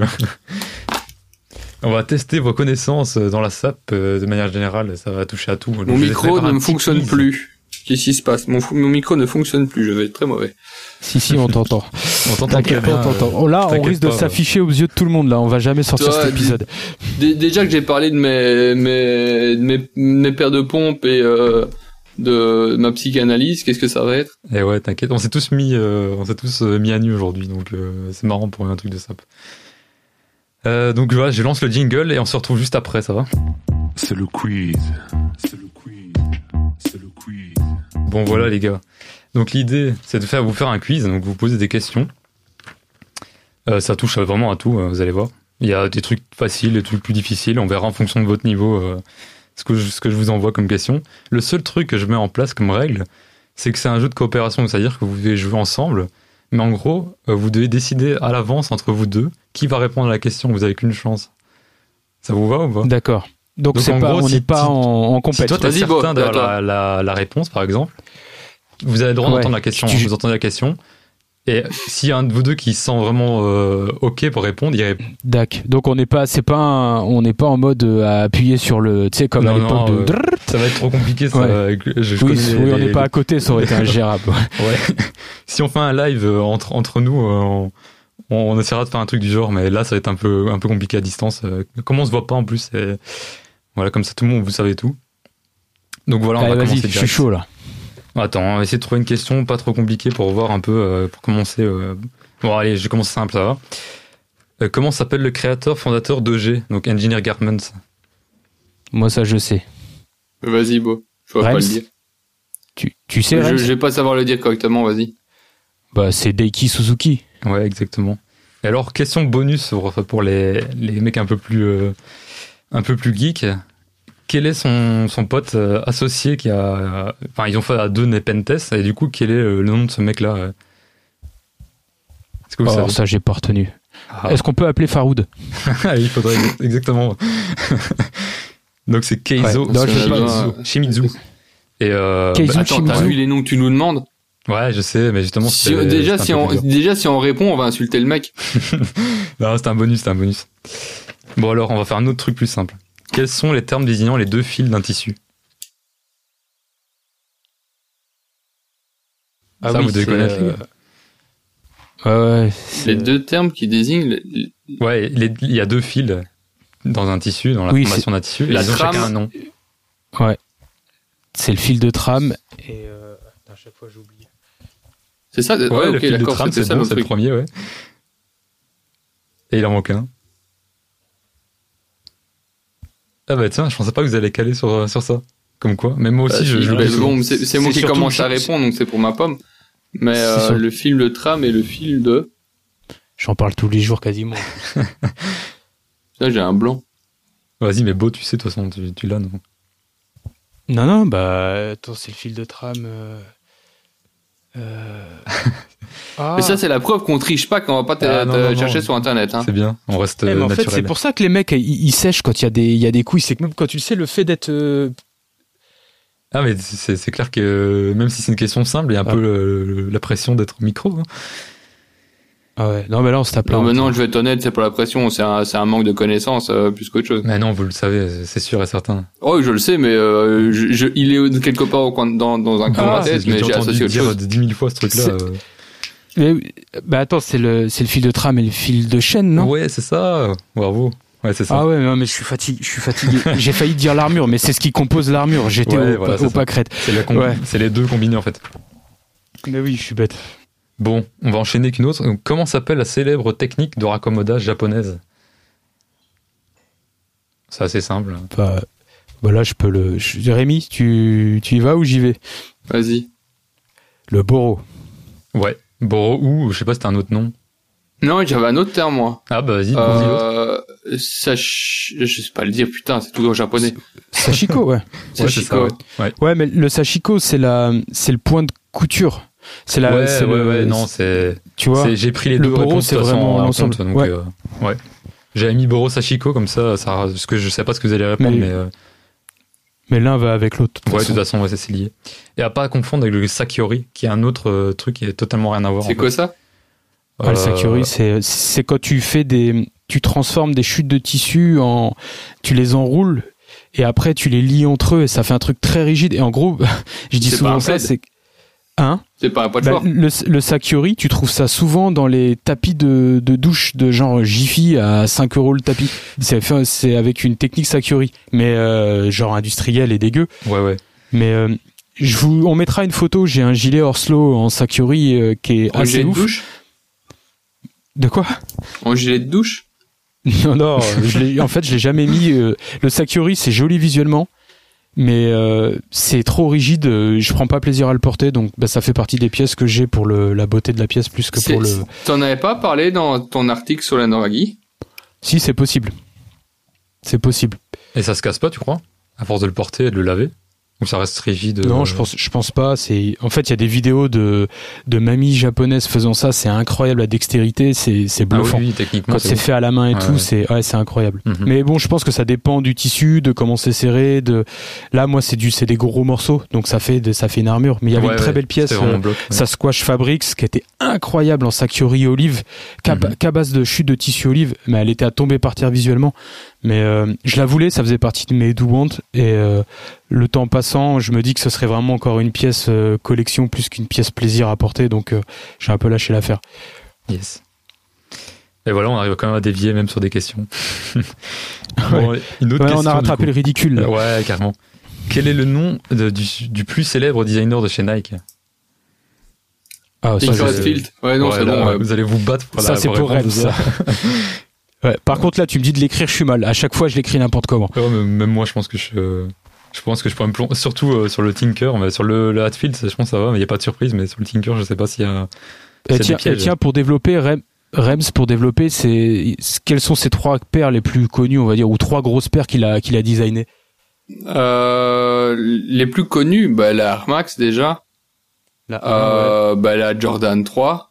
On va tester vos connaissances dans la S A P euh, de manière générale, ça va toucher à tout. Donc, Mon je vais micro faire ne un me petit fonctionne quiz. plus. Qu'est-ce qui se passe? Mon, fou- mon micro ne fonctionne plus, je vais être très mauvais. Si, si, on t'entend. On t'entend T'inquiète très pas, bien, on t'entend. euh, Oh là, on t'inquiète risque de pas, s'afficher aux yeux de tout le monde, là. On va jamais sortir Toi, cet épisode. Dé- Déjà que j'ai parlé de mes, mes, de mes, mes paires de pompes et euh, de ma psychanalyse, qu'est-ce que ça va être? Et ouais, t'inquiète, on s'est tous mis, euh, on s'est tous euh, mis à nu aujourd'hui, donc euh, c'est marrant pour un truc de S A P. Euh, donc voilà, je lance le jingle et on se retrouve juste après, ça va? C'est le quiz. C'est le quiz. Bon, voilà, les gars. Donc, l'idée, c'est de faire, vous faire un quiz. Donc, vous posez des questions. Euh, ça touche vraiment à tout, euh, vous allez voir. Il y a des trucs faciles, des trucs plus difficiles. On verra en fonction de votre niveau euh, ce, que je, ce que je vous envoie comme question. Le seul truc que je mets en place comme règle, c'est que c'est un jeu de coopération. C'est-à-dire que vous devez jouer ensemble. Mais en gros, euh, vous devez décider à l'avance entre vous deux qui va répondre à la question. Vous avez qu'une chance. Ça vous va ou pas ? D'accord. Donc, Donc, c'est en pas, gros, on si- n'est pas si- en, en Si compétition. toi, t'es Vas-y, Beau, certain d'avoir à toi. la, la, la réponse, par exemple, vous avez le droit Ouais. d'entendre la question. Tu- Vous entendez la question. Et s'il y a un de vous deux qui se sent vraiment euh, OK pour répondre, il répond. Dac. Donc on n'est pas, c'est pas, un- on n'est pas en mode euh, à appuyer sur le, tu sais comme à Non, l'époque non, de. euh, Drrrt. Ça va être trop compliqué. Ça, Ouais. avec- je, je Oui, connais oui, on les- n'est pas à côté, ça aurait été ingérable. Ouais. Si on fait un live euh, entre, entre nous, euh, on, on essaiera de faire un truc du genre, mais là, ça va être un peu, un peu compliqué à distance. Euh, Comme on se voit pas en plus, et voilà, comme ça, tout le monde, vous savez tout. Donc voilà, on Allez, va vas-y, commencer je suis direct. chaud là. Attends, on va essayer de trouver une question pas trop compliquée pour voir un peu, euh, pour commencer. euh. Bon, allez, je commence simple, ça va. Euh, comment s'appelle le créateur fondateur d'E G, donc Engineer Garments? Moi ça je sais. Vas-y, Beau. Je peux pas Rems, le dire. Tu, tu sais, Je, Rems je vais pas savoir le dire correctement, vas-y. Bah c'est Daiki Suzuki. Ouais, exactement. Et alors, question bonus pour, pour les, les mecs un peu plus, euh, un peu plus geeks. Quel est son, son pote euh, associé qui a. Enfin, ils ont fait à deux des pentests, et du coup, quel est euh, le nom de ce mec-là euh Est-ce que vous Alors savez ça j'ai pas retenu. Ah. Est-ce qu'on peut appeler Faroud? Il faudrait exactement. Donc, c'est Keizo Ouais, non, je sais pas. Shimizu. Shimizu. Et euh, Keizo bah, Attends, t'as Shimizu. vu les noms que tu nous demandes? ouais, je sais, mais justement, Si- c'était- déjà, c'était si un peu on, plus dur. déjà, si on répond, on va insulter le mec. Non, c'est un bonus, c'est un bonus. Bon, alors, on va faire un autre truc plus simple. Quels sont les termes désignant les deux fils d'un tissu? Ah Ça, oui, vous devez c'est, connaître, les euh, gars. Ouais, ouais. c'est- Les deux termes qui désignent les- Ouais, les- il y a deux fils dans un tissu, dans la Oui, formation d'un tissu. La Ils ont trame. chacun un nom. Ouais. C'est le fil de trame. Et euh... à chaque fois j'oublie. C'est ça? Ouais, Ouais, le ok, fil de d'accord, trame, c'était c'est ça bon, le c'est le truc. premier, ouais. Et il en manque un. Ah bah tiens, je pensais pas que vous allez caler sur, sur ça. Comme quoi, même moi aussi, Bah, je, si, je bah, l'oublie souvent. bon, c'est c'est moi C'est qui surtout commence le- à répondre, donc c'est pour ma pomme. Mais C'est euh, sur- le fil de trame et le fil de... J'en parle tous les jours quasiment. Là, j'ai un blanc. Vas-y, mais beau, tu sais, de toute façon, tu, tu l'as, non? Non, non, bah attends, c'est le fil de trame. Euh... euh, Ah. Mais ça, c'est la preuve qu'on triche pas, qu'on va pas te, Ah, non, te non, non. chercher sur Internet. Hein. C'est bien, on reste Eh, mais euh, en fait, naturel. c'est pour ça que les mecs, ils, ils sèchent quand il y a des, il y a des couilles. C'est que même quand tu le sais, le fait d'être, euh, Ah, mais c'est c'est clair que euh, même si c'est une question simple, il y a un Ah. peu le- la pression d'être au micro. Hein. ah ouais, non, mais là on se tape là. Non, mais non, je vais être honnête, c'est pour la pression, c'est un, c'est un manque de connaissances euh, plus qu'autre chose. Mais non, vous le savez, c'est sûr et certain. Oh, je le sais, mais euh, je, je- il est quelque part au coin, dans, dans un coin de Ah, ma tête, je l'ai mais j'ai déjà entendu associé autre dire chose. dix mille fois ce truc-là. C'est- euh. Mais, bah attends, c'est le, c'est le fil de trame et le fil de chaîne, non? Ouais, c'est ça. Bravo. Ouais, c'est ça. Ah ouais, non, mais je suis fatigué. Je suis fatigué. J'ai failli dire l'armure, mais c'est ce qui compose l'armure. J'étais Ouais, au, voilà, c'est au ça. pâquerette. C'est la com- Ouais. c'est les deux combinés en fait. Mais oui, je suis bête. Bon, on va enchaîner avec une autre. Donc, comment s'appelle la célèbre technique de raccommodage japonaise? C'est assez simple. Bah, bah là, je peux le. je- Rémi, tu, tu y vas ou j'y vais? Vas-y. Le boro. Ouais. Boro ou, je sais pas si c'était un autre nom. Non, j'avais un autre terme, moi. Ah bah vas-y, vas-y l'autre. Euh, sach... Je sais pas le dire, putain, c'est tout en japonais. Sashiko, ouais. Ouais, c'est Sachiko. ça, ouais. Ouais, mais le sashiko, c'est la, c'est le point de couture. C'est la, ouais, c'est ouais, le- ouais, non, c'est. Tu vois. c'est- J'ai pris les le deux Boro, réponses c'est de toute façon vraiment en l'ensemble. compte, donc, Ouais. euh, ouais. J'avais mis Boro Sashiko comme ça, ça, parce que je sais pas ce que vous allez répondre, Mais- mais, euh, Mais l'un va avec l'autre. ouais, de façon. toute façon, ouais, c'est lié. Et à pas confondre avec le Sakiori, qui est un autre euh, truc qui est totalement rien à voir. C'est en quoi fait. ça? Ah, le Euh, Sakiori, c'est, c'est quand tu fais des, tu transformes des chutes de tissu en, tu les enroules et après tu les lies entre eux et ça fait un truc très rigide. Et en gros, je dis C'est pas souvent un ça, plaid. c'est, hein? C'est pas un patchwork. Bah, le, le Sakiori, tu trouves ça souvent dans les tapis de, de douche de genre Jiffy à cinq euros le tapis. C'est fait, c'est avec une technique Sakiori, mais euh, genre industriel et dégueu. Ouais, ouais. Mais euh, je vous, on mettra une photo. J'ai un gilet Orslo en Sakiori euh, qui est En assez gilet de ouf. douche? De quoi? En gilet de douche? Non, non. je l'ai- en fait, je l'ai jamais mis. euh, le Sakiori, c'est joli visuellement, mais euh, c'est trop rigide, euh, je prends pas plaisir à le porter, donc bah, ça fait partie des pièces que j'ai pour le, la beauté de la pièce plus que c'est, pour le... T'en avais pas parlé dans ton article sur la Noraghi ? Si, c'est possible. C'est possible. Et ça se casse pas, tu crois ? À force de le porter et de le laver ? Ou ça reste rigide ? Non, euh... je pense, je pense pas. C'est, en fait, il y a des vidéos de, de mamies japonaises faisant ça. C'est incroyable, la dextérité. C'est, c'est bluffant. Ah oui, oui, techniquement. Quand c'est, c'est fait à la main et ouais, tout, ouais. c'est, ouais, c'est incroyable. Mm-hmm. Mais bon, je pense que ça dépend du tissu, de comment c'est serré, de, là, moi, c'est du, c'est des gros morceaux. Donc ça fait, de, ça fait une armure. Mais il y avait ouais, une très ouais, belle pièce. euh, bloc, ouais. Ça Squash Fabrics, qui était incroyable en Sakiori olive, qu'à, mm-hmm. qu'à base de chute de tissu olive. Mais elle était à tomber par terre visuellement. Mais, euh, je la voulais, ça faisait partie de mes do want. Et, euh, le temps passant, je me dis que ce serait vraiment encore une pièce euh, collection plus qu'une pièce plaisir à porter, donc euh, j'ai un peu lâché l'affaire. Yes. Et voilà, on arrive quand même à dévier même sur des questions. Bon, ouais. Une autre ouais, question. On a rattrapé le ridicule. Là. Ouais, carrément. Quel est le nom de, du, du plus célèbre designer de chez Nike ? Ah, Nick Redfield. Ouais, non, ouais, c'est là, bon. Ouais. Vous allez vous battre pour ça, la c'est pour Rem, ça. Ouais, par contre, là, tu me dis de l'écrire, je suis mal. À chaque fois, je l'écris n'importe comment. Ouais, mais même moi, je pense que je, je pense que je pourrais me plonger, surtout euh, sur le Tinker, mais sur le, le Hatfield, je pense que ça va, mais il n'y a pas de surprise, mais sur le Tinker, je sais pas s'il y a, et tiens, et tiens, pour développer, Rem, Rems, pour développer, c'est, quelles sont ces trois paires les plus connues, on va dire, ou trois grosses paires qu'il a, qu'il a designées? Euh, les plus connues, bah, la Air Max, déjà. La, euh, ouais. bah, la Jordan trois.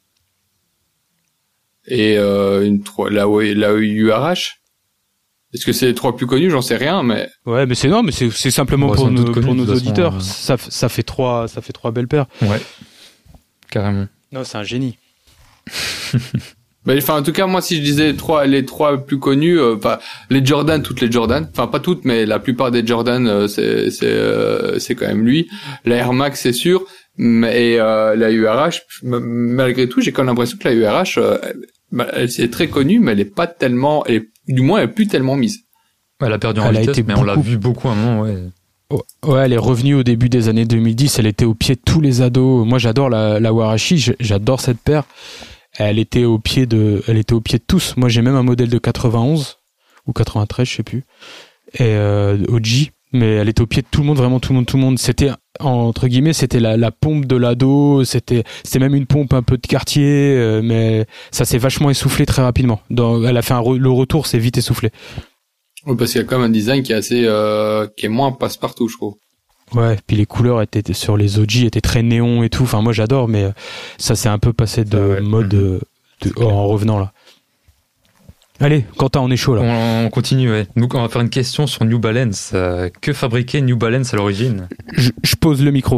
Et, euh, une, la, la U R H. Est-ce que c'est les trois plus connus? J'en sais rien, mais. Ouais, mais c'est non, mais c'est, c'est simplement bon, pour, nos, connu, pour nos auditeurs. Façon, euh... ça, ça fait trois, ça fait trois belles paires. Ouais. Carrément. Non, c'est un génie. Mais enfin, en tout cas, moi, si je disais les trois, les trois plus connus, enfin, euh, les Jordan, toutes les Jordan, enfin pas toutes, mais la plupart des Jordan, euh, c'est c'est euh, c'est quand même lui. La Air Max, c'est sûr, mais euh, la U R H, malgré tout, j'ai quand même l'impression que la U R H, euh, elle, c'est très connue, mais elle est pas tellement, elle est, du moins, elle est plus tellement mise. Elle a perdu en elle vitesse, a été mais beaucoup... on l'a vu beaucoup à un moment, ouais. Ouais, elle est revenue au début des années deux mille dix. Elle était au pied de tous les ados. Moi, j'adore la, la Warashi. J'adore cette paire. Elle était au pied de, elle était au pied de tous. Moi, j'ai même un modèle de quatre-vingt-onze ou quatre-vingt-treize, je sais plus, et euh, O G. Mais elle était au pied de tout le monde, vraiment tout le monde, tout le monde. C'était entre guillemets, c'était la, la pompe de l'ado. C'était, c'était même une pompe un peu de quartier, euh, mais ça s'est vachement essoufflé très rapidement. Dans, elle a fait un re, le retour, c'est vite essoufflé. Oui, parce qu'il y a quand même un design qui est assez, euh, qui est moins passe-partout, je trouve. Ouais, puis les couleurs étaient sur les O G étaient très néon et tout. Enfin, moi j'adore, mais ça s'est un peu passé de ah ouais. mode de, de, oh, en revenant là. Allez, Quentin, on est chaud là. On, on continue, ouais. Donc on va faire une question sur New Balance. Euh, que fabriquait New Balance à l'origine? je, je pose le micro.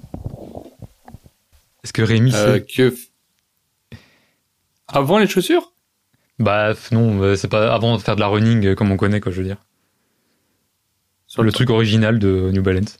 Est-ce que Rémi euh, sait que avant les chaussures? Bah non, c'est pas avant de faire de la running comme on connaît, quoi, je veux dire. Sur le, le truc original de New Balance.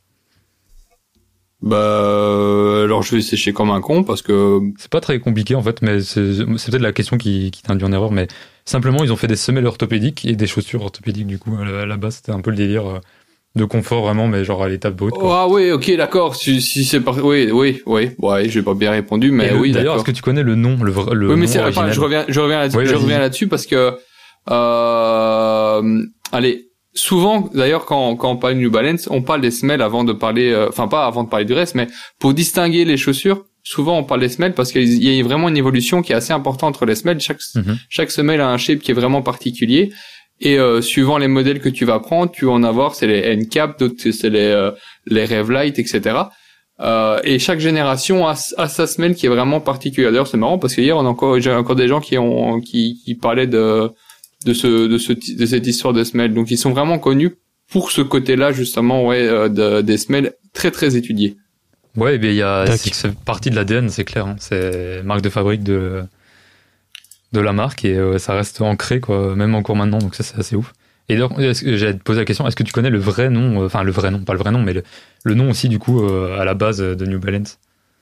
Bah alors je vais sécher comme un con parce que c'est pas très compliqué en fait, mais c'est, c'est peut-être la question qui, qui t'induit en erreur, mais simplement ils ont fait des semelles orthopédiques et des chaussures orthopédiques du coup. À la, à la base c'était un peu le délire de confort vraiment, mais genre à l'étape brute. Oh, ah oui, ok, d'accord. Si, si c'est par... oui, oui, oui. Bon, ouais, j'ai pas bien répondu, mais le, oui. D'ailleurs, d'accord. est-ce que tu connais le nom, le, le oui, mais nom c'est original? Enfin, je reviens, je reviens là-dessus, oui, je reviens là-dessus parce que euh, allez. Souvent, d'ailleurs, quand, quand on parle de New Balance, on parle des semelles avant de parler, euh, enfin pas avant de parler du reste, mais pour distinguer les chaussures, souvent on parle des semelles parce qu'il y a vraiment une évolution qui est assez importante entre les semelles. Chaque, mm-hmm. chaque semelle a un shape qui est vraiment particulier et euh, suivant les modèles que tu vas prendre, tu vas en avoir, c'est les N-Cap, d'autres c'est les euh, les Revlite, et cetera. Euh, et chaque génération a, a sa semelle qui est vraiment particulière. D'ailleurs, c'est marrant parce que hier on a encore, j'ai encore des gens qui ont qui, qui parlaient de de ce de ce de cette histoire de semelles. Donc ils sont vraiment connus pour ce côté-là justement, ouais, euh, de, des semelles très très étudiées. Ouais, ben il y a c'est, c'est partie de l'A D N, c'est clair. Hein. C'est marque de fabrique de de la marque et euh, ça reste ancré quoi, même encore maintenant. Donc ça c'est assez ouf. Et d'ailleurs, j'allais te poser la question, est-ce que tu connais le vrai nom, enfin euh, le vrai nom, pas le vrai nom, mais le, le nom aussi du coup euh, à la base de New Balance.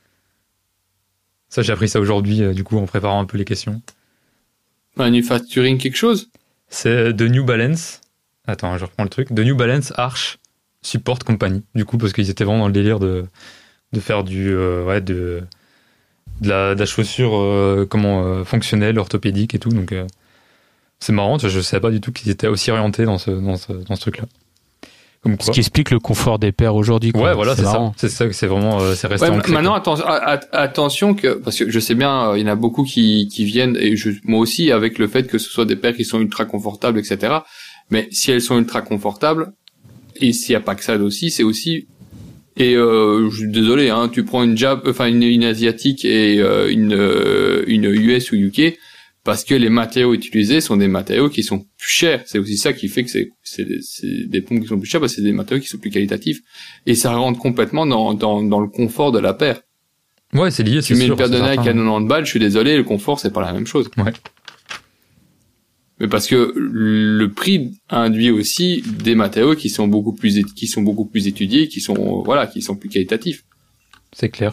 Ça j'ai appris ça aujourd'hui euh, du coup en préparant un peu les questions. Manufacturing quelque chose? C'est de New Balance. Attends, je reprends le truc. De New Balance Arch Support Company. Du coup, parce qu'ils étaient vraiment dans le délire de de faire du euh, ouais de de la, de la chaussure euh, comment euh, fonctionnelle, orthopédique et tout. Donc euh, c'est marrant. Je, je savais pas du tout qu'ils étaient aussi orientés dans ce dans ce dans ce truc-là. Comme Ce quoi. qui explique le confort des paires aujourd'hui. Quoi. Ouais, voilà, c'est, c'est marrant. ça. C'est ça, c'est vraiment, euh, c'est resté Ouais, ancré. maintenant, atten- a- a- attention que, parce que je sais bien, euh, il y en a beaucoup qui, qui viennent, et je, moi aussi, avec le fait que ce soit des paires qui sont ultra confortables, et cetera. Mais si elles sont ultra confortables, et s'il n'y a pas que ça aussi, c'est aussi, et euh, je suis désolé, hein, tu prends une Jap, enfin une, une asiatique et euh, une, euh, une U S ou U K, parce que les matériaux utilisés sont des matériaux qui sont plus chers. C'est aussi ça qui fait que c'est, c'est, des, c'est des pompes qui sont plus chères, parce que c'est des matériaux qui sont plus qualitatifs. Et ça rentre complètement dans, dans, dans le confort de la paire. Ouais, c'est lié, Tu c'est mets sûr. une paire de c'est Nike certain. à quatre-vingt-dix balles, je suis désolé, le confort, c'est pas la même chose. Ouais. Mais parce que le prix induit aussi des matériaux qui sont beaucoup plus, é- qui sont beaucoup plus étudiés, qui sont, voilà, qui sont plus qualitatifs. C'est clair.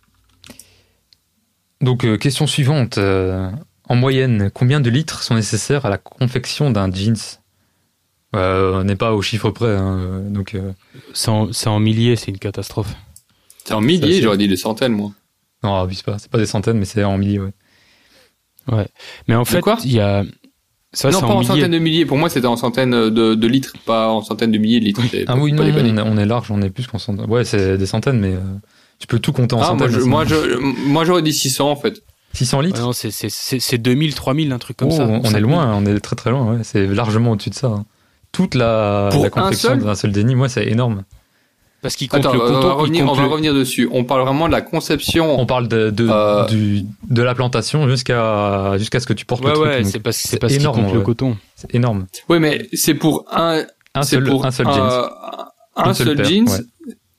Donc, euh, question suivante. Euh, en moyenne, combien de litres sont nécessaires à la confection d'un jeans? euh, On n'est pas au chiffre près, hein, euh, donc... Euh... C'est en, c'est en milliers, c'est une catastrophe. C'est en milliers, Ça, c'est- j'aurais dit des centaines, moi. Non, abuse pas. C'est pas des centaines, mais c'est en milliers, ouais. Ouais. Mais en fait, quoi il y a. Ça, non, c'est pas en, en milliers. centaines de milliers. Pour moi, c'était en centaines de, de litres, pas en centaines de milliers de litres. C'est Ah pas- oui, pas non, déconner. on est, on est large, on est plus qu'en centaines. Ouais, c'est des centaines, mais euh, tu peux tout compter en Ah, moi, centaines. je, mais moi, c'est- je, moi, j'aurais dit six cents, en fait. six cents Ouais, litres non, c'est, c'est, c'est, c'est deux mille, trois mille, un truc comme Oh, ça. on cinq est mille. loin, on est très très loin, ouais. C'est largement au-dessus de ça. hein. Toute la, Pour la un confection seul d'un seul denim, ouais, c'est énorme. Parce qu'il compte Attends, le on coton. va il revenir, on compte va le- revenir dessus. On parle vraiment de la conception. On parle de, de, Euh. du, de la plantation jusqu'à, jusqu'à ce que tu portes Ouais, le truc. ouais, donc c'est parce, c'est c'est parce qu'il énorme, compte le ouais. coton. C'est énorme. Oui, mais c'est pour un, Un c'est seul, pour un seul euh, jeans. un Une seule seul paire, jeans. ouais.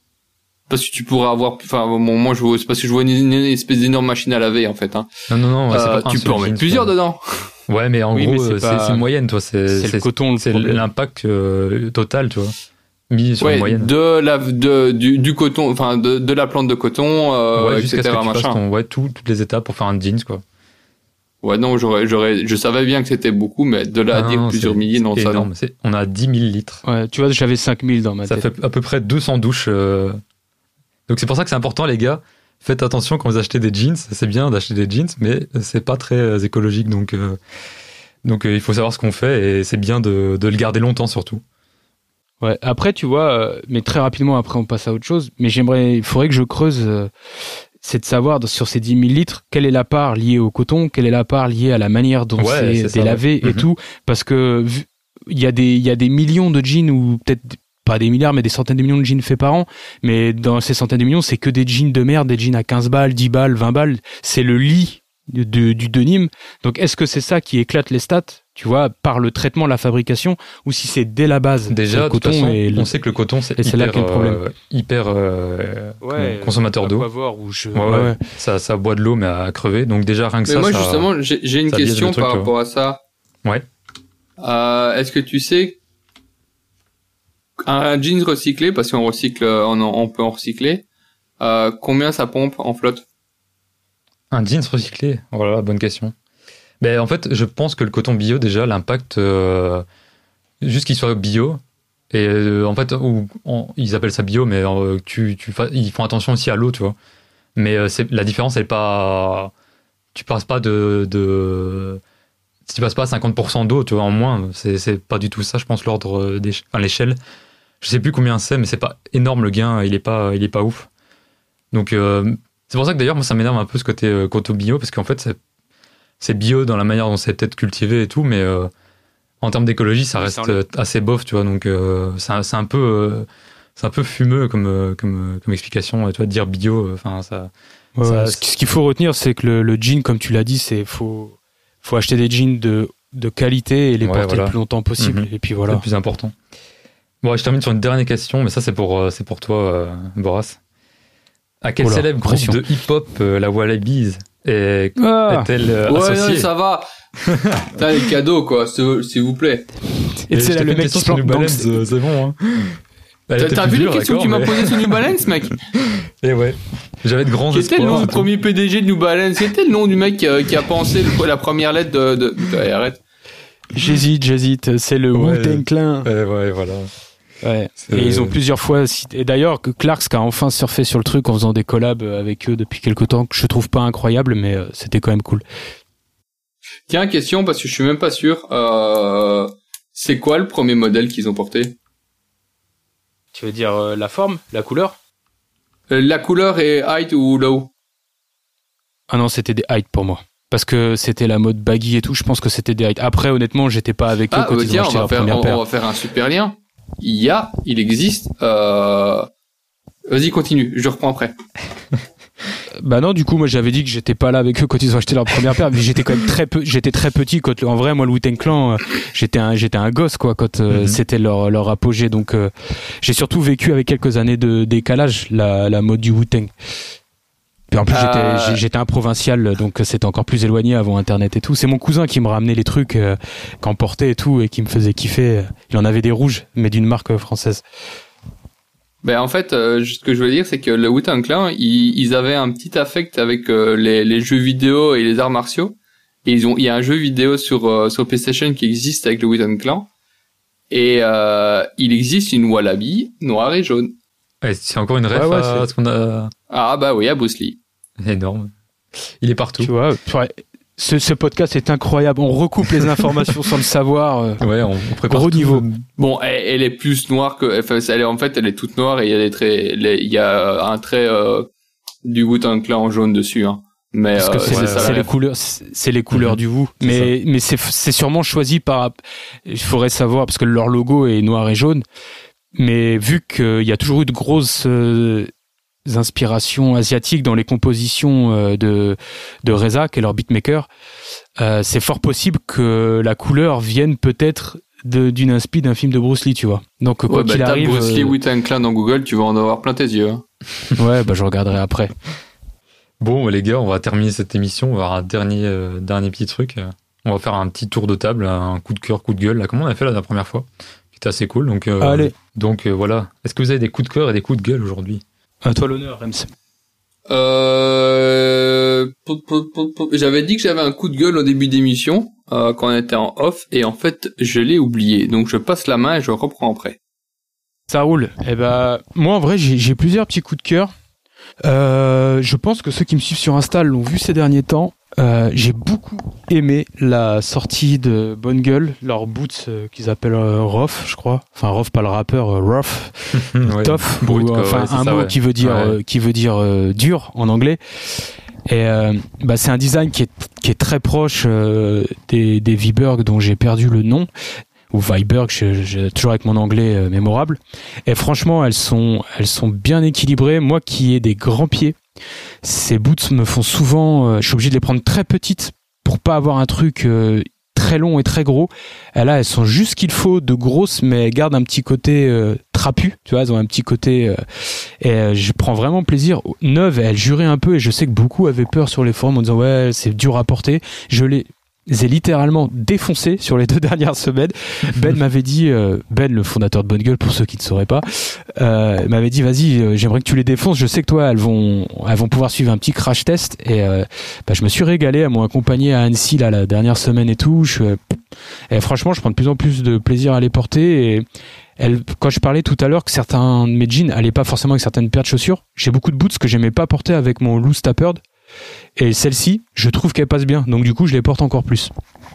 Parce que tu pourras avoir, enfin, bon, moi, je vois, c'est parce que je vois une, une espèce d'énorme machine à laver, en fait, hein. Non, non, non, ouais, c'est Euh, pas un tu seul peux en mettre jeans, plusieurs quoi. dedans. Ouais, mais en Oui, gros, mais c'est euh, c'est, pas- c'est une moyenne, toi. C'est, C'est le coton, le c'est problème. l'impact euh, total, tu vois. Mis sur Ouais, une moyenne. de la, de, du, du coton, enfin, de, de la plante de coton, euh, ouais, jusqu'à et cetera, ce que tu fasses machin. ton, ouais, tout, toutes les étapes pour faire un jeans, quoi. Ouais, non, j'aurais, j'aurais, je savais bien que c'était beaucoup, mais de là à Ah, dire non, plusieurs c'est- milliers, non, c'est ça, non. énorme. C'est, on a dix mille litres. Ouais, tu vois, j'avais cinq mille dans ma Ça tête. fait à peu près deux cents douches. euh. Donc c'est pour ça que c'est important, les gars. Faites attention quand vous achetez des jeans. C'est bien d'acheter des jeans, mais c'est pas très euh, écologique. Donc, euh, donc euh, il faut savoir ce qu'on fait et c'est bien de, de le garder longtemps surtout. Ouais. Après, tu vois, euh, mais très rapidement, après, on passe à autre chose. Mais j'aimerais, il faudrait que je creuse, euh, c'est de savoir dans- sur ces dix mille litres, quelle est la part liée au coton, quelle est la part liée à la manière dont Ouais, c'est c'est ça, délavé ouais. et Mhm. tout. Parce que, vu- il y a des, il y a des millions de jeans ou peut-être pas des milliards, mais des centaines de millions de jeans faits par an. Mais dans ces centaines de millions, c'est que des jeans de merde, des jeans à quinze balles, dix balles, vingt balles. C'est le lit de, de- du denim. Donc, est-ce que c'est ça qui éclate les stats, tu vois, par le traitement, la fabrication, ou si c'est dès la base, c'est Déjà, le de toute coton façon, et le- on sait que le coton c'est et c'est là hyper, qu'est le problème. euh, hyper euh, Ouais, comment, consommateur à d'eau. quoi voir, où je... Ouais, ouais. ouais, ouais. Ça, ça boit de l'eau mais à crever. Donc déjà rien que Mais ça. moi, ça- justement, j'ai, j'ai une ça biaise question le truc, par tu rapport à ça. Ouais. Euh, est-ce que tu sais, un jeans recyclé, parce qu'on recycle, on, en- on peut en recycler, euh, combien ça pompe en flotte? Un jeans recyclé. Voilà, bonne question. Ben, en fait, je pense que le coton bio, déjà, l'impact, euh, juste qu'il soit bio, et euh, en fait, ou, on- ils appellent ça bio, mais euh, tu, tu, fa- ils font attention aussi à l'eau, tu vois. Mais euh, c'est, la différence, elle est pas. Tu passes pas de. de tu passes pas à cinquante pour cent d'eau, tu vois, en moins. C'est, c'est pas du tout ça, je pense, l'ordre des, enfin, l'échelle. Je sais plus combien c'est, mais c'est pas énorme le gain, il est pas, il est pas ouf. Donc, euh, c'est pour ça que d'ailleurs, moi, ça m'énerve un peu ce côté euh, coton bio, parce qu'en fait, c'est, c'est bio dans la manière dont c'est peut-être cultivé et tout, mais euh, en termes d'écologie, ça Mais reste ça enlève- euh, assez bof, tu vois. Donc, euh, c'est, un, c'est un peu, euh, c'est un peu fumeux comme, euh, comme, euh, comme explication. Et tu vois, dire bio, enfin, ça. Ouais, Ça, ouais. c'est- Ce qui- ce qu'il faut retenir, c'est que le, le jean, comme tu l'as dit, c'est faut faut acheter des jeans de de qualité et les Ouais, porter voilà. le plus longtemps possible. Mhm. Et puis C'est voilà. le plus important. Bon, je termine sur une dernière question, mais ça, c'est pour, euh, c'est pour toi, euh, Boras. À quel Oula, célèbre groupe pression. de hip-hop euh, la Wallabies est, Ah, est-elle euh, Ouais, associée non, ça va. Putain, les cadeaux, quoi, s'il s'il vous plaît. et c'est je là t'ai le fait une mec question qui sur se New plante. Balance, Donc, euh, c'est bon. Hein. Elle T'as, était t'as plus vu les dure, questions que tu d'accord, m'as mais- posées sur New Balance, mec? Et ouais, j'avais de grands Quel était le nom espoirs. du premier P D G de New Balance? Quel était le nom du mec qui a, qui a pensé le- la première lettre de, de... Putain, arrête. J'hésite, j'hésite. C'est le Ouais. Wu-Tang Clan. Ouais, ouais, voilà. Ouais. C'est- Et ils ont plusieurs fois cité. Et d'ailleurs, que Clarks qui a enfin surfé sur le truc en faisant des collabs avec eux depuis quelques temps, que je trouve pas incroyable, mais euh, c'était quand même cool. Tiens, question, parce que je suis même pas sûr. Euh, c'est quoi le premier modèle qu'ils ont porté? Tu veux dire euh, la forme, la couleur? Euh, la couleur est high ou low? Ah non, c'était des heights pour moi. Parce que c'était la mode baggy et tout, je pense que c'était des heights. Après, honnêtement, j'étais pas avec eux ah, quand bah ils tiens, ont acheté on va leur faire, première on, paire. on va faire un super lien. Il y a, il existe. Euh... Vas-y, continue, je reprends après. Bah non, du coup, moi j'avais dit que j'étais pas là avec eux quand ils ont acheté leur première paire, mais j'étais quand même très peu, j'étais très petit quand, en vrai, moi le Wu-Tang Clan, euh, j'étais un, j'étais un gosse quoi quand euh, mm-hmm. c'était leur leur apogée, donc euh, j'ai surtout vécu avec quelques années de décalage la la mode du Wu-Tang. Puis en plus, euh... j'étais, j'étais un provincial, donc c'était encore plus éloigné avant Internet et tout. C'est mon cousin qui me ramenait les trucs euh, qu'en portait et tout, et qui me faisait kiffer. Il en avait des rouges, mais d'une marque française. Ben en fait, euh, ce que je veux dire, c'est que le Wu-Tang Clan, ils, ils avaient un petit affect avec euh, les, les jeux vidéo et les arts martiaux. Et ils ont, il y a un jeu vidéo sur euh, sur PlayStation qui existe avec le Wu-Tang Clan. Et euh, il existe une Wallaby noire et jaune. Ouais, c'est encore une ref ouais, ouais, à ce qu'on a. Ah bah oui, à Bruce Lee. Énorme. Il est partout. Tu vois, ce, ce podcast est incroyable. On recoupe les informations sans le savoir. Ouais, on, on prépare gros tout. niveau. Bon, elle, elle est plus noire que, enfin, elle est, en fait, elle est toute noire et il y a des traits, les, il y a un trait euh, du Wu-Tang Clan en jaune dessus. Hein. Mais parce que euh, c'est, ouais, c'est, ouais, c'est ouais. les couleurs, c'est, c'est les couleurs mmh. du Wu. C'est mais ça. mais c'est c'est sûrement choisi par. Il faudrait savoir parce que leur logo est noir et jaune. Mais vu qu'il y a toujours eu de grosses euh, inspirations asiatiques dans les compositions euh, de de Reza, qui est leur beatmaker, euh, c'est fort possible que la couleur vienne peut-être de, d'une inspi d'un film de Bruce Lee, tu vois. Donc quoi ouais, qu'il bah, arrive, Bruce Lee euh... Wu-Tang Clan dans Google, tu vas en avoir plein tes yeux. Hein. Ouais, bah je regarderai après. Bon les gars, on va terminer cette émission. On va avoir un dernier euh, dernier petit truc. On va faire un petit tour de table, un coup de cœur, coup de gueule. Là, comment on a fait là, la première fois? C'était assez cool. Donc, euh, Allez. Donc euh, voilà. Est-ce que vous avez des coups de cœur et des coups de gueule aujourd'hui? À toi l'honneur, Rems. Euh... J'avais dit que j'avais un coup de gueule au début d'émission euh, quand on était en off et en fait je l'ai oublié. Donc je passe la main et je reprends après. Ça roule. Eh ben moi en vrai j'ai, j'ai plusieurs petits coups de cœur. Euh, je pense que ceux qui me suivent sur Insta l'ont vu ces derniers temps. Euh, j'ai beaucoup aimé la sortie de Bonne Gueule, leur boots euh, qu'ils appellent euh, Rof, je crois. Enfin Rof, pas le rappeur, euh, Rof, ouais, tough, brut, ou, quoi, enfin ouais, un ça, mot ouais. qui veut dire ouais. euh, qui veut dire euh, dur en anglais. Et euh, bah c'est un design qui est qui est très proche euh, des des Viberg dont j'ai perdu le nom. Ou Viberg, j'ai, j'ai toujours avec mon anglais euh, mémorable. Et franchement, elles sont, elles sont bien équilibrées. Moi qui ai des grands pieds, ces boots me font souvent, euh, je suis obligé de les prendre très petites pour pas avoir un truc euh, très long et très gros. Et là, elles sont juste ce qu'il faut de grosses, mais elles gardent un petit côté euh, trapu. Tu vois, elles ont un petit côté. Euh, et euh, je prends vraiment plaisir. Neuve, elles juraient un peu, et je sais que beaucoup avaient peur sur les forums en disant ouais, c'est dur à porter. Je les j'ai littéralement défoncé sur les deux dernières semaines. Ben m'avait dit, euh, Ben, le fondateur de Bonne Gueule, pour ceux qui ne sauraient pas, euh, m'avait dit, vas-y, euh, j'aimerais que tu les défonces. Je sais que toi, elles vont, elles vont pouvoir suivre un petit crash test. Et euh, bah, je me suis régalé. Elles m'ont accompagné à Annecy là la dernière semaine et tout. Je, et franchement, je prends de plus en plus de plaisir à les porter. Et elle, quand je parlais tout à l'heure que certains de mes jeans allaient pas forcément avec certaines paires de chaussures, j'ai beaucoup de boots que j'aimais pas porter avec mon loose tapered. Et celle-ci, je trouve qu'elle passe bien. Donc du coup, je les porte encore plus.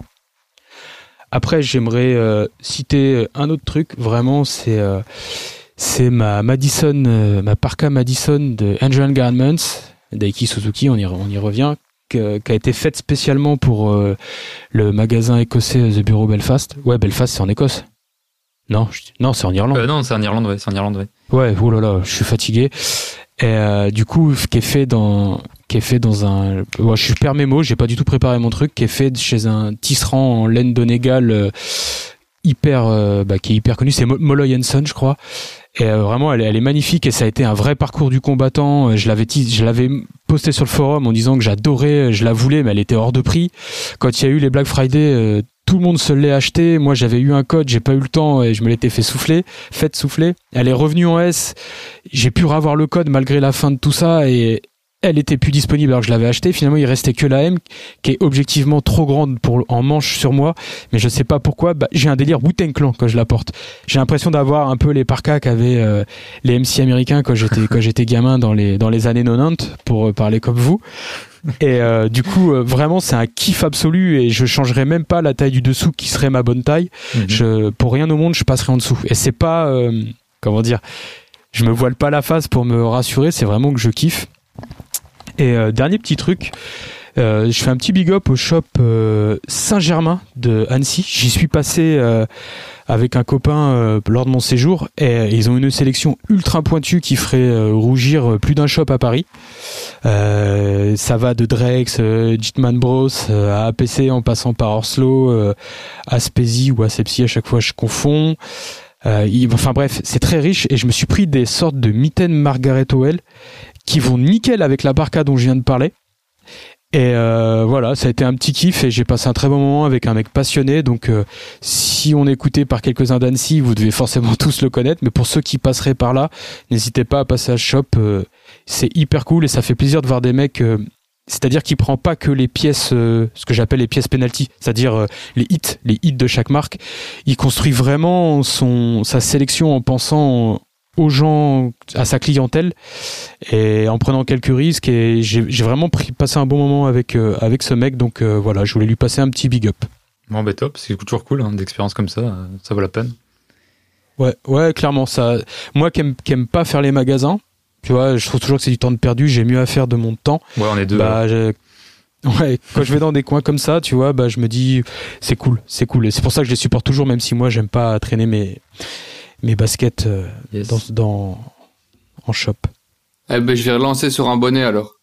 Après, j'aimerais euh, citer un autre truc. Vraiment, c'est euh, c'est ma Madison, euh, ma parka Madison de Angel Garments, Daiki Suzuki. On y on y revient, que, qui a été faite spécialement pour euh, le magasin écossais The Bureau Belfast. Ouais, Belfast, c'est en Écosse. Non, je, non, c'est en Irlande. Euh, non, c'est en Irlande, ouais. C'est en Irlande, ouais. Ouais, oh là là, je suis fatigué. Et euh, du coup, qui est fait dans, qui est fait dans un, ouais, je perds mes mots, j'ai pas du tout préparé mon truc, qui est fait chez un tisserand en laine d'Onégal euh, hyper, euh, bah, qui est hyper connu, c'est Molloy and Son, je crois. Et euh, vraiment, elle, elle est magnifique et ça a été un vrai parcours du combattant. Je l'avais, je l'avais posté sur le forum en disant que j'adorais, je la voulais, mais elle était hors de prix. Quand il y a eu les Black Friday, euh, tout le monde se l'est acheté. Moi, j'avais eu un code, j'ai pas eu le temps et je me l'étais fait souffler, fait souffler. Elle est revenue en S. J'ai pu revoir le code malgré la fin de tout ça et elle était plus disponible alors que je l'avais acheté. Finalement, il restait que la M qui est objectivement trop grande pour en manche sur moi, mais je sais pas pourquoi. Bah, j'ai un délire Wu-Tang Clan quand je la porte. J'ai l'impression d'avoir un peu les parkas qu'avaient euh, les M C américains quand j'étais quand j'étais gamin dans les dans les années quatre-vingt-dix pour euh, parler comme vous. Et euh, du coup, euh, vraiment, c'est un kiff absolu et je changerais même pas la taille du dessous qui serait ma bonne taille. Mm-hmm. Je, pour rien au monde, je passerais en dessous. Et c'est pas, euh, comment dire, je me voile pas la face pour me rassurer, c'est vraiment que je kiffe. Et euh, dernier petit truc, euh, je fais un petit big up au shop euh, Saint-Germain de Annecy. J'y suis passé euh, avec un copain euh, lors de mon séjour et euh, ils ont une sélection ultra pointue qui ferait euh, rougir plus d'un shop à Paris. Euh, ça va de Drex, euh, Jitman Bros, euh, à A P C en passant par Orslo, euh, Aspesi ou Asepsi, à chaque fois je confonds. Euh, il, enfin bref, c'est très riche et je me suis pris des sortes de mitaines Margaret Howell qui vont nickel avec la parka dont je viens de parler. Et euh, voilà, ça a été un petit kiff et j'ai passé un très bon moment avec un mec passionné. Donc euh, si on est écouté par quelques-uns d'Annecy, vous devez forcément tous le connaître. Mais pour ceux qui passeraient par là, n'hésitez pas à passer à ce shop. Euh, c'est hyper cool et ça fait plaisir de voir des mecs... Euh, c'est-à-dire qu'il prend pas que les pièces, euh, ce que j'appelle les pièces penalty, c'est-à-dire euh, les hits, les hits de chaque marque. Il construit vraiment son, sa sélection en pensant aux gens, à sa clientèle et en prenant quelques risques. Et j'ai, j'ai vraiment pris, passé un bon moment avec, euh, avec ce mec. Donc euh, voilà, je voulais lui passer un petit big up. Bon, bah top, c'est toujours cool, hein, d'expériences comme ça, ça vaut la peine. Ouais, ouais, clairement. Ça, moi qui aime, qui aime pas faire les magasins, tu vois, je trouve toujours que c'est du temps de perdu, j'ai mieux à faire de mon temps. Ouais, on est deux. Bah, je... ouais, quand je vais dans des coins comme ça, tu vois, bah, je me dis, c'est cool, c'est cool. Et c'est pour ça que je les supporte toujours, même si moi, j'aime pas traîner mes, mes baskets euh, yes. dans, dans, en shop. Eh ben, je vais relancer sur un bonnet, alors.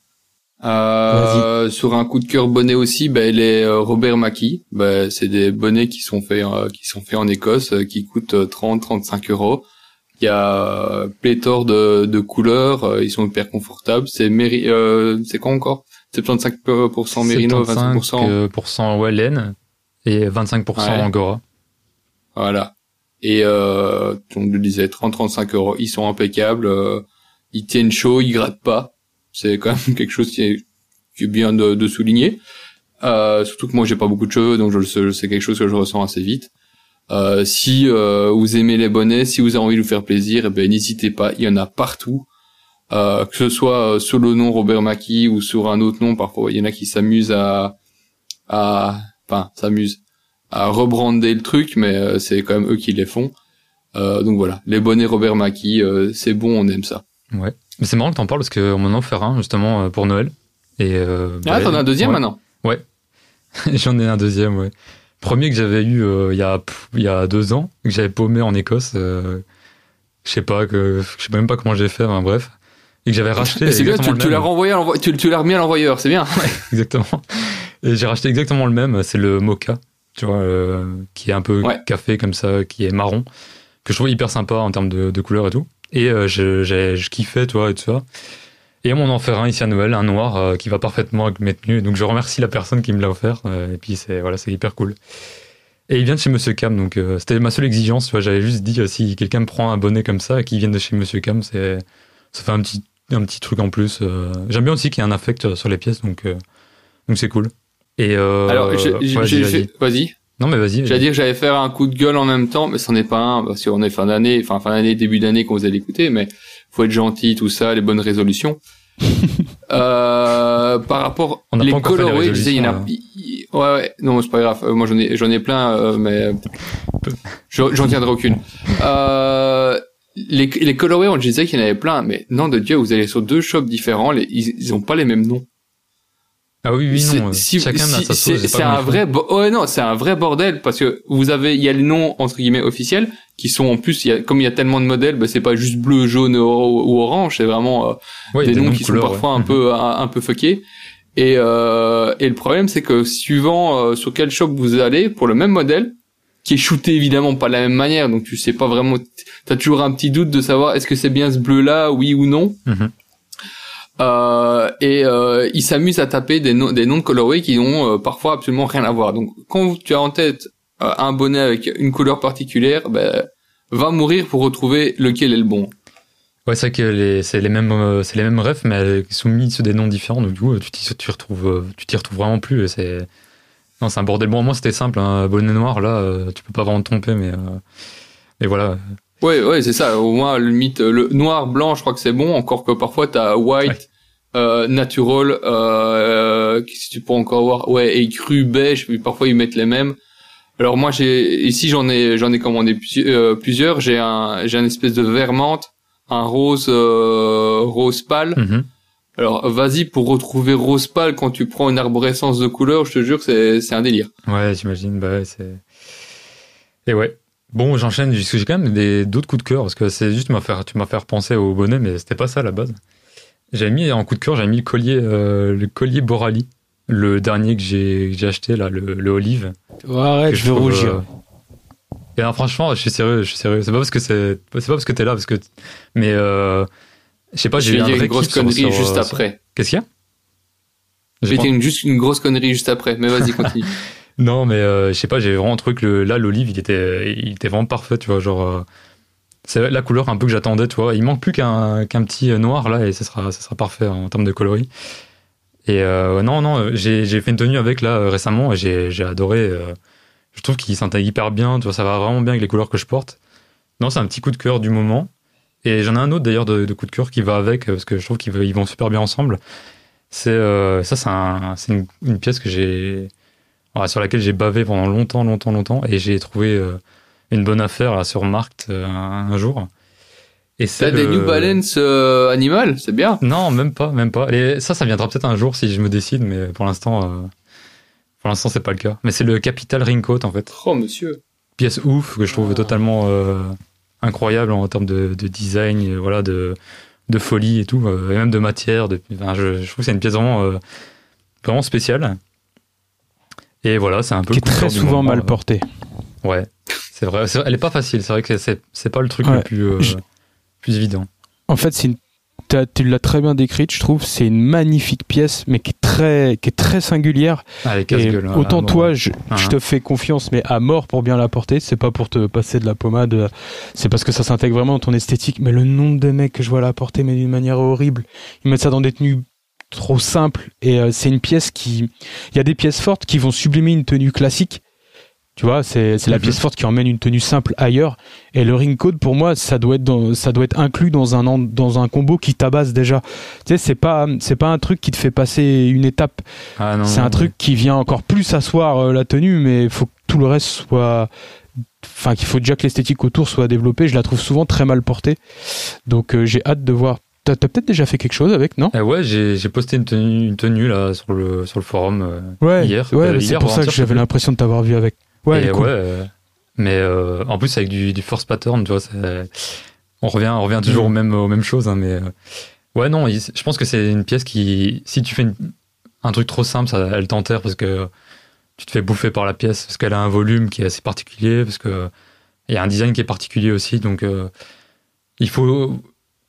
Euh, sur un coup de cœur bonnet aussi, ben, les euh, Robert Mackie. Ben, c'est des bonnets qui sont faits, euh, qui sont faits en Écosse, euh, qui coûtent trente à trente-cinq euros. Il y a pléthore de, de couleurs, euh, ils sont hyper confortables. C'est méri- euh, c'est quoi encore? soixante-quinze pour cent mérino, vingt-cinq pour cent soixante-quinze pour cent ouais, laine et vingt-cinq pour cent ouais. Angora. Voilà. Et euh, on le disait, trente à trente-cinq euros. Ils sont impeccables, euh, ils tiennent chaud, ils grattent pas. C'est quand même quelque chose qui est, qui est bien de, de souligner. Euh, surtout que moi j'ai pas beaucoup de cheveux, donc je, je, c'est quelque chose que je ressens assez vite. Euh, si euh, vous aimez les bonnets, si vous avez envie de vous faire plaisir, eh ben n'hésitez pas, il y en a partout. Euh, que ce soit sur le nom Robert Mackie ou sur un autre nom, parfois il y en a qui s'amusent à, à, enfin s'amusent à rebrander le truc, mais euh, c'est quand même eux qui les font. Euh, donc voilà, les bonnets Robert Mackie, euh, c'est bon, on aime ça. Ouais, mais c'est marrant que t'en parles parce qu'on m'en a offert un justement pour Noël. Et euh, ah, bah, t'en as un deuxième ouais. maintenant? Ouais, j'en ai un deuxième, ouais. Premier que j'avais eu euh, il y a il y a deux ans, que j'avais paumé en Écosse, euh, je sais pas que je sais même pas comment j'ai fait, hein, bref, et que j'avais racheté. C'est bien, tu, tu l'as renvoyé, à l'envo- tu, tu l'as remis à l'envoyeur, c'est bien. Ouais, exactement. Et j'ai racheté exactement le même, c'est le Mocha, tu vois, euh, qui est un peu ouais. café comme ça, qui est marron, que je trouve hyper sympa en termes de, de couleur et tout. Et euh, je, j'ai, je kiffais, tu vois, et tout ça. Et on en fait un ici à Noël, un noir euh, qui va parfaitement avec mes tenues. Donc je remercie la personne qui me l'a offert. Euh, et puis c'est voilà, c'est hyper cool. Et il vient de chez Monsieur Cam, donc euh, c'était ma seule exigence. Tu vois, j'avais juste dit euh, si quelqu'un me prend un bonnet comme ça et qu'il vienne de chez Monsieur Cam, c'est ça fait un petit un petit truc en plus. Euh, j'aime bien aussi qu'il y ait un affect sur les pièces, donc euh, donc c'est cool. Et euh, alors j'ai, j'ai, vas-y, j'ai vas-y. Fait, vas-y. Non mais vas-y. vas-y. J'allais dire que j'allais faire un coup de gueule en même temps, mais c'en est pas un parce qu'on est fin d'année, enfin fin d'année, début d'année quand vous allez écouter, mais faut être gentil, tout ça, les bonnes résolutions. euh, par rapport on les colorways, je disais, il y en a, il, ouais, ouais, non, c'est pas grave. Euh, moi, j'en ai, j'en ai plein, euh, mais j'en, j'en tiendrai aucune. Euh, les, les colorways, on disait qu'il y en avait plein, mais non de Dieu, vous allez sur deux shops différents, les, ils, ils ont pas les mêmes noms. Ah oui, oui, c'est, non. Si, chacun si, a sa c'est, sauce. c'est un vrai, bo- ouais, non, c'est un vrai bordel parce que vous avez, il y a les noms entre guillemets officiels qui sont en plus, il y a, comme il y a tellement de modèles, bah, c'est pas juste bleu, jaune ou, ou orange, c'est vraiment euh, ouais, des, des noms noms qui couleurs, sont parfois ouais. un peu, un, un peu fuckés. Et euh, et le problème, c'est que suivant euh, sur quel shop vous allez pour le même modèle, qui est shooté évidemment pas de la même manière, donc tu sais pas vraiment, t'as toujours un petit doute de savoir est-ce que c'est bien ce bleu-là, oui ou non. Mm-hmm. Euh, et euh, ils s'amusent à taper des, no- des noms de colorway qui n'ont euh, parfois absolument rien à voir. Donc quand tu as en tête euh, un bonnet avec une couleur particulière, ben, va mourir pour retrouver lequel est le bon. Ouais, c'est vrai que les, c'est les mêmes, euh, c'est les mêmes refs, mais qui sont mis sur des noms différents. Donc du coup, tu t'y, tu retrouves, euh, tu t'y retrouves vraiment plus. Et c'est, non, c'est un bordel. Bon, moi c'était simple, un bonnet noir là, euh, tu peux pas vraiment te tromper, mais, euh, mais voilà. Ouais, ouais, c'est ça. Au moins, le mythe, le noir, blanc, je crois que c'est bon. Encore que parfois, t'as white, ouais. euh, natural, euh, qu'est-ce que tu peux encore voir? Ouais, et cru, beige. Puis parfois, ils mettent les mêmes. Alors moi j'ai ici j'en ai j'en ai commandé plusieurs, euh, plusieurs. J'ai un j'ai un espèce de vert menthe, un rose euh, rose pâle. Mm-hmm. Alors vas-y pour retrouver rose pâle quand tu prends une arborescence de couleurs, je te jure c'est c'est un délire. Ouais, j'imagine. Bah ouais, c'est. Et ouais. Bon, j'enchaîne. J'ai quand même des d'autres coups de cœur parce que c'est juste tu m'as fait tu m'as fait repenser au bonnet, mais c'était pas ça à la base. J'avais mis en coup de cœur, j'avais mis le collier euh, le collier Borali. Le dernier que j'ai, que j'ai acheté, là, le, le Olive. Ouais, arrête, je veux rougir. Euh... Et alors, franchement, je suis sérieux, je suis sérieux. C'est pas parce que c'est, c'est pas parce que t'es là, parce que, mais, euh, je sais pas, j'ai eu un une vrai grosse kiff sur, connerie sur, juste sur... après. Qu'est-ce qu'il y a? J'ai été une, juste une grosse connerie juste après, mais vas-y, continue. Non, mais, euh, je sais pas, j'ai vraiment trouvé que le, là, l'Olive, il était, il était vraiment parfait, tu vois, genre, euh, c'est la couleur un peu que j'attendais, tu vois. Il manque plus qu'un, qu'un petit noir, là, et ça sera, ça sera parfait en termes de coloris. Et euh, non, non, j'ai, j'ai fait une tenue avec là récemment et j'ai, j'ai adoré. Euh, je trouve qu'il s'intègre hyper bien, tu vois, ça va vraiment bien avec les couleurs que je porte. Non, c'est un petit coup de cœur du moment. Et j'en ai un autre d'ailleurs de, de coup de cœur qui va avec parce que je trouve qu'ils ils vont super bien ensemble. C'est euh, ça, c'est, un, c'est une, une pièce que j'ai ouais, sur laquelle j'ai bavé pendant longtemps, longtemps, longtemps, et j'ai trouvé euh, une bonne affaire là, sur Markt euh, un, un jour. Et c'est T'as le... des New Balance euh, Animal, c'est bien. Non, même pas, même pas. Et ça, ça viendra peut-être un jour si je me décide, mais pour l'instant, euh, pour l'instant, c'est pas le cas. Mais c'est le Capital Raincoat en fait. Oh monsieur. Pièce ouf que je trouve oh. totalement euh, incroyable en termes de, de design, et, voilà, de de folie et tout, euh, et même de matière. De, enfin, je, je trouve que c'est une pièce vraiment euh, vraiment spéciale. Et voilà, c'est un peu qui est très souvent moment, mal euh, portée. Ouais, c'est vrai. C'est, elle est pas facile. C'est vrai que c'est c'est pas le truc ouais. le plus euh, je... plus évident. En fait, c'est une... tu l'as très bien décrite, je trouve. C'est une magnifique pièce, mais qui est très, qui est très singulière. Ah, les casse-gueules, autant hein, toi, je, ah, je te fais confiance, mais à mort pour bien la porter. C'est pas pour te passer de la pommade. C'est parce que ça s'intègre vraiment dans ton esthétique. Mais le nombre de mecs que je vois la porter, mais d'une manière horrible, ils mettent ça dans des tenues trop simples. Et euh, c'est une pièce qui, il y a des pièces fortes qui vont sublimer une tenue classique. Tu vois, c'est, c'est la pièce forte qui emmène une tenue simple ailleurs. Et le Raincoat, pour moi, ça doit être dans, ça doit être inclus dans un, dans un combo qui tabasse déjà. Tu sais, c'est pas, c'est pas un truc qui te fait passer une étape. Ah non, c'est non, un truc mais... qui vient encore plus asseoir euh, la tenue, mais il faut que tout le reste soit, enfin, qu'il faut déjà que l'esthétique autour soit développée. Je la trouve souvent très mal portée. Donc, euh, j'ai hâte de voir. T'as, t'as peut-être déjà fait quelque chose avec, non? Eh ouais, j'ai, j'ai posté une tenue, une tenue là sur le, sur le forum euh, ouais, hier. Ouais, euh, c'est hier, pour ça que j'avais l'impression de t'avoir vu avec. Ouais, et cool. ouais euh, mais euh, en plus avec du, du force pattern, tu vois, c'est, on revient, on revient toujours mmh. aux mêmes, aux mêmes choses, hein, mais euh, ouais, non, il, je pense que c'est une pièce qui, si tu fais une, un truc trop simple, ça, elle t'enterre parce que tu te fais bouffer par la pièce, parce qu'elle a un volume qui est assez particulier, parce que il y a un design qui est particulier aussi, donc euh, il faut,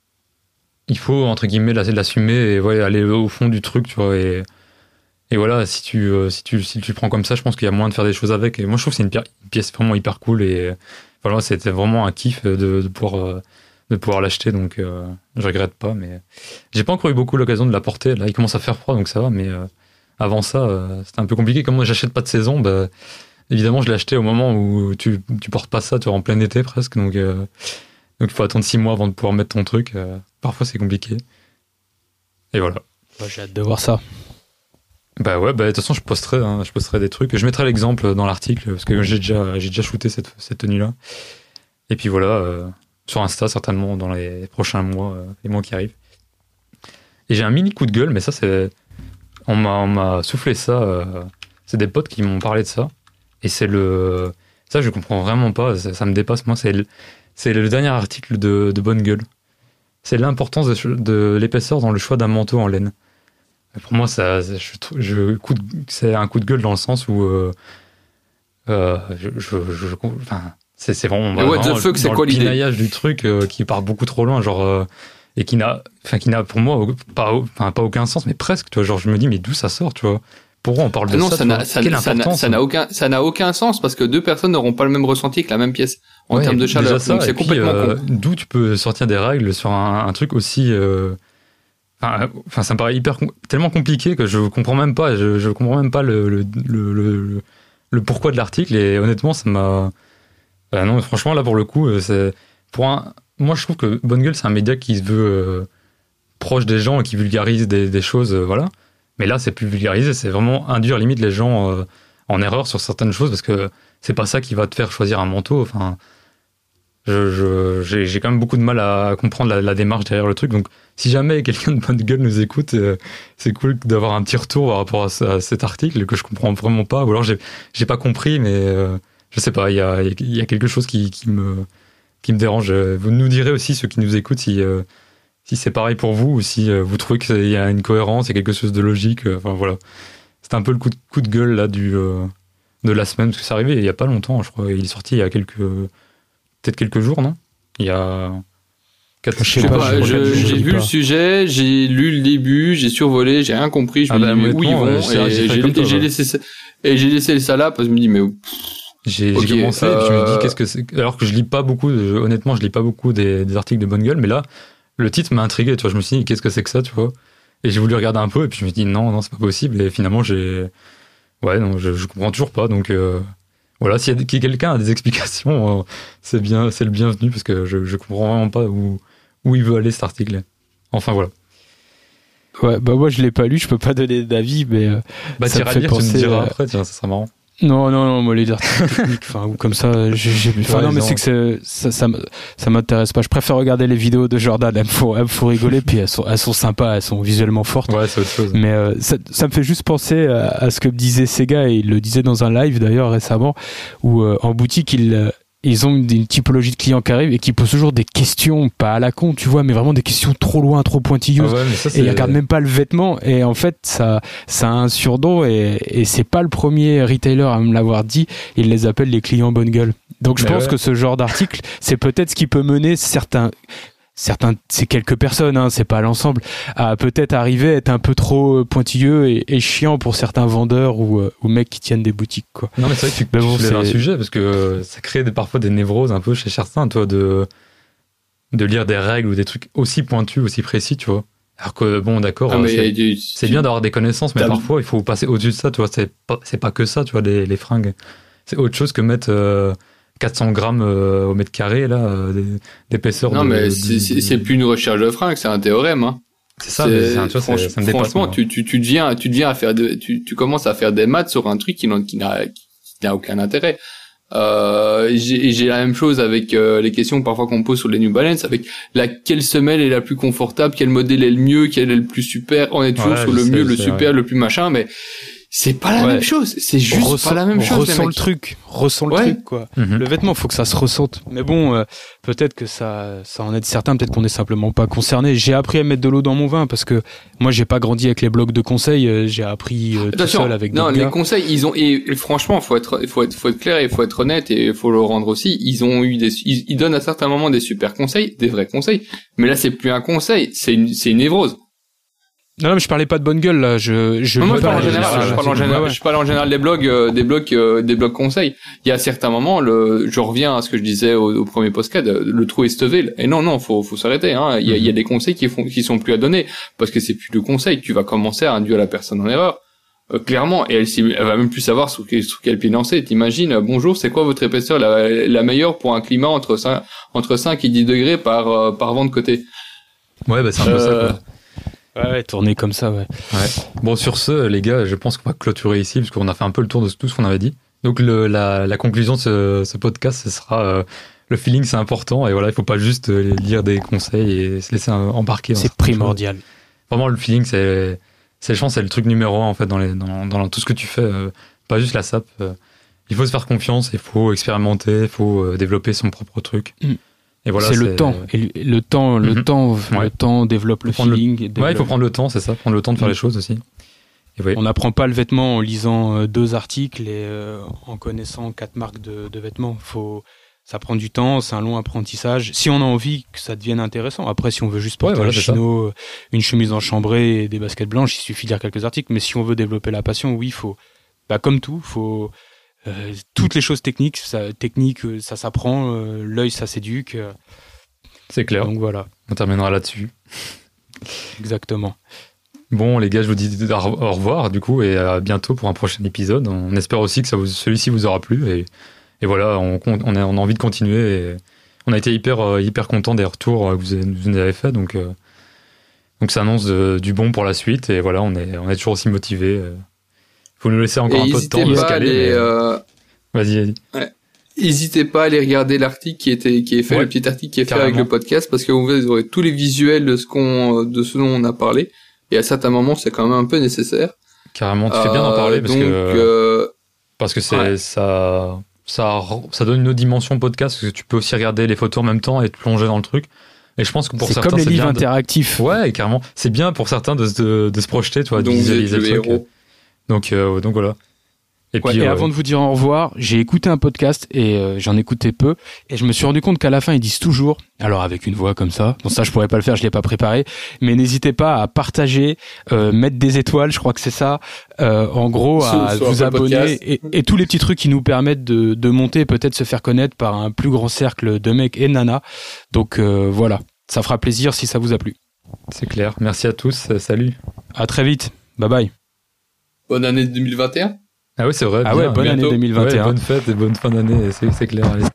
il faut entre guillemets l'assumer et ouais, aller au fond du truc, tu vois, et Et voilà, si tu, euh, si, tu, si tu le prends comme ça, je pense qu'il y a moyen de faire des choses avec. Et moi, je trouve que c'est une, pi- une pièce vraiment hyper cool. Et voilà, c'était vraiment un kiff de, de, pouvoir, euh, de pouvoir l'acheter. Donc, euh, je regrette pas. Mais j'ai pas encore eu beaucoup l'occasion de la porter. Là, il commence à faire froid, donc ça va. Mais euh, avant ça, euh, c'était un peu compliqué. Comme moi, j'achète pas de saison, bah, évidemment, je l'ai acheté au moment où tu, tu portes pas ça, tu vois, en plein été presque. Donc, euh, donc, il faut attendre six mois avant de pouvoir mettre ton truc. Euh, parfois, c'est compliqué. Et voilà. Moi, j'ai hâte de voir ça. Bah ouais, bah de toute façon je posterai, hein, je posterai des trucs. Je mettrai l'exemple dans l'article parce que j'ai déjà, j'ai déjà shooté cette, cette tenue-là. Et puis voilà, euh, sur Insta certainement dans les prochains mois, euh, les mois qui arrivent. Et j'ai un mini coup de gueule, mais ça c'est, on m'a, on m'a soufflé ça. Euh, c'est des potes qui m'ont parlé de ça. Et c'est le, ça je comprends vraiment pas, ça, ça me dépasse moi. C'est le, c'est le dernier article de, de Bonne Gueule. C'est l'importance de, de l'épaisseur dans le choix d'un manteau en laine. Pour moi, ça, je, je, coup de, c'est un coup de gueule dans le sens où euh, euh, je, je, je, enfin, c'est, c'est vraiment, bah, what vraiment the fuck, dans c'est le quoi l'idée pinaillage du truc euh, qui part beaucoup trop loin, genre euh, et qui n'a, enfin, qui n'a pour moi pas, enfin, pas aucun sens, mais presque. Tu vois, genre je me dis mais d'où ça sort, tu vois? Pourquoi on parle de non, ça? ça n'a, ça, ça, n'a, ça n'a aucun, ça n'a aucun sens parce que deux personnes n'auront pas le même ressenti que la même pièce en ouais, termes de chaleur. Ça, donc c'est puis, complètement euh, con. D'où tu peux sortir des règles sur un, un truc aussi. Euh, Enfin, enfin, ça me paraît hyper tellement compliqué que je comprends même pas. Je, je comprends même pas le le, le le le pourquoi de l'article. Et honnêtement, ça m'a. Bah non, franchement, là pour le coup, c'est pour un. Moi, je trouve que Bonne Gueule, c'est un média qui se veut euh, proche des gens et qui vulgarise des, des choses, euh, voilà. Mais là, c'est plus vulgarisé, c'est vraiment induire limite les gens euh, en erreur sur certaines choses parce que c'est pas ça qui va te faire choisir un manteau. Enfin, je, je, j'ai, j'ai quand même beaucoup de mal à comprendre la, la démarche derrière le truc. Donc, si jamais quelqu'un de bonne gueule nous écoute, euh, c'est cool d'avoir un petit retour par rapport à, à cet article que je comprends vraiment pas. Ou alors, j'ai, j'ai pas compris, mais euh, je sais pas, il y a, il y a quelque chose qui, qui, me, qui me dérange. Vous nous direz aussi, ceux qui nous écoutent, si, euh, si c'est pareil pour vous ou si euh, vous trouvez qu'il y a une cohérence, il y a quelque chose de logique. Euh, enfin, voilà. C'était un peu le coup de, coup de gueule là, du, euh, de la semaine, parce que c'est arrivé il y a pas longtemps, je crois. Il est sorti il y a quelques. Peut-être quelques jours, non? Il y a. quatre, je sais pas, je, j'ai vu pas. le sujet, j'ai lu le début, j'ai survolé, j'ai rien compris, je ah me bah, dis mais où ils vont, euh, et, j'ai, j'ai, toi, j'ai laissé ça, et j'ai laissé ça là, parce que je me dis mais où j'ai, okay, j'ai commencé euh... et puis je me dis qu'est-ce que c'est, alors que je lis pas beaucoup, de, honnêtement je lis pas beaucoup des, des articles de bonne gueule, mais là, le titre m'a intrigué, tu vois, je me suis dit qu'est-ce que c'est que ça, tu vois, et j'ai voulu regarder un peu, et puis je me suis dit non, non, c'est pas possible, et finalement j'ai, ouais, non, je, je comprends toujours pas, donc, euh... voilà, s'il y a si quelqu'un a des explications, euh, c'est bien, c'est le bienvenu parce que je, je comprends vraiment pas où, où il veut aller cet article. Enfin voilà. Ouais, bah moi je l'ai pas lu, je peux pas donner d'avis, mais euh, bah ça me fait lire, penser. Tu me diras après, tiens, ça sera marrant. Non, non, non, moi les articles techniques, enfin ou comme ça, j'ai, j'ai... enfin non, mais c'est que c'est, ça, ça, ça m'intéresse pas. Je préfère regarder les vidéos de Jordan. Elles me font, elles me font rigoler, puis elles sont, elles sont sympas, elles sont visuellement fortes. Ouais, c'est autre chose. Mais euh, ça, ça me fait juste penser à, à ce que disait Sega, et il le disait dans un live d'ailleurs récemment, où euh, en boutique ils ils ont une, une typologie de clients qui arrivent et qui posent toujours des questions, pas à la con, tu vois, mais vraiment des questions trop loin, trop pointilleuses. Ah ouais, ça, et ils regardent même pas le vêtement. Et en fait, ça, ça a un surnom, et, et c'est pas le premier retailer à me l'avoir dit. Ils les appellent les clients bonne gueule. Donc je mais pense ouais. que ce genre d'article, c'est peut-être ce qui peut mener certains, certains, c'est quelques personnes, hein, c'est pas l'ensemble, à peut-être arriver à être un peu trop pointilleux et, et chiant pour certains vendeurs ou, ou mecs qui tiennent des boutiques, quoi. Non, mais c'est vrai que tu, mais bon, tu lèves un sujet, parce que ça crée des, parfois des névroses un peu chez certains, toi, de, de lire des règles ou des trucs aussi pointus, aussi précis, tu vois. Alors que, bon, d'accord, ah, c'est, du, c'est tu, bien d'avoir des connaissances, mais parfois, il faut passer au-dessus de ça, tu vois, c'est pas, c'est pas que ça, tu vois, les, les fringues. C'est autre chose que mettre, euh, quatre cents grammes euh, au mètre carré, là, euh, d'épaisseur. Non, de, mais de, c'est, de, c'est, c'est plus une recherche de fringues, c'est un théorème, hein. C'est ça, c'est, mais c'est un, tu vois, franch, ça me dépasse. Franchement, tu, tu, tu deviens, tu deviens à faire de, tu, tu commences à faire des maths sur un truc qui n'a, qui n'a, qui n'a aucun intérêt. Euh, j'ai, j'ai la même chose avec euh, les questions parfois qu'on pose sur les New Balance, avec la, quelle semelle est la plus confortable, quel modèle est le mieux, quel est le plus super. On est toujours ouais, sur le sais, mieux, le super, vrai. Le plus machin, mais c'est pas la ouais. même chose, c'est juste ressent, pas la même chose. Ressens le truc, ressens ouais. le truc, quoi. Mm-hmm. Le vêtement, faut que ça se ressente. Mais bon, euh, peut-être que ça, ça en aide certains, peut-être qu'on est simplement pas concerné. J'ai appris à mettre de l'eau dans mon vin parce que moi, j'ai pas grandi avec les blogs de conseils, euh, j'ai appris euh, tout seul avec des Non, gars. Les conseils, ils ont, et, et franchement, faut être, faut être, faut être clair et faut être honnête et faut le rendre aussi. Ils ont eu des, ils, ils donnent à certains moments des super conseils, des vrais conseils. Mais là, c'est plus un conseil, c'est une, c'est une névrose. Non, non, mais je parlais pas de bonne gueule, là. Je, je, non, non, je parle en général, je parle en général, ouais. je parle en général des blogs, euh, des blogs, euh, des blogs conseils. Il y a certains moments, le, je reviens à ce que je disais au, au premier podcast, le trou est stevé. Et non, non, faut, faut s'arrêter, hein. Il y a, il y a des conseils qui font, qui sont plus à donner. Parce que c'est plus de conseils. Tu vas commencer à induire la personne en erreur. Euh, clairement. Et elle, elle va même plus savoir sous, sous quel pied lancer. T'imagines, euh, bonjour, c'est quoi votre épaisseur la, la meilleure pour un climat entre cinq, entre cinq et dix degrés par, euh, par vent de côté? Ouais, bah, c'est un peu euh, ça, quoi. Ouais, ouais, tourner comme ça, ouais. ouais. Bon, sur ce, les gars, je pense qu'on va clôturer ici, parce qu'on a fait un peu le tour de tout ce qu'on avait dit. Donc, le, la, la conclusion de ce, ce podcast, ce sera euh, le feeling, c'est important, et voilà, il faut pas juste euh, lire des conseils et se laisser embarquer. C'est primordial. Chose. Vraiment, le feeling, c'est, c'est, je pense, c'est le truc numéro un, en fait, dans, les, dans, dans tout ce que tu fais. Euh, pas juste la S A P. Euh, il faut se faire confiance, il faut expérimenter, il faut euh, développer son propre truc. Mm. Et voilà, c'est, c'est le temps. Et le temps, le mm-hmm. temps, ouais. le temps développe le feeling. Le... Et développe... Ouais, il faut prendre le temps, c'est ça, prendre le temps de faire mm. les choses aussi. Et ouais. On n'apprend pas le vêtement en lisant euh, deux articles et euh, en connaissant quatre marques de, de vêtements. Faut, ça prend du temps, c'est un long apprentissage. Si on a envie que ça devienne intéressant. Après, si on veut juste porter ouais, voilà, un chino, une chemise enchambrée et des baskets blanches, il suffit de lire quelques articles. Mais si on veut développer la passion, oui, faut, bah comme tout, faut Euh, toutes les choses techniques, ça, technique, ça s'apprend, euh, l'œil, ça s'éduque. Euh, c'est clair. Donc voilà. On terminera là-dessus. Exactement. Bon, les gars, je vous dis au revoir, du coup, et à bientôt pour un prochain épisode. On espère aussi que ça vous, celui-ci vous aura plu. Et, et voilà, on, on, a, on a envie de continuer. Et on a été hyper, hyper contents des retours que vous, vous nous avez fait. Donc, euh, donc ça annonce de, du bon pour la suite. Et voilà, on est, on est toujours aussi motivés. Faut nous laisser encore et un peu de temps de se caler. Mais... Euh, Vas-y, vas-y. Ouais. N'hésitez pas à aller regarder l'article qui était qui est fait, Ouais, le petit article qui est fait carrément. avec le podcast, parce que vous aurez tous les visuels de ce qu'on de ce dont on a parlé. Et à certains moments, c'est quand même un peu nécessaire. Carrément, tu fais bien d'en parler Euh, parce donc, que euh, parce que c'est ouais. ça ça ça donne une autre dimension au podcast parce que tu peux aussi regarder les photos en même temps et te plonger dans le truc. Et je pense que pour C'est certains comme les c'est livres bien de... interactifs. Ouais, carrément. C'est bien pour certains de se de se projeter, tu vois, de donc vous êtes visualiser le le truc. héros. Donc euh, donc voilà. Et Ouais, puis et euh, avant de vous dire au revoir, j'ai écouté un podcast et euh, j'en écoutais peu et je me suis rendu compte qu'à la fin ils disent toujours, alors avec une voix comme ça, bon ça je pourrais pas le faire, je l'ai pas préparé, mais n'hésitez pas à partager, euh, mettre des étoiles, je crois que c'est ça, euh, en gros à Sur- sur vous Apple abonner Podcast. et, et tous les petits trucs qui nous permettent de, de monter et peut-être se faire connaître par un plus grand cercle de mecs et nanas. Donc euh, voilà, ça fera plaisir si ça vous a plu. c'est clair. Merci à tous. euh, Salut. À très vite, bye bye. Bonne année deux mille vingt et un. Ah ouais, c'est vrai. Ah bien. ouais, bonne bientôt. année deux mille vingt et un. Ouais, bonne fête et bonne fin d'année, c'est c'est clair. Allez.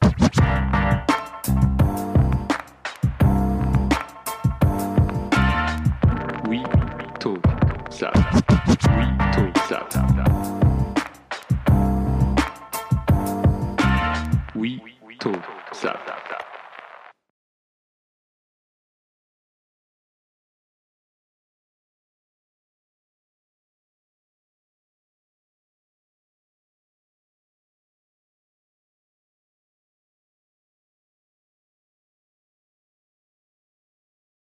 We talk Zap. We talk Zap. We talk Zap.